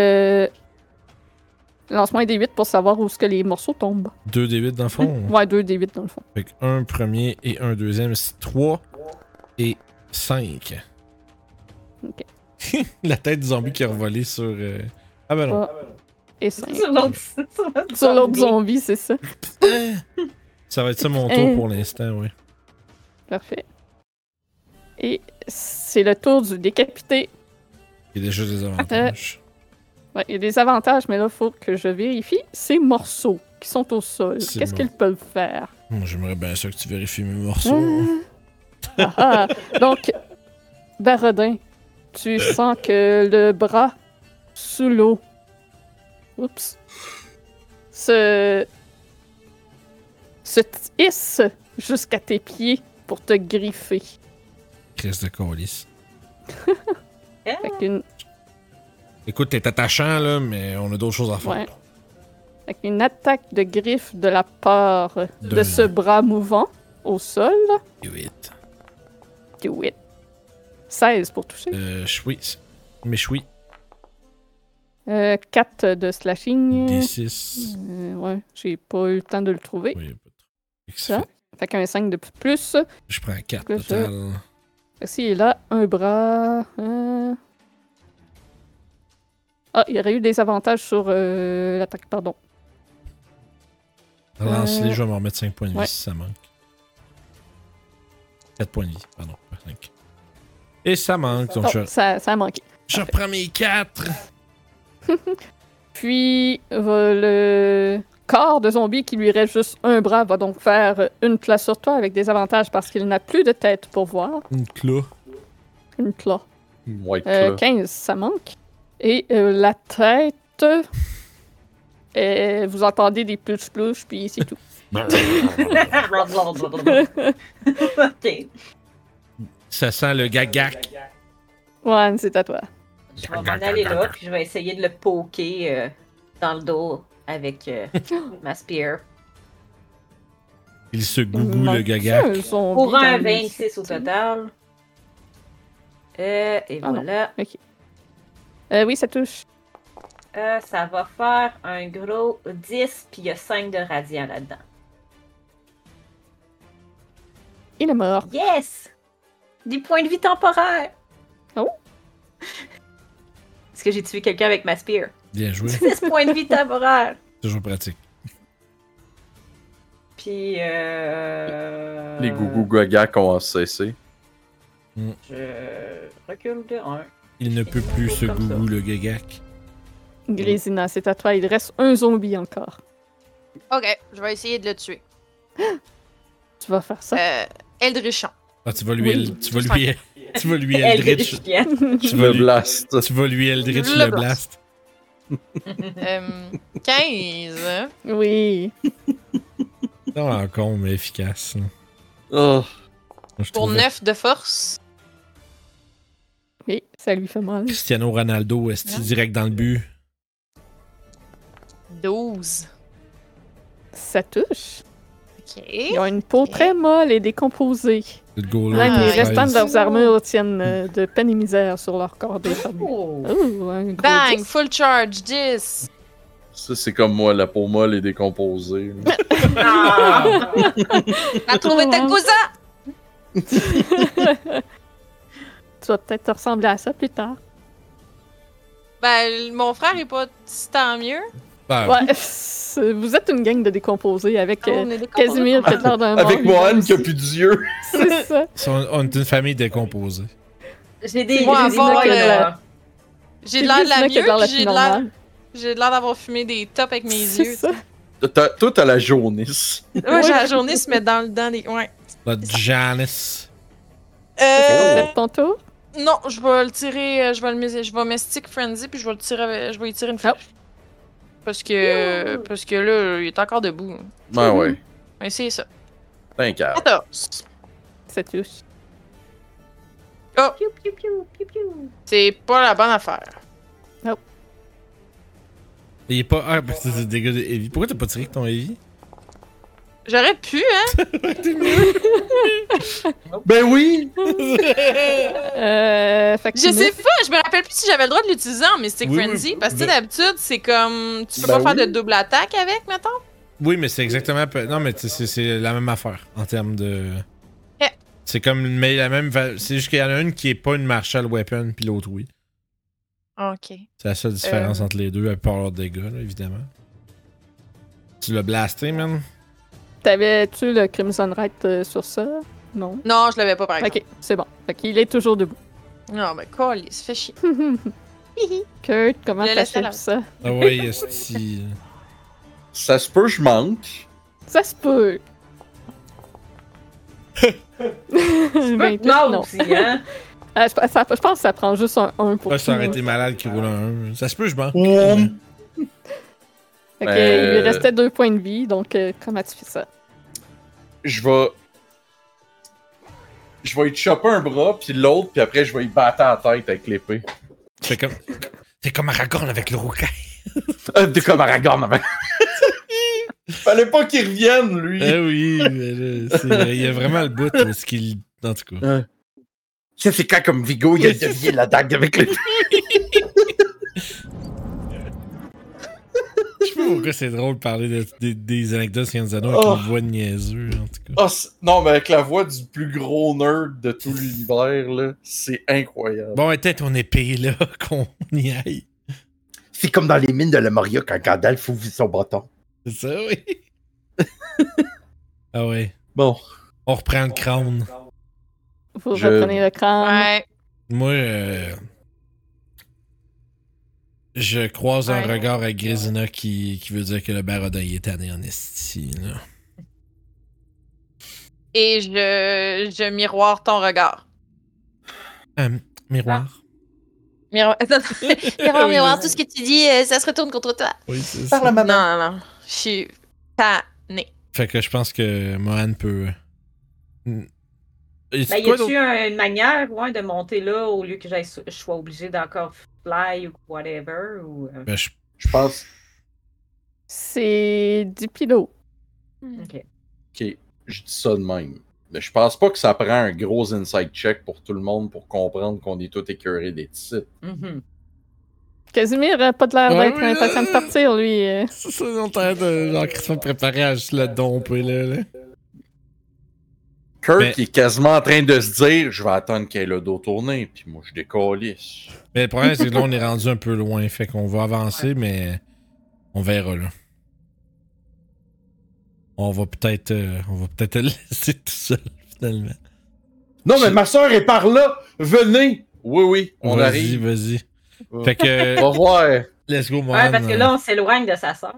lance-moi un des 8 pour savoir où est-ce que les morceaux tombent. 2 des 8 dans le fond. Ouais, 2 des 8 dans le fond. Fait que un premier et un deuxième, c'est 3 et 5. Ok. La tête du zombie qui a revolé sur. Ah ben non. Et 5. Sur l'autre Sur l'autre zombie, c'est ça. Ça va être ça mon tour pour l'instant, oui. Parfait. Et c'est le tour du décapité. Il y a déjà des avantages. Ouais, il y a des avantages, mais là, il faut que je vérifie ces morceaux qui sont au sol. C'est Qu'est-ce bon. qu'ils peuvent faire? J'aimerais bien ça que tu vérifies mes morceaux. Donc, Barodin, tu sens que le bras sous l'eau, oups, se hisse jusqu'à tes pieds pour te griffer. Crise de colis. Fait qu'une Écoute, t'es attachant, là, mais on a d'autres choses à faire. ouais. Fait qu'une attaque de griffes de la part de De- ce bras mouvant au sol. 8. Do it. 16 pour toucher. Chouis. Mais chouis. 4 de slashing. D6. Ouais, j'ai pas eu le temps de le trouver. Oui, pas trop. Ça. Fait qu'un 5 de plus. Je prends 4 Que total. Fait que s'il est là, un bras. Ah, il y aurait eu des avantages sur l'attaque, pardon. Relance-les, je vais m'en remettre 5 points de vie ouais. si ça manque. 4 points de vie, pardon, pas 5. Et ça manque, donc Oh, ça a manqué. je reprends mes 4. Puis, le corps de zombie qui lui reste juste un bras va donc faire une place sur toi avec des avantages parce qu'il n'a plus de tête pour voir. Une clou. Une claw. White Claw. 15, ça manque. Et la tête... vous entendez des plouches-plouches, puis c'est tout. Ok. Ça sent le gagac. Ouais, c'est à toi. Je vais m'en aller là, puis je vais essayer de le poker dans le dos avec ma spear. Il se gougou le gagac. Un zombie Pour un dans le- 26 au total. Et Ah non. voilà. Oui, ça touche. Ça va faire un gros 10, puis il y a 5 de radiant là-dedans. Il est mort. Yes! 10 points de vie temporaires! Oh. Est-ce que j'ai tué quelqu'un avec ma spear? Bien joué. 6 points de vie temporaires! Toujours pratique. Puis Les gougou gagac ont cessé. je recule de 1. Il ne peut plus se Comme ça. gougou le gagac. Grésina, c'est à toi. Il reste un zombie encore. Ok, je vais essayer de le tuer. Tu vas faire ça. Eldrichon. Ah, tu vas lui, Oui. tu vas lui Eldritch. Tu vas Le lui, blast. tu vas lui Eldritch Le le blast. 15. Oui. Non, en con, mais efficace. Là. Oh. Moi, je Pour trouvais 9 de force. Oui, ça lui fait mal. Cristiano Ronaldo, est direct dans le but? 12. Ça touche. Ok. Ils ont une peau très molle et décomposée. Le goaler. Même les Ah, restants de 13. leurs armures tiennent de peine et misère sur leur corps déformé. Oh. Oh, un gros Bang! 10. Full charge, 10. Ça, c'est comme moi, la peau molle est décomposée. Ah. T'as trouvé tes cousins! Tu vas peut-être te ressembler à ça plus tard. Ben, mon frère est pas si tant mieux. Ben, Ouais, vous êtes une gang de décomposés avec On est décomposés. Casimir qui a l'air d'un Avec mort Mohan vivant qui a aussi. plus d'yeux. C'est ça. on est une famille décomposée. J'ai des Moi, j'ai des avoir, poils, J'ai C'est de l'air de la Grésina qui a mieux, l'air la puis plus normale. j'ai de l'air d'avoir fumé des tops avec mes C'est yeux. ça. Toi, t'as la jaunisse. Ouais, j'ai la journée se met dans les. Ouais. La Janice. C'est ton tour? Non, je vais le tirer, je vais Mystic Frenzy, puis je vais le tirer je vais y tirer une flèche. Parce que là, il est encore debout. Ben ouais. Mais c'est ça. T'inquiète. 14. Ça touche. Oh, Piou, piou, piou, piou, piou. c'est pas la bonne affaire. Il est pas. Ah, parce que c'est des dégâts de heavy. Pourquoi t'as pas tiré avec ton heavy? J'aurais pu, hein? Ben oui! Fait que Je sais Smith, pas, je me rappelle plus si j'avais le droit de l'utiliser en Mystic Oui, Frenzy. oui. Parce que tu sais, d'habitude, c'est comme. Tu peux Ben pas faire oui. de double attaque avec, mettons? Oui, mais c'est exactement. Non, mais c'est la même affaire en termes de. Eh. C'est comme mais la même. C'est juste qu'il y en a une qui est pas une martial weapon, puis l'autre oui. Ok. C'est la seule différence entre les deux, à part leurs dégâts, là, évidemment. Tu l'as blasté, man? t'avais-tu le Crimson Right sur ça? Non. Non, je l'avais pas, par exemple. Ok, c'est bon. Fait qu'il est toujours debout. Non, mais cool, il se fait chier. Kurt, comment Je le laisse t'achèves là. ça? Ah ouais, esti. Ça se peut, je manque. Ça se peut. 28, Non, aussi, hein? Je pense que ça prend juste un 1 pour Ouais, ça tout. aurait été malade qui roule un 1. Ça se peut, je banque. Fait que, il lui restait 2 points de vie, donc comment tu fais ça? Je vais y chopper un bras, puis l'autre, puis après, je vais y battre à la tête avec l'épée. C'est comme Aragorn avec le rouquin. T'es comme Aragorn avec. Fallait pas qu'il revienne, lui. Eh oui, mais là, il y a vraiment le bout où ce qu'il. En tout cas. Ça, c'est quand, comme Vigo, il a dévié la dague avec l'épée. Je sais pas pourquoi c'est drôle de parler des anecdotes Scienzano avec une voix de niaiseux, en tout cas. Non, mais avec la voix du plus gros nerd de tout l'univers, là, c'est incroyable. Bon, peut-être on est payé là, qu'on y aille. C'est comme dans les mines de la Moria quand Gandalf ouvre son bâton. C'est ça, oui. Ah ouais. Bon. On reprend le crâne. Vous reprenez le crâne. Ouais. Moi, je croise un regard à Grisina qui veut dire que le barodin est tanné en esti, là. Et je miroire ton regard. Miroir. Miroir, tout ce que tu dis, ça se retourne contre toi. Oui, c'est ça. Par la maman. Non. Je suis tannée. Fait que je pense que Mohan peut. Ben, y a-tu une manière de monter là au lieu que je sois obligé d'encore fly ou whatever? Ou, Ben, Je pense. C'est 10 pilotes. Ok. Ok, je dis ça de même. Mais je pense pas que ça prend un gros inside check pour tout le monde pour comprendre qu'on est tous écœurés d'être ici. Mm-hmm. Casimir a pas de l'air d'être impatient de partir, lui. C'est ça, on t'a de genre qu'ils sont préparés à juste le domper, là. Kirk est quasiment en train de se dire je vais attendre qu'elle ait le dos tourné, puis moi je décalisse. Mais le problème, c'est que là, on est rendu un peu loin, fait qu'on va avancer, mais on verra, là. On va peut-être le laisser tout seul, finalement. Non, mais ma soeur est par là! Venez! Oui, on arrive. Vas-y. Fait que. On va voir. Let's go, Mohan. Ouais, parce que là, on s'éloigne de sa sœur.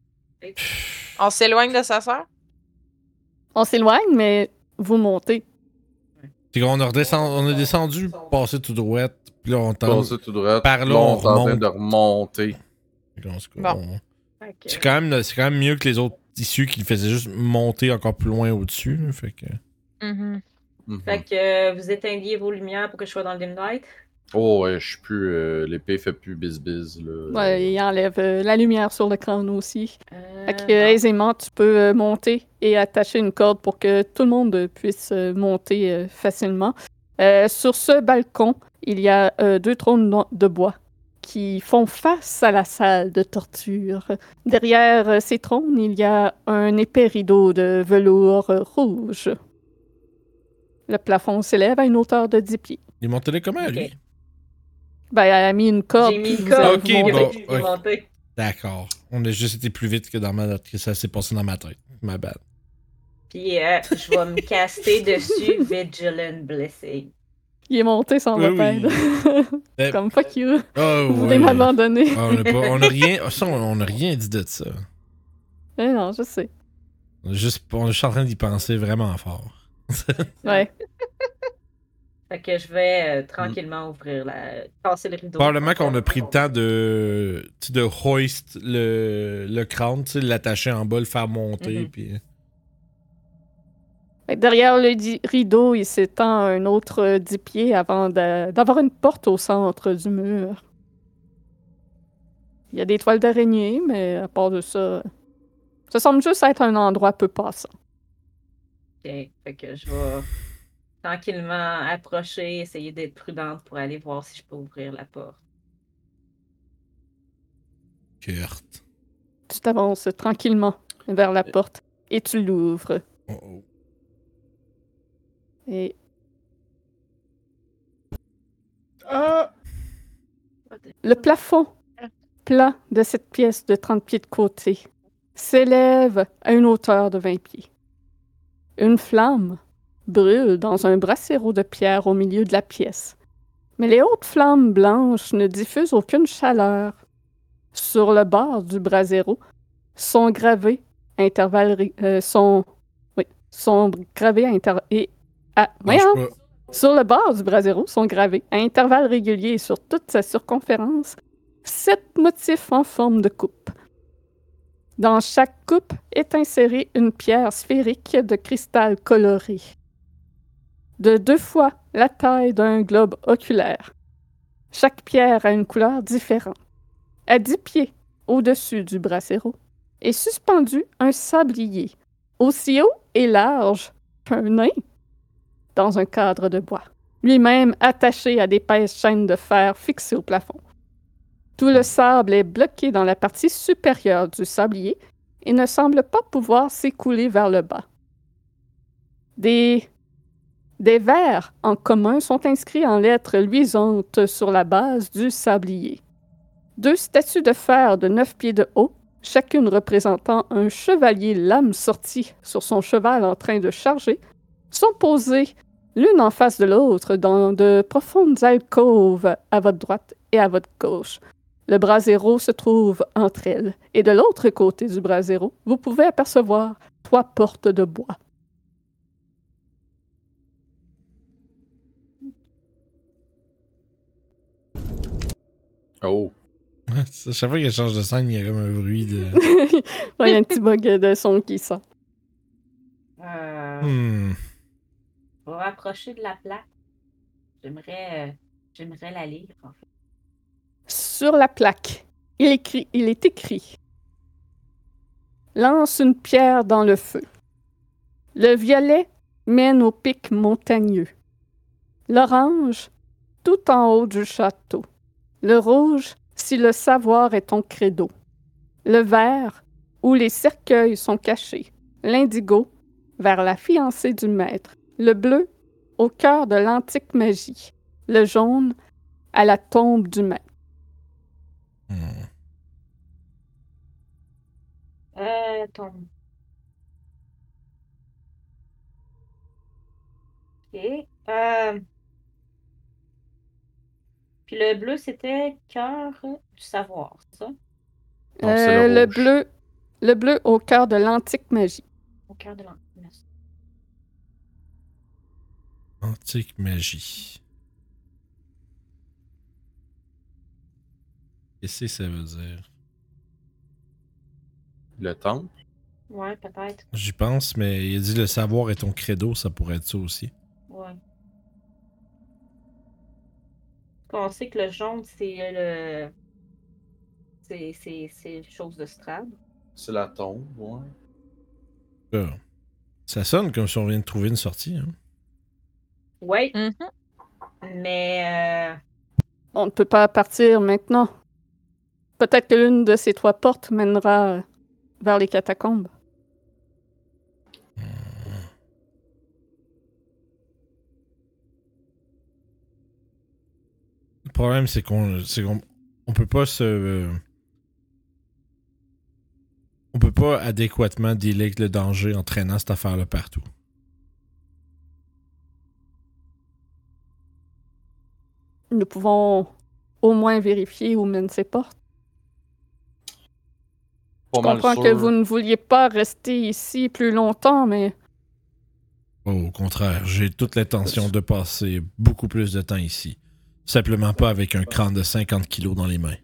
On s'éloigne de sa sœur? On s'éloigne, mais vous montez. Puis on a descendu, passé tout droit, puis là, on tente. Passer tout droit. Par là, on on est en train remonte. de remonter. Bon. C'est quand même mieux que les autres issus qui faisaient juste monter encore plus loin au-dessus. Là, fait que. Mhm. Fait que vous éteignez vos lumières pour que je sois dans le dim light. Oh ouais, je suis plus. L'épée fait plus bis-bis. Ouais, il enlève la lumière sur le crâne aussi. Fait que Bon. aisément, tu peux monter et attacher une corde pour que tout le monde puisse monter facilement. Sur ce balcon, il y a 2 trônes de bois qui font face à la salle de torture. Derrière ces trônes, il y a un épais rideau de velours rouge. Le plafond s'élève à une hauteur de 10 pieds. Il montait là comment, lui? Ben, elle a mis une corde. J'ai mis puis une vous corde. Ok, avez bon. monté. J'ai monté. D'accord. On a juste été plus vite que ça s'est passé dans ma tête. Ma bad. Puis je vais me caster dessus Vigilant Blessing. Il est monté sans Oui, repère. oui. Comme fuck you. Oh, Vous voulez m'abandonner. Ah, on a rien dit de ça. Eh non, je sais. On est juste en train d'y penser vraiment fort. Ouais. Fait que je vais tranquillement casser le rideau. Probablement qu'on a pris le temps de hoist le crâne, l'attacher en bas, le faire monter, Mhm. puis... Fait que derrière le rideau, il s'étend un autre 10 pieds avant d'avoir une porte au centre du mur. Il y a des toiles d'araignée, mais à part de ça, ça semble juste être un endroit peu passant. Ok. Fait que je vais tranquillement approcher, essayer d'être prudente pour aller voir si je peux ouvrir la porte. Kurt. Tu t'avances tranquillement vers la porte et tu l'ouvres. Oh, oh. Et le plafond plat de cette pièce de 30 pieds de côté s'élève à une hauteur de 20 pieds. Une flamme brûle dans un brasero de pierre au milieu de la pièce. Mais les hautes flammes blanches ne diffusent aucune chaleur. Sur le bord du brasero, sont gravés à intervalles sont gravés à intervalles Lâche pas. sur le bord du brasero sont gravés à intervalles réguliers sur toute sa circonférence 7 motifs en forme de coupe. Dans chaque coupe est insérée une pierre sphérique de cristal coloré, de 2 fois la taille d'un globe oculaire. Chaque pierre a une couleur différente. À 10 pieds au-dessus du brasero est suspendu un sablier, aussi haut et large qu'un nain, dans un cadre de bois, lui-même attaché à d'épaisses chaînes de fer fixées au plafond. Tout le sable est bloqué dans la partie supérieure du sablier et ne semble pas pouvoir s'écouler vers le bas. Des vers en commun sont inscrits en lettres luisantes sur la base du sablier. 2 statues de fer de 9 pieds de haut, chacune représentant un chevalier lame sortie sur son cheval en train de charger, sont posées l'une en face de l'autre dans de profondes alcôves à votre droite et à votre gauche. Le brasero se trouve entre elles, et de l'autre côté du brasero, vous pouvez apercevoir 3 portes de bois. Oh. Chaque fois qu'elle change de scène, il y a comme un bruit de. Il y a un petit bug de son qui sort. Hmm. On va approcher de la plaque. J'aimerais la lire, en fait. Sur la plaque, il est écrit « Lance une pierre dans le feu. Le violet mène au pic montagneux. L'orange, tout en haut du château. Le rouge, si le savoir est ton credo. Le vert, où les cercueils sont cachés. L'indigo, vers la fiancée du maître. Le bleu, au cœur de l'antique magie. Le jaune, à la tombe du maître. » Tombe. OK. Puis le bleu, c'était cœur du savoir, c'est ça? Non, c'est le rouge. Le bleu au cœur de l'antique magie. Au cœur de l'antique. Antique magie. Qu'est-ce que ça veut dire? Le temple. Ouais, peut-être. J'y pense, mais il a dit le savoir est ton credo, ça pourrait être ça aussi. Ouais. On sait que le jaune, c'est le. C'est chose de Strad. C'est la tombe, ouais. Ça sonne comme si on vient de trouver une sortie. Hein? Oui. Mhm. Mais. On ne peut pas partir maintenant. Peut-être que l'une de ces 3 portes mènera vers les catacombes. Le problème, c'est qu'on peut pas se. On peut pas adéquatement dealer avec le danger en traînant cette affaire-là partout. Nous pouvons au moins vérifier où mènent ces portes. Pas Je mal comprends sûr. que vous ne vouliez pas rester ici plus longtemps, mais Au contraire, j'ai toute l'intention de passer beaucoup plus de temps ici. Simplement pas avec un crâne de 50 kilos dans les mains.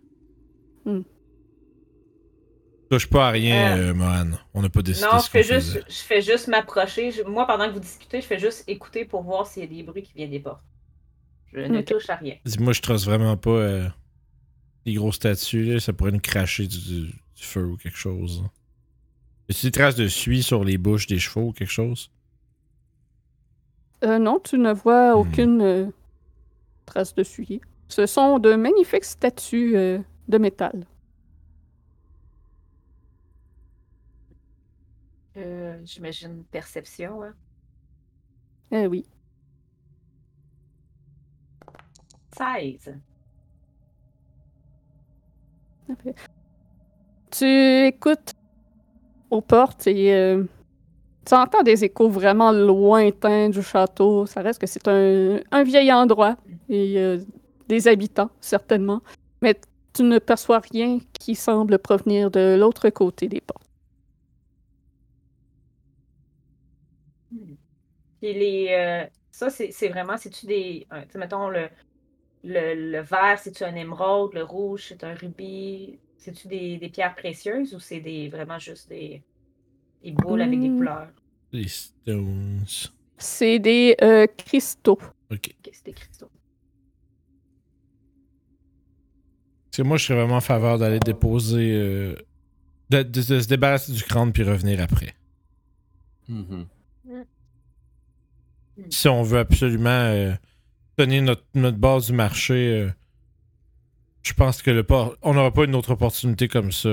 Touche pas à rien, Mohan. On n'a pas décidé Non, ce qu'on faisait. je fais juste m'approcher. Moi, pendant que vous discutez, je fais juste écouter pour voir s'il y a des bruits qui viennent des portes. Je ne touche à rien. Dis-moi, je trace vraiment pas les grosses statues, là, ça pourrait nous cracher du feu ou quelque chose. Y a-t-il des traces de suie sur les bouches des chevaux ou quelque chose? non, tu ne vois aucune trace de soulier. Ce sont de magnifiques statues de métal. J'imagine perception, hein. Oui. 16. Parfait. Tu écoutes aux portes et tu entends des échos vraiment lointains du château. Ça reste que c'est un vieil endroit et des habitants, certainement. Mais tu ne perçois rien qui semble provenir de l'autre côté des portes. Puis ça, c'est vraiment, c'est-tu des. Tu sais, mettons, le vert, c'est-tu un émeraude, le rouge, c'est un rubis. C'est-tu des pierres précieuses ou c'est vraiment juste des boules avec des couleurs? Les stones. C'est des cristaux. Ok. Ok, c'est des cristaux. Parce que moi, je serais vraiment en faveur d'aller déposer. De se débarrasser du crâne puis revenir après. Mhm. Si on veut absolument tenir notre base du marché, je pense que on n'aura pas une autre opportunité comme ça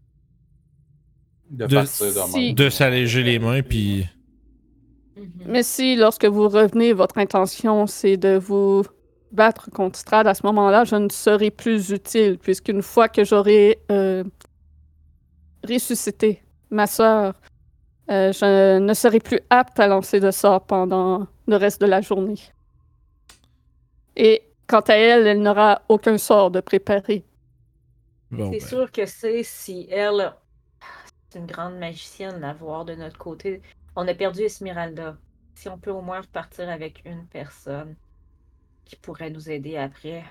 De De- partir de si- même. de s'alléger les mains puis. Mais si, lorsque vous revenez, votre intention, c'est de vous battre contre Strad, à ce moment-là, je ne serai plus utile, puisqu'une fois que j'aurai ressuscité ma sœur, je ne serai plus apte à lancer de sorts pendant le reste de la journée. Et quant à elle, elle n'aura aucun sort de préparé. Bon, C'est ben, sûr que si elle, c'est une grande magicienne à voir de notre côté. On a perdu Esmeralda. Si on peut au moins repartir avec une personne qui pourrait nous aider après.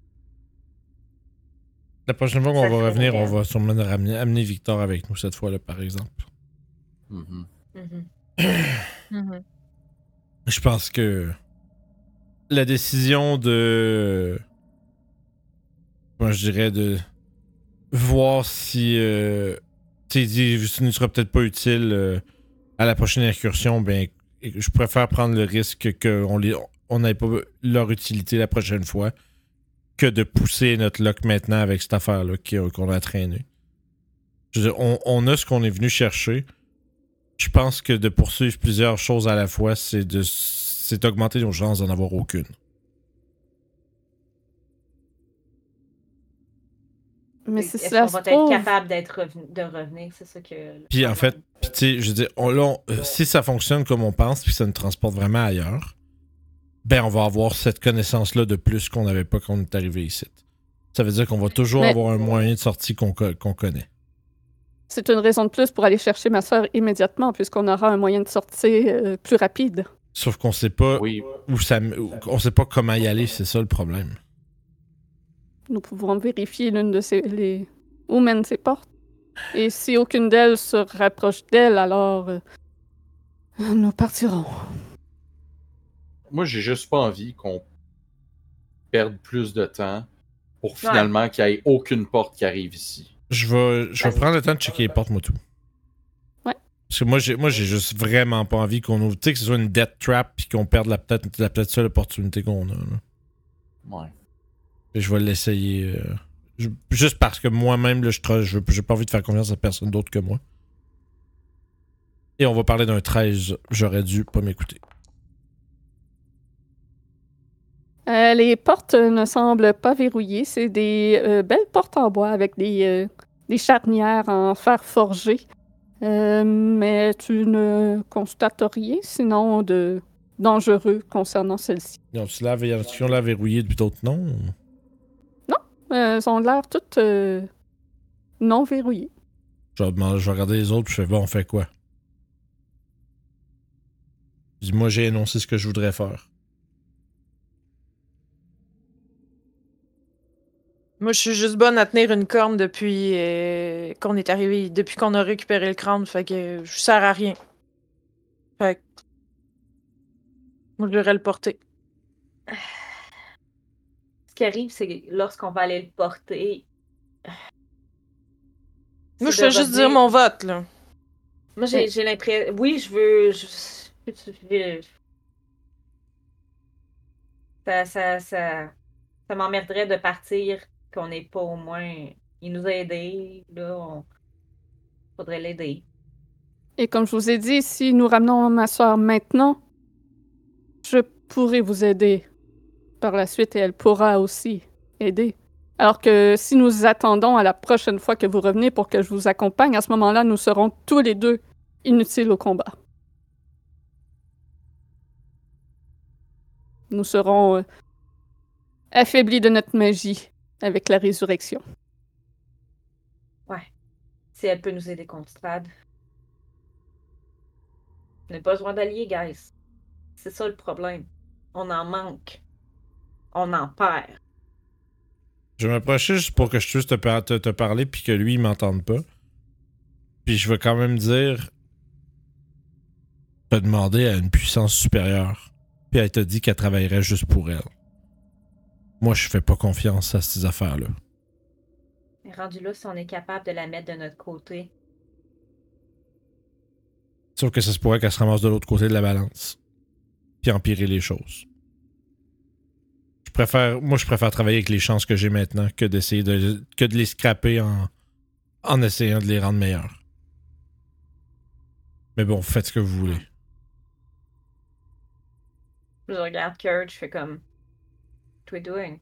la prochaine fois qu'on Ça va serait revenir, on idéal. va sûrement amener Victor avec nous cette fois-là, par exemple. Mhm. Mhm. Je pense que la décision de. Moi, je dirais de voir si. Tu ne sera peut-être pas utile à la prochaine incursion, ben, je préfère prendre le risque on n'ait pas leur utilité la prochaine fois que de pousser notre luck maintenant avec cette affaire-là qu'on a traîné. Je veux dire, on a ce qu'on est venu chercher. Je pense que de poursuivre plusieurs choses à la fois, c'est augmenter nos chances d'en avoir aucune. Mais si Est-ce cela qu'on se va être trouve... capable de revenir? C'est ça que. le Puis en fait, problème. tu sais, je veux dire, si ça fonctionne comme on pense, puis ça nous transporte vraiment ailleurs, ben on va avoir cette connaissance-là de plus qu'on n'avait pas quand on est arrivé ici. Ça veut dire qu'on va toujours Mais- avoir un moyen de sortie qu'on connaît. C'est une raison de plus pour aller chercher ma sœur immédiatement, puisqu'on aura un moyen de sortir plus rapide. Sauf qu'on sait pas Oui. on sait pas comment y aller, c'est ça le problème. Nous pouvons vérifier où mènent ces portes. Et si aucune d'elles se rapproche d'elle, alors nous partirons. Moi, j'ai juste pas envie qu'on perde plus de temps pour finalement qu'il n'y ait aucune porte qui arrive ici. Je vais prendre le temps de checker les portes, moi tout. Ouais. Parce que moi j'ai juste vraiment pas envie qu'on ouvre, tu sais, que ce soit une death trap puis qu'on perde la peut-être seule opportunité qu'on a. Là. Ouais. Et je vais l'essayer. Juste parce que moi-même, là, j'ai pas envie de faire confiance à personne d'autre que moi. Et on va parler d'un 13. J'aurais dû pas m'écouter. Les portes ne semblent pas verrouillées. C'est des belles portes en bois avec des charnières en fer forgé. Mais tu ne constates rien sinon de dangereux concernant celle-ci. Y en-tu qui ont la verrouillée depuis d'autres non? Elles ont l'air toutes non verrouillées. Je vais regarder les autres puis je fais, bon, on fait quoi? Moi, j'ai énoncé ce que je voudrais faire. Moi, je suis juste bonne à tenir une corne depuis qu'on est arrivé, depuis qu'on a récupéré le crâne, fait que je sers à rien. Fait que moi, je devrais le porter. Ce qui arrive, c'est que lorsqu'on va aller le porter. Moi, je c'est fais de juste revenir- dire mon vote, là. Moi, j'ai l'impression. Oui, je veux. Ça m'emmerderait de partir, qu'on n'ait pas au moins. Il nous a aidés. Là, faudrait l'aider. Et comme je vous ai dit, si nous ramenons ma soeur maintenant, je pourrai vous aider par la suite et elle pourra aussi aider. Alors que si nous attendons à la prochaine fois que vous revenez pour que je vous accompagne, à ce moment-là, nous serons tous les deux inutiles au combat. Nous serons affaiblis de notre magie avec la résurrection. Si elle peut nous aider contre Strad. On n'a pas besoin d'alliés, guys. C'est ça le problème. On en manque. On en perd. Je vais m'approcher juste pour que je puisse te parler puis que lui, il m'entende pas. Puis je vais quand même dire... Te demander à une puissance supérieure. Puis elle t'a dit qu'elle travaillerait juste pour elle. Moi, je fais pas confiance à ces affaires-là. Mais rendu là, si on est capable de la mettre de notre côté. Sauf que ça se pourrait qu'elle se ramasse de l'autre côté de la balance. Puis empirer les choses. Je préfère travailler avec les chances que j'ai maintenant que d'essayer de les scraper en essayant de les rendre meilleurs. Mais bon, faites ce que vous voulez. Je regarde Kurt, je fais comme. What are we doing?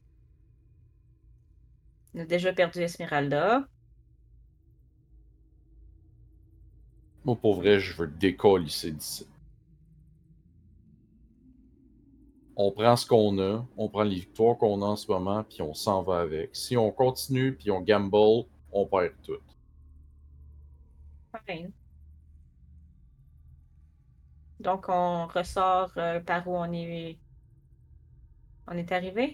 On a déjà perdu Esmeralda. Moi, pour vrai, je veux décoller d'ici. On prend ce qu'on a, on prend les victoires qu'on a en ce moment, puis on s'en va avec. Si on continue, puis on gamble, on perd tout. Fine. Donc, on ressort par où on est arrivé.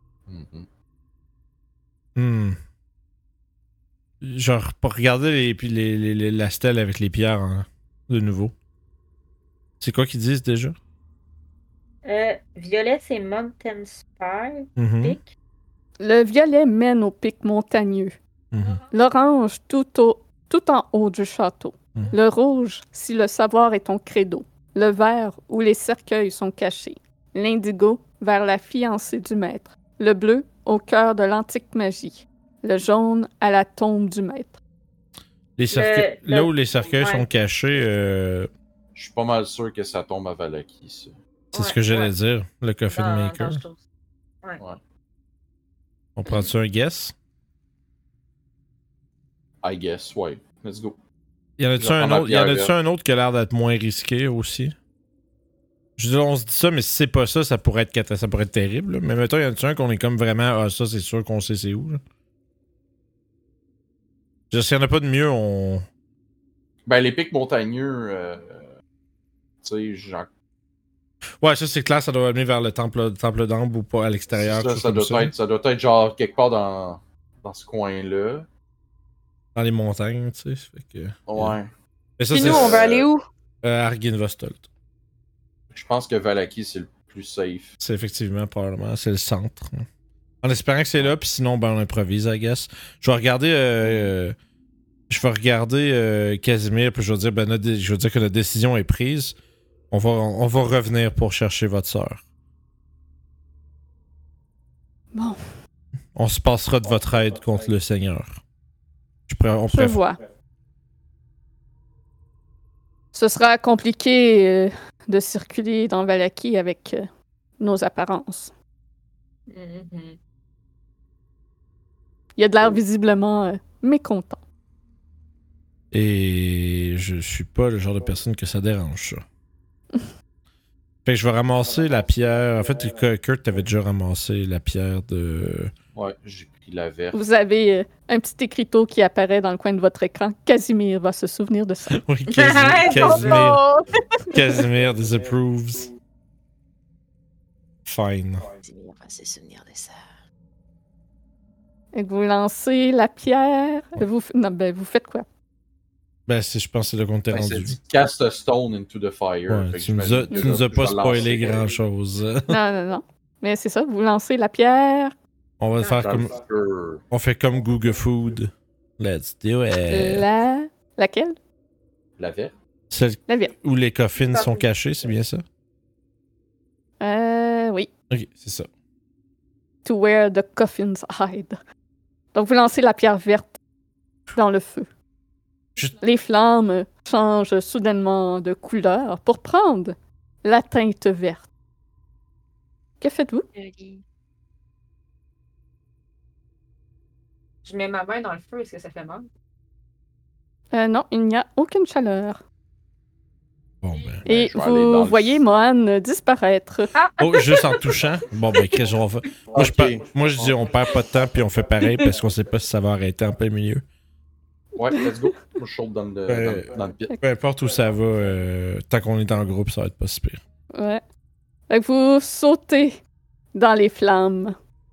Genre, pour regarder la stèle avec les pierres de nouveau. C'est quoi qu'ils disent déjà? Violet, c'est Mountain Spire. Mhm. Pic. Le violet mène au pic montagneux. Mhm. L'orange tout en haut du château. Mhm. Le rouge, si le savoir est ton credo. Le vert, où les cercueils sont cachés. L'indigo, vers la fiancée du maître. Le bleu, au cœur de l'antique magie. Le jaune, à la tombe du maître. Là où les cercueils ouais. sont cachés, Je suis pas mal sûr que ça tombe à Valaki, ça. c'est ce que j'allais dire, le Coffin Dans Maker. je trouve. Ouais. Ouais. On prend-tu un guess? I guess, ouais. Let's go. Y en a-tu un autre qui a l'air d'être moins risqué aussi? Je veux dire, on se dit ça, mais si c'est pas ça, ça pourrait être terrible. Là. Mais mettons, y en a-tu un qu'on est comme vraiment, ah, ça, c'est sûr qu'on sait c'est où. Là. Je veux dire, s'il y en a pas de mieux, on. Ben, les pics montagneux, tu sais, genre. Ouais, ça, c'est clair, ça doit amener vers le temple d'Ambre ou pas à l'extérieur. Ça doit être genre quelque part dans ce coin-là. Dans les montagnes, tu sais. Fait que, Ouais. Mais ça, Puis c'est nous, on va aller où? Arginvostolt. Je pense que Valaki, c'est le plus safe. C'est effectivement, probablement, c'est le centre. En espérant que c'est là, puis sinon, ben, on improvise, I guess. Je vais regarder Casimir, puis je vais dire, que notre décision est prise. On va revenir pour chercher votre sœur. Bon. On se passera de votre aide contre le Seigneur. Je vois. Ce sera compliqué de circuler dans Valaki avec nos apparences. Mhm. Il a de l'air visiblement mécontent. Et je suis pas le genre de personne que ça dérange, ça. Fait que je vais ramasser la pierre. En fait, Kurt t'avait déjà ramassé la pierre de... Ouais, j'ai pris la verte. Vous avez un petit écriteau qui apparaît dans le coin de votre écran. Casimir va se souvenir de ça. Oui, Casimir disapproves. Fine. Casimir va se souvenir de ça. Et vous lancez la pierre. Vous faites quoi? Ben, je pense que c'est là qu'on t'est Ben, c'est rendu. dit cast a stone into the fire. Ouais, Fait que tu nous as pas spoilé grand-chose. Non. Mais c'est ça, vous lancez la pierre. On va faire comme... On fait comme Google Food. Let's do it. Laquelle? La verte? Celle La verte. où les coffins sont cachés, c'est bien ça? Oui. Ok, c'est ça. To where the coffins hide. Donc, vous lancez la pierre verte dans le feu. Les flammes changent soudainement de couleur pour prendre la teinte verte. Que faites-vous? Je mets ma main dans le feu, est-ce que ça fait mal? Non, il n'y a aucune chaleur. Bon, ben. Et je vais aller dans vous le- voyez Mohan disparaître. Oh, juste en touchant? Bon, ben, Chris, on va. Moi, je dis, on perd pas de temps, puis on fait pareil, parce qu'on sait pas si ça va arrêter en plein milieu. Ouais, let's go. Moi, je saute dans le pit. Peu importe où ça va, tant qu'on est en groupe, ça va être pas si pire. Ouais. Fait que vous sautez dans les flammes.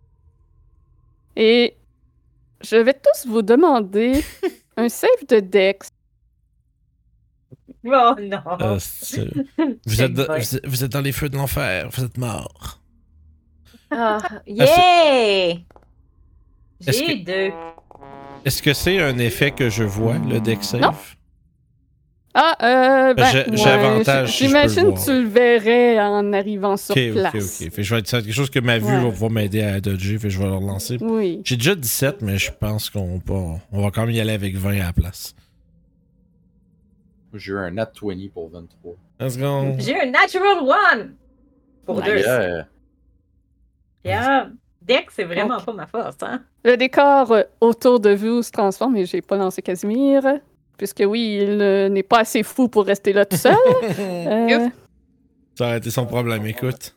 Et je vais tous vous demander un save de Dex. Oh non! Vous êtes dans les feux de l'enfer, vous êtes morts. Ah, yeah! Est-ce J'ai eu 2. Est-ce que c'est un effet que je vois, le deck save? Non. J'ai avantage si je peux le j'imagine voir. que tu le verrais en arrivant sur Ok. place. Fait que je vais être quelque chose que ma vue Ouais. va pouvoir m'aider à dodger, fait que je vais le relancer. Oui. J'ai déjà 17, mais je pense qu'on va quand même y aller avec 20 à la place. J'ai eu un nat 20 pour 23. Let's go! J'ai eu un natural one! Pour 2. Yeah. Yeah. Dex, c'est vraiment Ok. pas ma force, hein? Le décor autour de vous se transforme et j'ai pas lancé Casimir. Puisque oui, il n'est pas assez fou pour rester là tout seul. Ça aurait été son problème, écoute.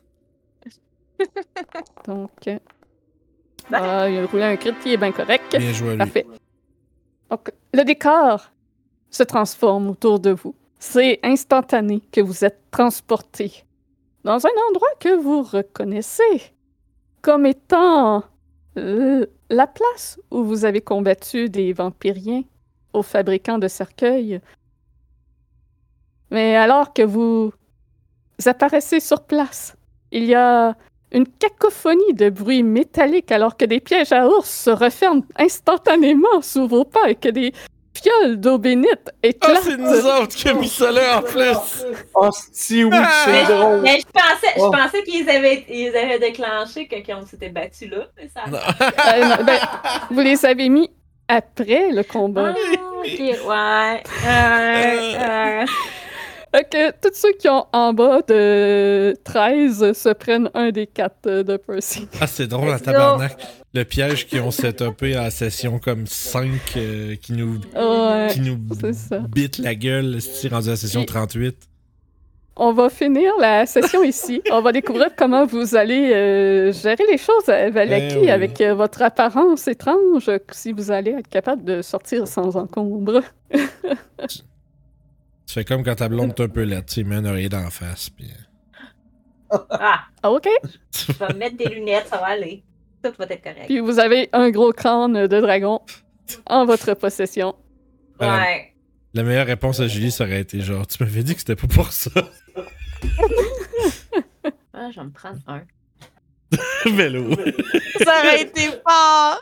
Donc, il a roulé un crit qui est bien correct. Bien joué à lui. Parfait. Donc, le décor se transforme autour de vous. C'est instantané que vous êtes transporté dans un endroit que vous reconnaissez comme étant la place où vous avez combattu des vampiriens aux fabricants de cercueils. Mais alors que vous apparaissez sur place, il y a une cacophonie de bruits métalliques alors que des pièges à ours se referment instantanément sous vos pas et que des fioles d'eau bénite Ah, éclatent. c'est nous autres qui a mis ça là en plus! Oh, si oui, c'est Mais, drôle. mais je Oh. pensais qu'ils avaient déclenché quand on s'était battus là. Mais ça... Non. Non, vous les avez mis après le combat. Ah, ok, ouais. Fait que tous ceux qui ont en bas de 13 se prennent un des 4 de Percy. Ah, c'est drôle, la Let's go. tabarnak. Le piège qu'ils ont setupé en session comme 5 qui nous Ouais, c'est ça. bite la gueule, c'est rendu à la session 38. On va finir la session ici. On va découvrir comment vous allez gérer les choses à Valaki Eh oui. avec votre apparence étrange, si vous allez être capable de sortir sans encombre. Tu fais comme quand ta blonde est un peu laide, tu sais, mets un oreiller d'en face. Puis... Ah, Ah, OK. je vais me mettre des lunettes, ça va aller. Tout va être correct. Puis vous avez un gros crâne de dragon en votre possession. Ouais. La meilleure réponse à Julie, ça aurait été genre, tu m'avais dit que c'était pas pour ça. Ah, je vais me prendre un. Vélo. Ça aurait été fort!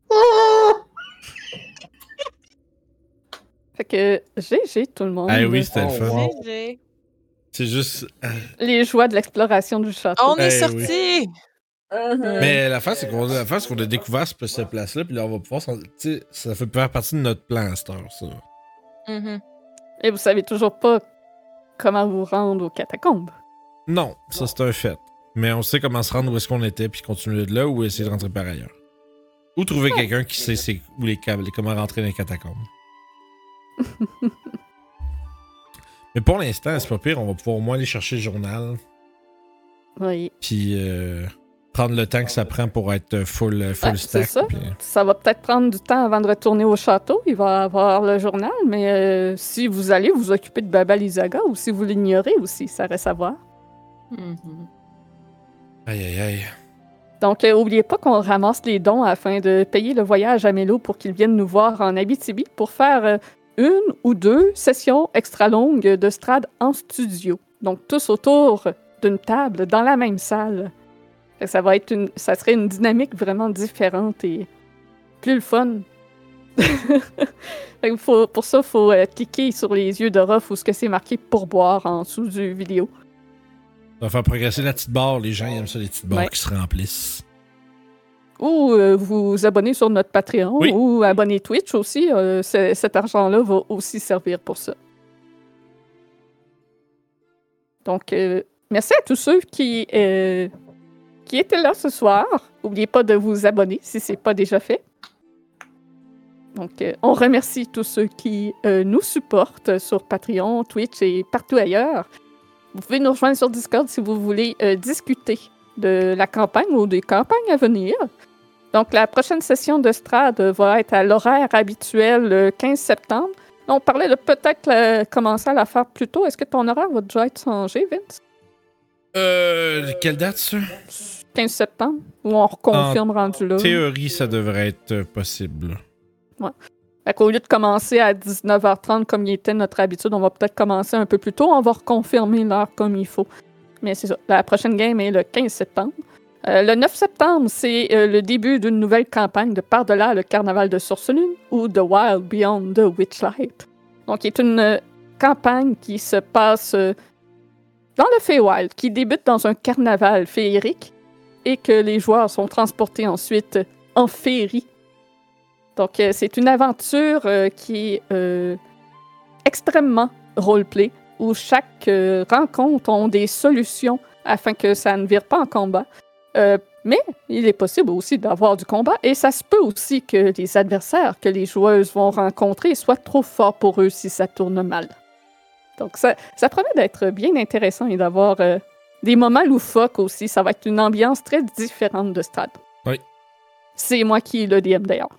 Fait que GG tout le monde. Ah oui, c'était le Oh, fun. wow. GG. C'est juste. Les joies de l'exploration du château. On est Eh sorti! Mais l'affaire, c'est qu'on a découvert cette place-là, puis là, on va pouvoir. Tu sais, ça fait faire partie de notre plan à cette heure, ça. Mhm. Et vous savez toujours pas comment vous rendre aux catacombes. Non, ça, c'est un fait. Mais on sait comment se rendre où est-ce qu'on était, puis continuer de là, ou essayer de rentrer par ailleurs. Ou trouver quelqu'un qui sait où comment rentrer dans les catacombes. Mais pour l'instant, c'est pas pire, on va pouvoir au moins aller chercher le journal, Oui. puis prendre le temps que ça prend pour être full c'est stack. ça. puis- Ça va peut-être prendre du temps avant de retourner au château. Il va avoir le journal, mais si vous allez vous occuper de Baba Lysaga ou si vous l'ignorez aussi, ça reste à voir. Mhm. Aïe, aïe, aïe. Donc, oubliez pas qu'on ramasse les dons afin de payer le voyage à Mélo pour qu'il vienne nous voir en Abitibi pour faire une ou 2 sessions extra longues de Strad en studio. Donc, tous autour d'une table dans la même salle. Fait que ça serait une dynamique vraiment différente et plus le fun. Fait que pour ça, il faut cliquer sur les yeux de Ruff ou ce que c'est marqué pour boire en dessous du vidéo. Ça va faire progresser la petite barre. Les gens ils aiment ça, les petites barres Ouais. qui se remplissent. Ou vous abonner sur notre Patreon Oui. ou abonner Twitch aussi. Cet argent-là va aussi servir pour ça. Donc, merci à tous ceux qui étaient là ce soir. N'oubliez pas de vous abonner si ce n'est pas déjà fait. Donc, on remercie tous ceux qui nous supportent sur Patreon, Twitch et partout ailleurs. Vous pouvez nous rejoindre sur Discord si vous voulez discuter de la campagne ou des campagnes à venir. Donc, la prochaine session de Strad va être à l'horaire habituel le 15 septembre. On parlait de peut-être commencer à la faire plus tôt. Est-ce que ton horaire va déjà être changé, Vince? Quelle date, ça? 15 septembre? Ou on reconfirme rendu là? En théorie, ça devrait être possible. Ouais. Fait qu'au lieu de commencer à 19h30 comme il était notre habitude, on va peut-être commencer un peu plus tôt. On va reconfirmer l'heure comme il faut. Mais c'est ça. La prochaine game est le 15 septembre. Le 9 septembre, c'est le début d'une nouvelle campagne de Par-delà le carnaval de Source-Lune ou The Wild Beyond the Witchlight. Donc, c'est une campagne qui se passe dans le Feywild, qui débute dans un carnaval féerique et que les joueurs sont transportés ensuite en féerie. Donc, c'est une aventure qui est extrêmement roleplay, où chaque rencontre a des solutions afin que ça ne vire pas en combat. Mais il est possible aussi d'avoir du combat, et ça se peut aussi que les adversaires que les joueuses vont rencontrer soient trop forts pour eux si ça tourne mal. Donc, ça promet d'être bien intéressant et d'avoir des moments loufoques aussi. Ça va être une ambiance très différente de Strad. Oui. C'est moi qui le DM d'ailleurs.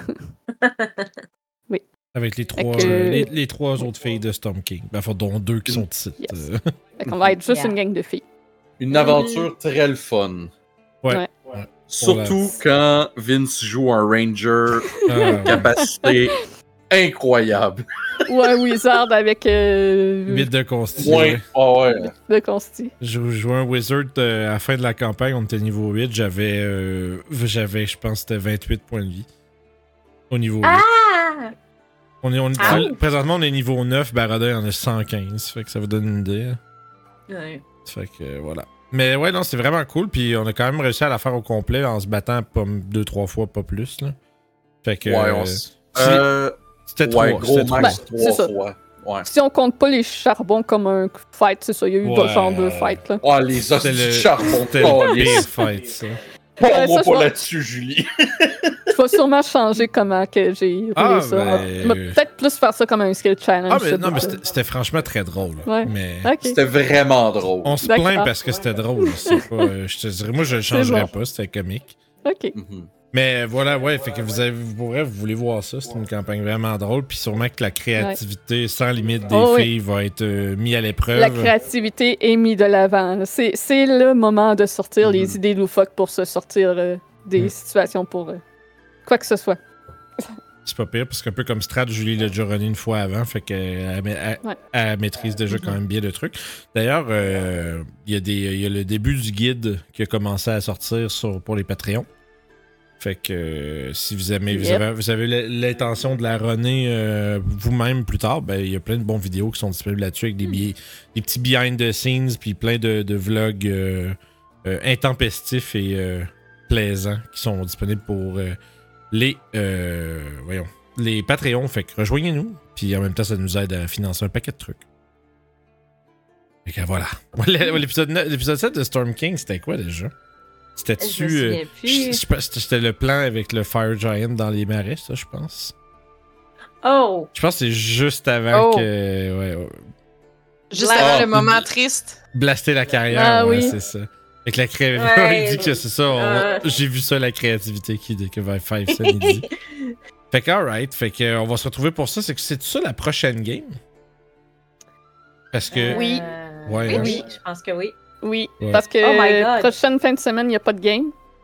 Oui. Avec les trois, les trois autres filles de Storm King. Ben, enfin, dont 2 qui sont ici. Yes. Fait qu'on va être juste une gang de filles. Une aventure très le fun. Ouais. Surtout quand Vince joue un Ranger, capacité incroyable. Ou un Wizard avec 8 de consti. Ouais. Oh, ouais. de consti. Je jouais un Wizard à la fin de la campagne, on était niveau 8, j'avais, je pense, c'était 28 points de vie. Au niveau 8. Ah! Présentement, on est niveau 9, Baradin en a 115, fait que ça vous donne une idée. Ouais. Fait que voilà. Mais ouais, non, c'est vraiment cool, puis on a quand même réussi à la faire au complet en se battant pas 2-3 fois, pas plus. Là. Fait que. Ouais, c'était 3. Ouais, gros max c'est 3 fois. Ouais. Si on compte pas les charbons comme un fight, c'est ça, il y a eu genre 2 fights. Là. Ouais, les os du charbon. C'était le pire fight, ça. Moi pas là-dessus, Julie. Je vais sûrement changer comment que j'ai roulé ça. On va peut-être plus faire ça comme un skill challenge. Ah, mais non, mais c'était franchement très drôle. Ouais. Mais Okay. C'était vraiment drôle. on se plaint parce que c'était drôle. C'est pas, je te dirais, moi, je le changerais pas, c'était comique. OK. Mais voilà, ouais, fait que vous voulez voir ça, c'est une campagne vraiment drôle, puis sûrement que la créativité sans limite des filles va être mise à l'épreuve. La créativité est mise de l'avant. C'est le moment de sortir les idées loufoques pour se sortir des situations pour quoi que ce soit. C'est pas pire, parce qu'un peu comme Strat, Julie l'a déjà runné une fois avant, fait qu'elle maîtrise déjà quand même bien le truc. D'ailleurs, il y a le début du guide qui a commencé à sortir pour les Patreons. Fait que si vous avez l'intention de la runner vous-même plus tard, ben il y a plein de bons vidéos qui sont disponibles là-dessus avec des petits behind the scenes puis plein de vlogs intempestifs et plaisants qui sont disponibles pour les Patreons. Fait que rejoignez-nous, puis en même temps ça nous aide à financer un paquet de trucs. Fait que voilà. L'épisode 7 de Storm King, c'était quoi déjà? C'était-tu. C'était le plan avec le Fire Giant dans les marais, ça, je pense. Oh! Je pense que c'est juste avant que. Ouais. Juste avant le moment triste. Blaster la carrière, Ah, oui. c'est ça. Avec la il dit que c'est ça. J'ai vu ça, la créativité que va faire ça midi. Fait que, alright. Fait que, on va se retrouver pour ça. C'est ça la prochaine game? Parce que. Oui. Ouais, oui, je pense que oui. Oui, Ouais. parce que Oh my God. prochaine fin de semaine, il n'y a pas de game.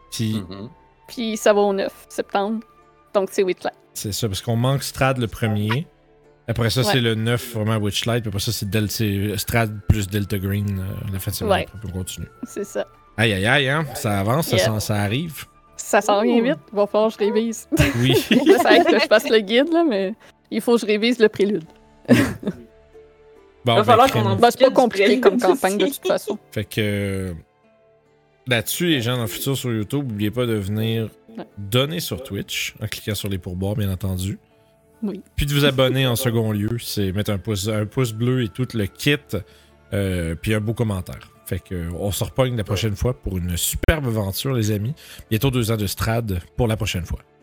Puis ça va au 9 septembre. Donc c'est Witchlight. C'est ça, parce qu'on manque Strad le premier. Après ça, c'est le 9, vraiment Witchlight. Puis après ça, c'est Strad plus Delta Green la fin de semaine. Ouais. Après, on continue. C'est ça. Aïe, aïe, aïe, hein? Ça avance, ça arrive. Ça s'en vient vite. Il va falloir que je révise. Oui. Là, ça va être que je fasse le guide, là, mais il faut que je révise le prélude. Bon, Il va falloir crème. qu'on en C'est pas du compliqué comme prélude campagne de aussi. toute façon. Fait que là-dessus, les gens dans le futur sur YouTube, n'oubliez pas de venir donner sur Twitch en cliquant sur les pourboires, bien entendu. Oui. Puis de vous abonner en second lieu, c'est mettre un pouce bleu et tout le kit, puis un beau commentaire. Fait que on se repogne la prochaine fois pour une superbe aventure, les amis. Bientôt 2 ans de Strad pour la prochaine fois.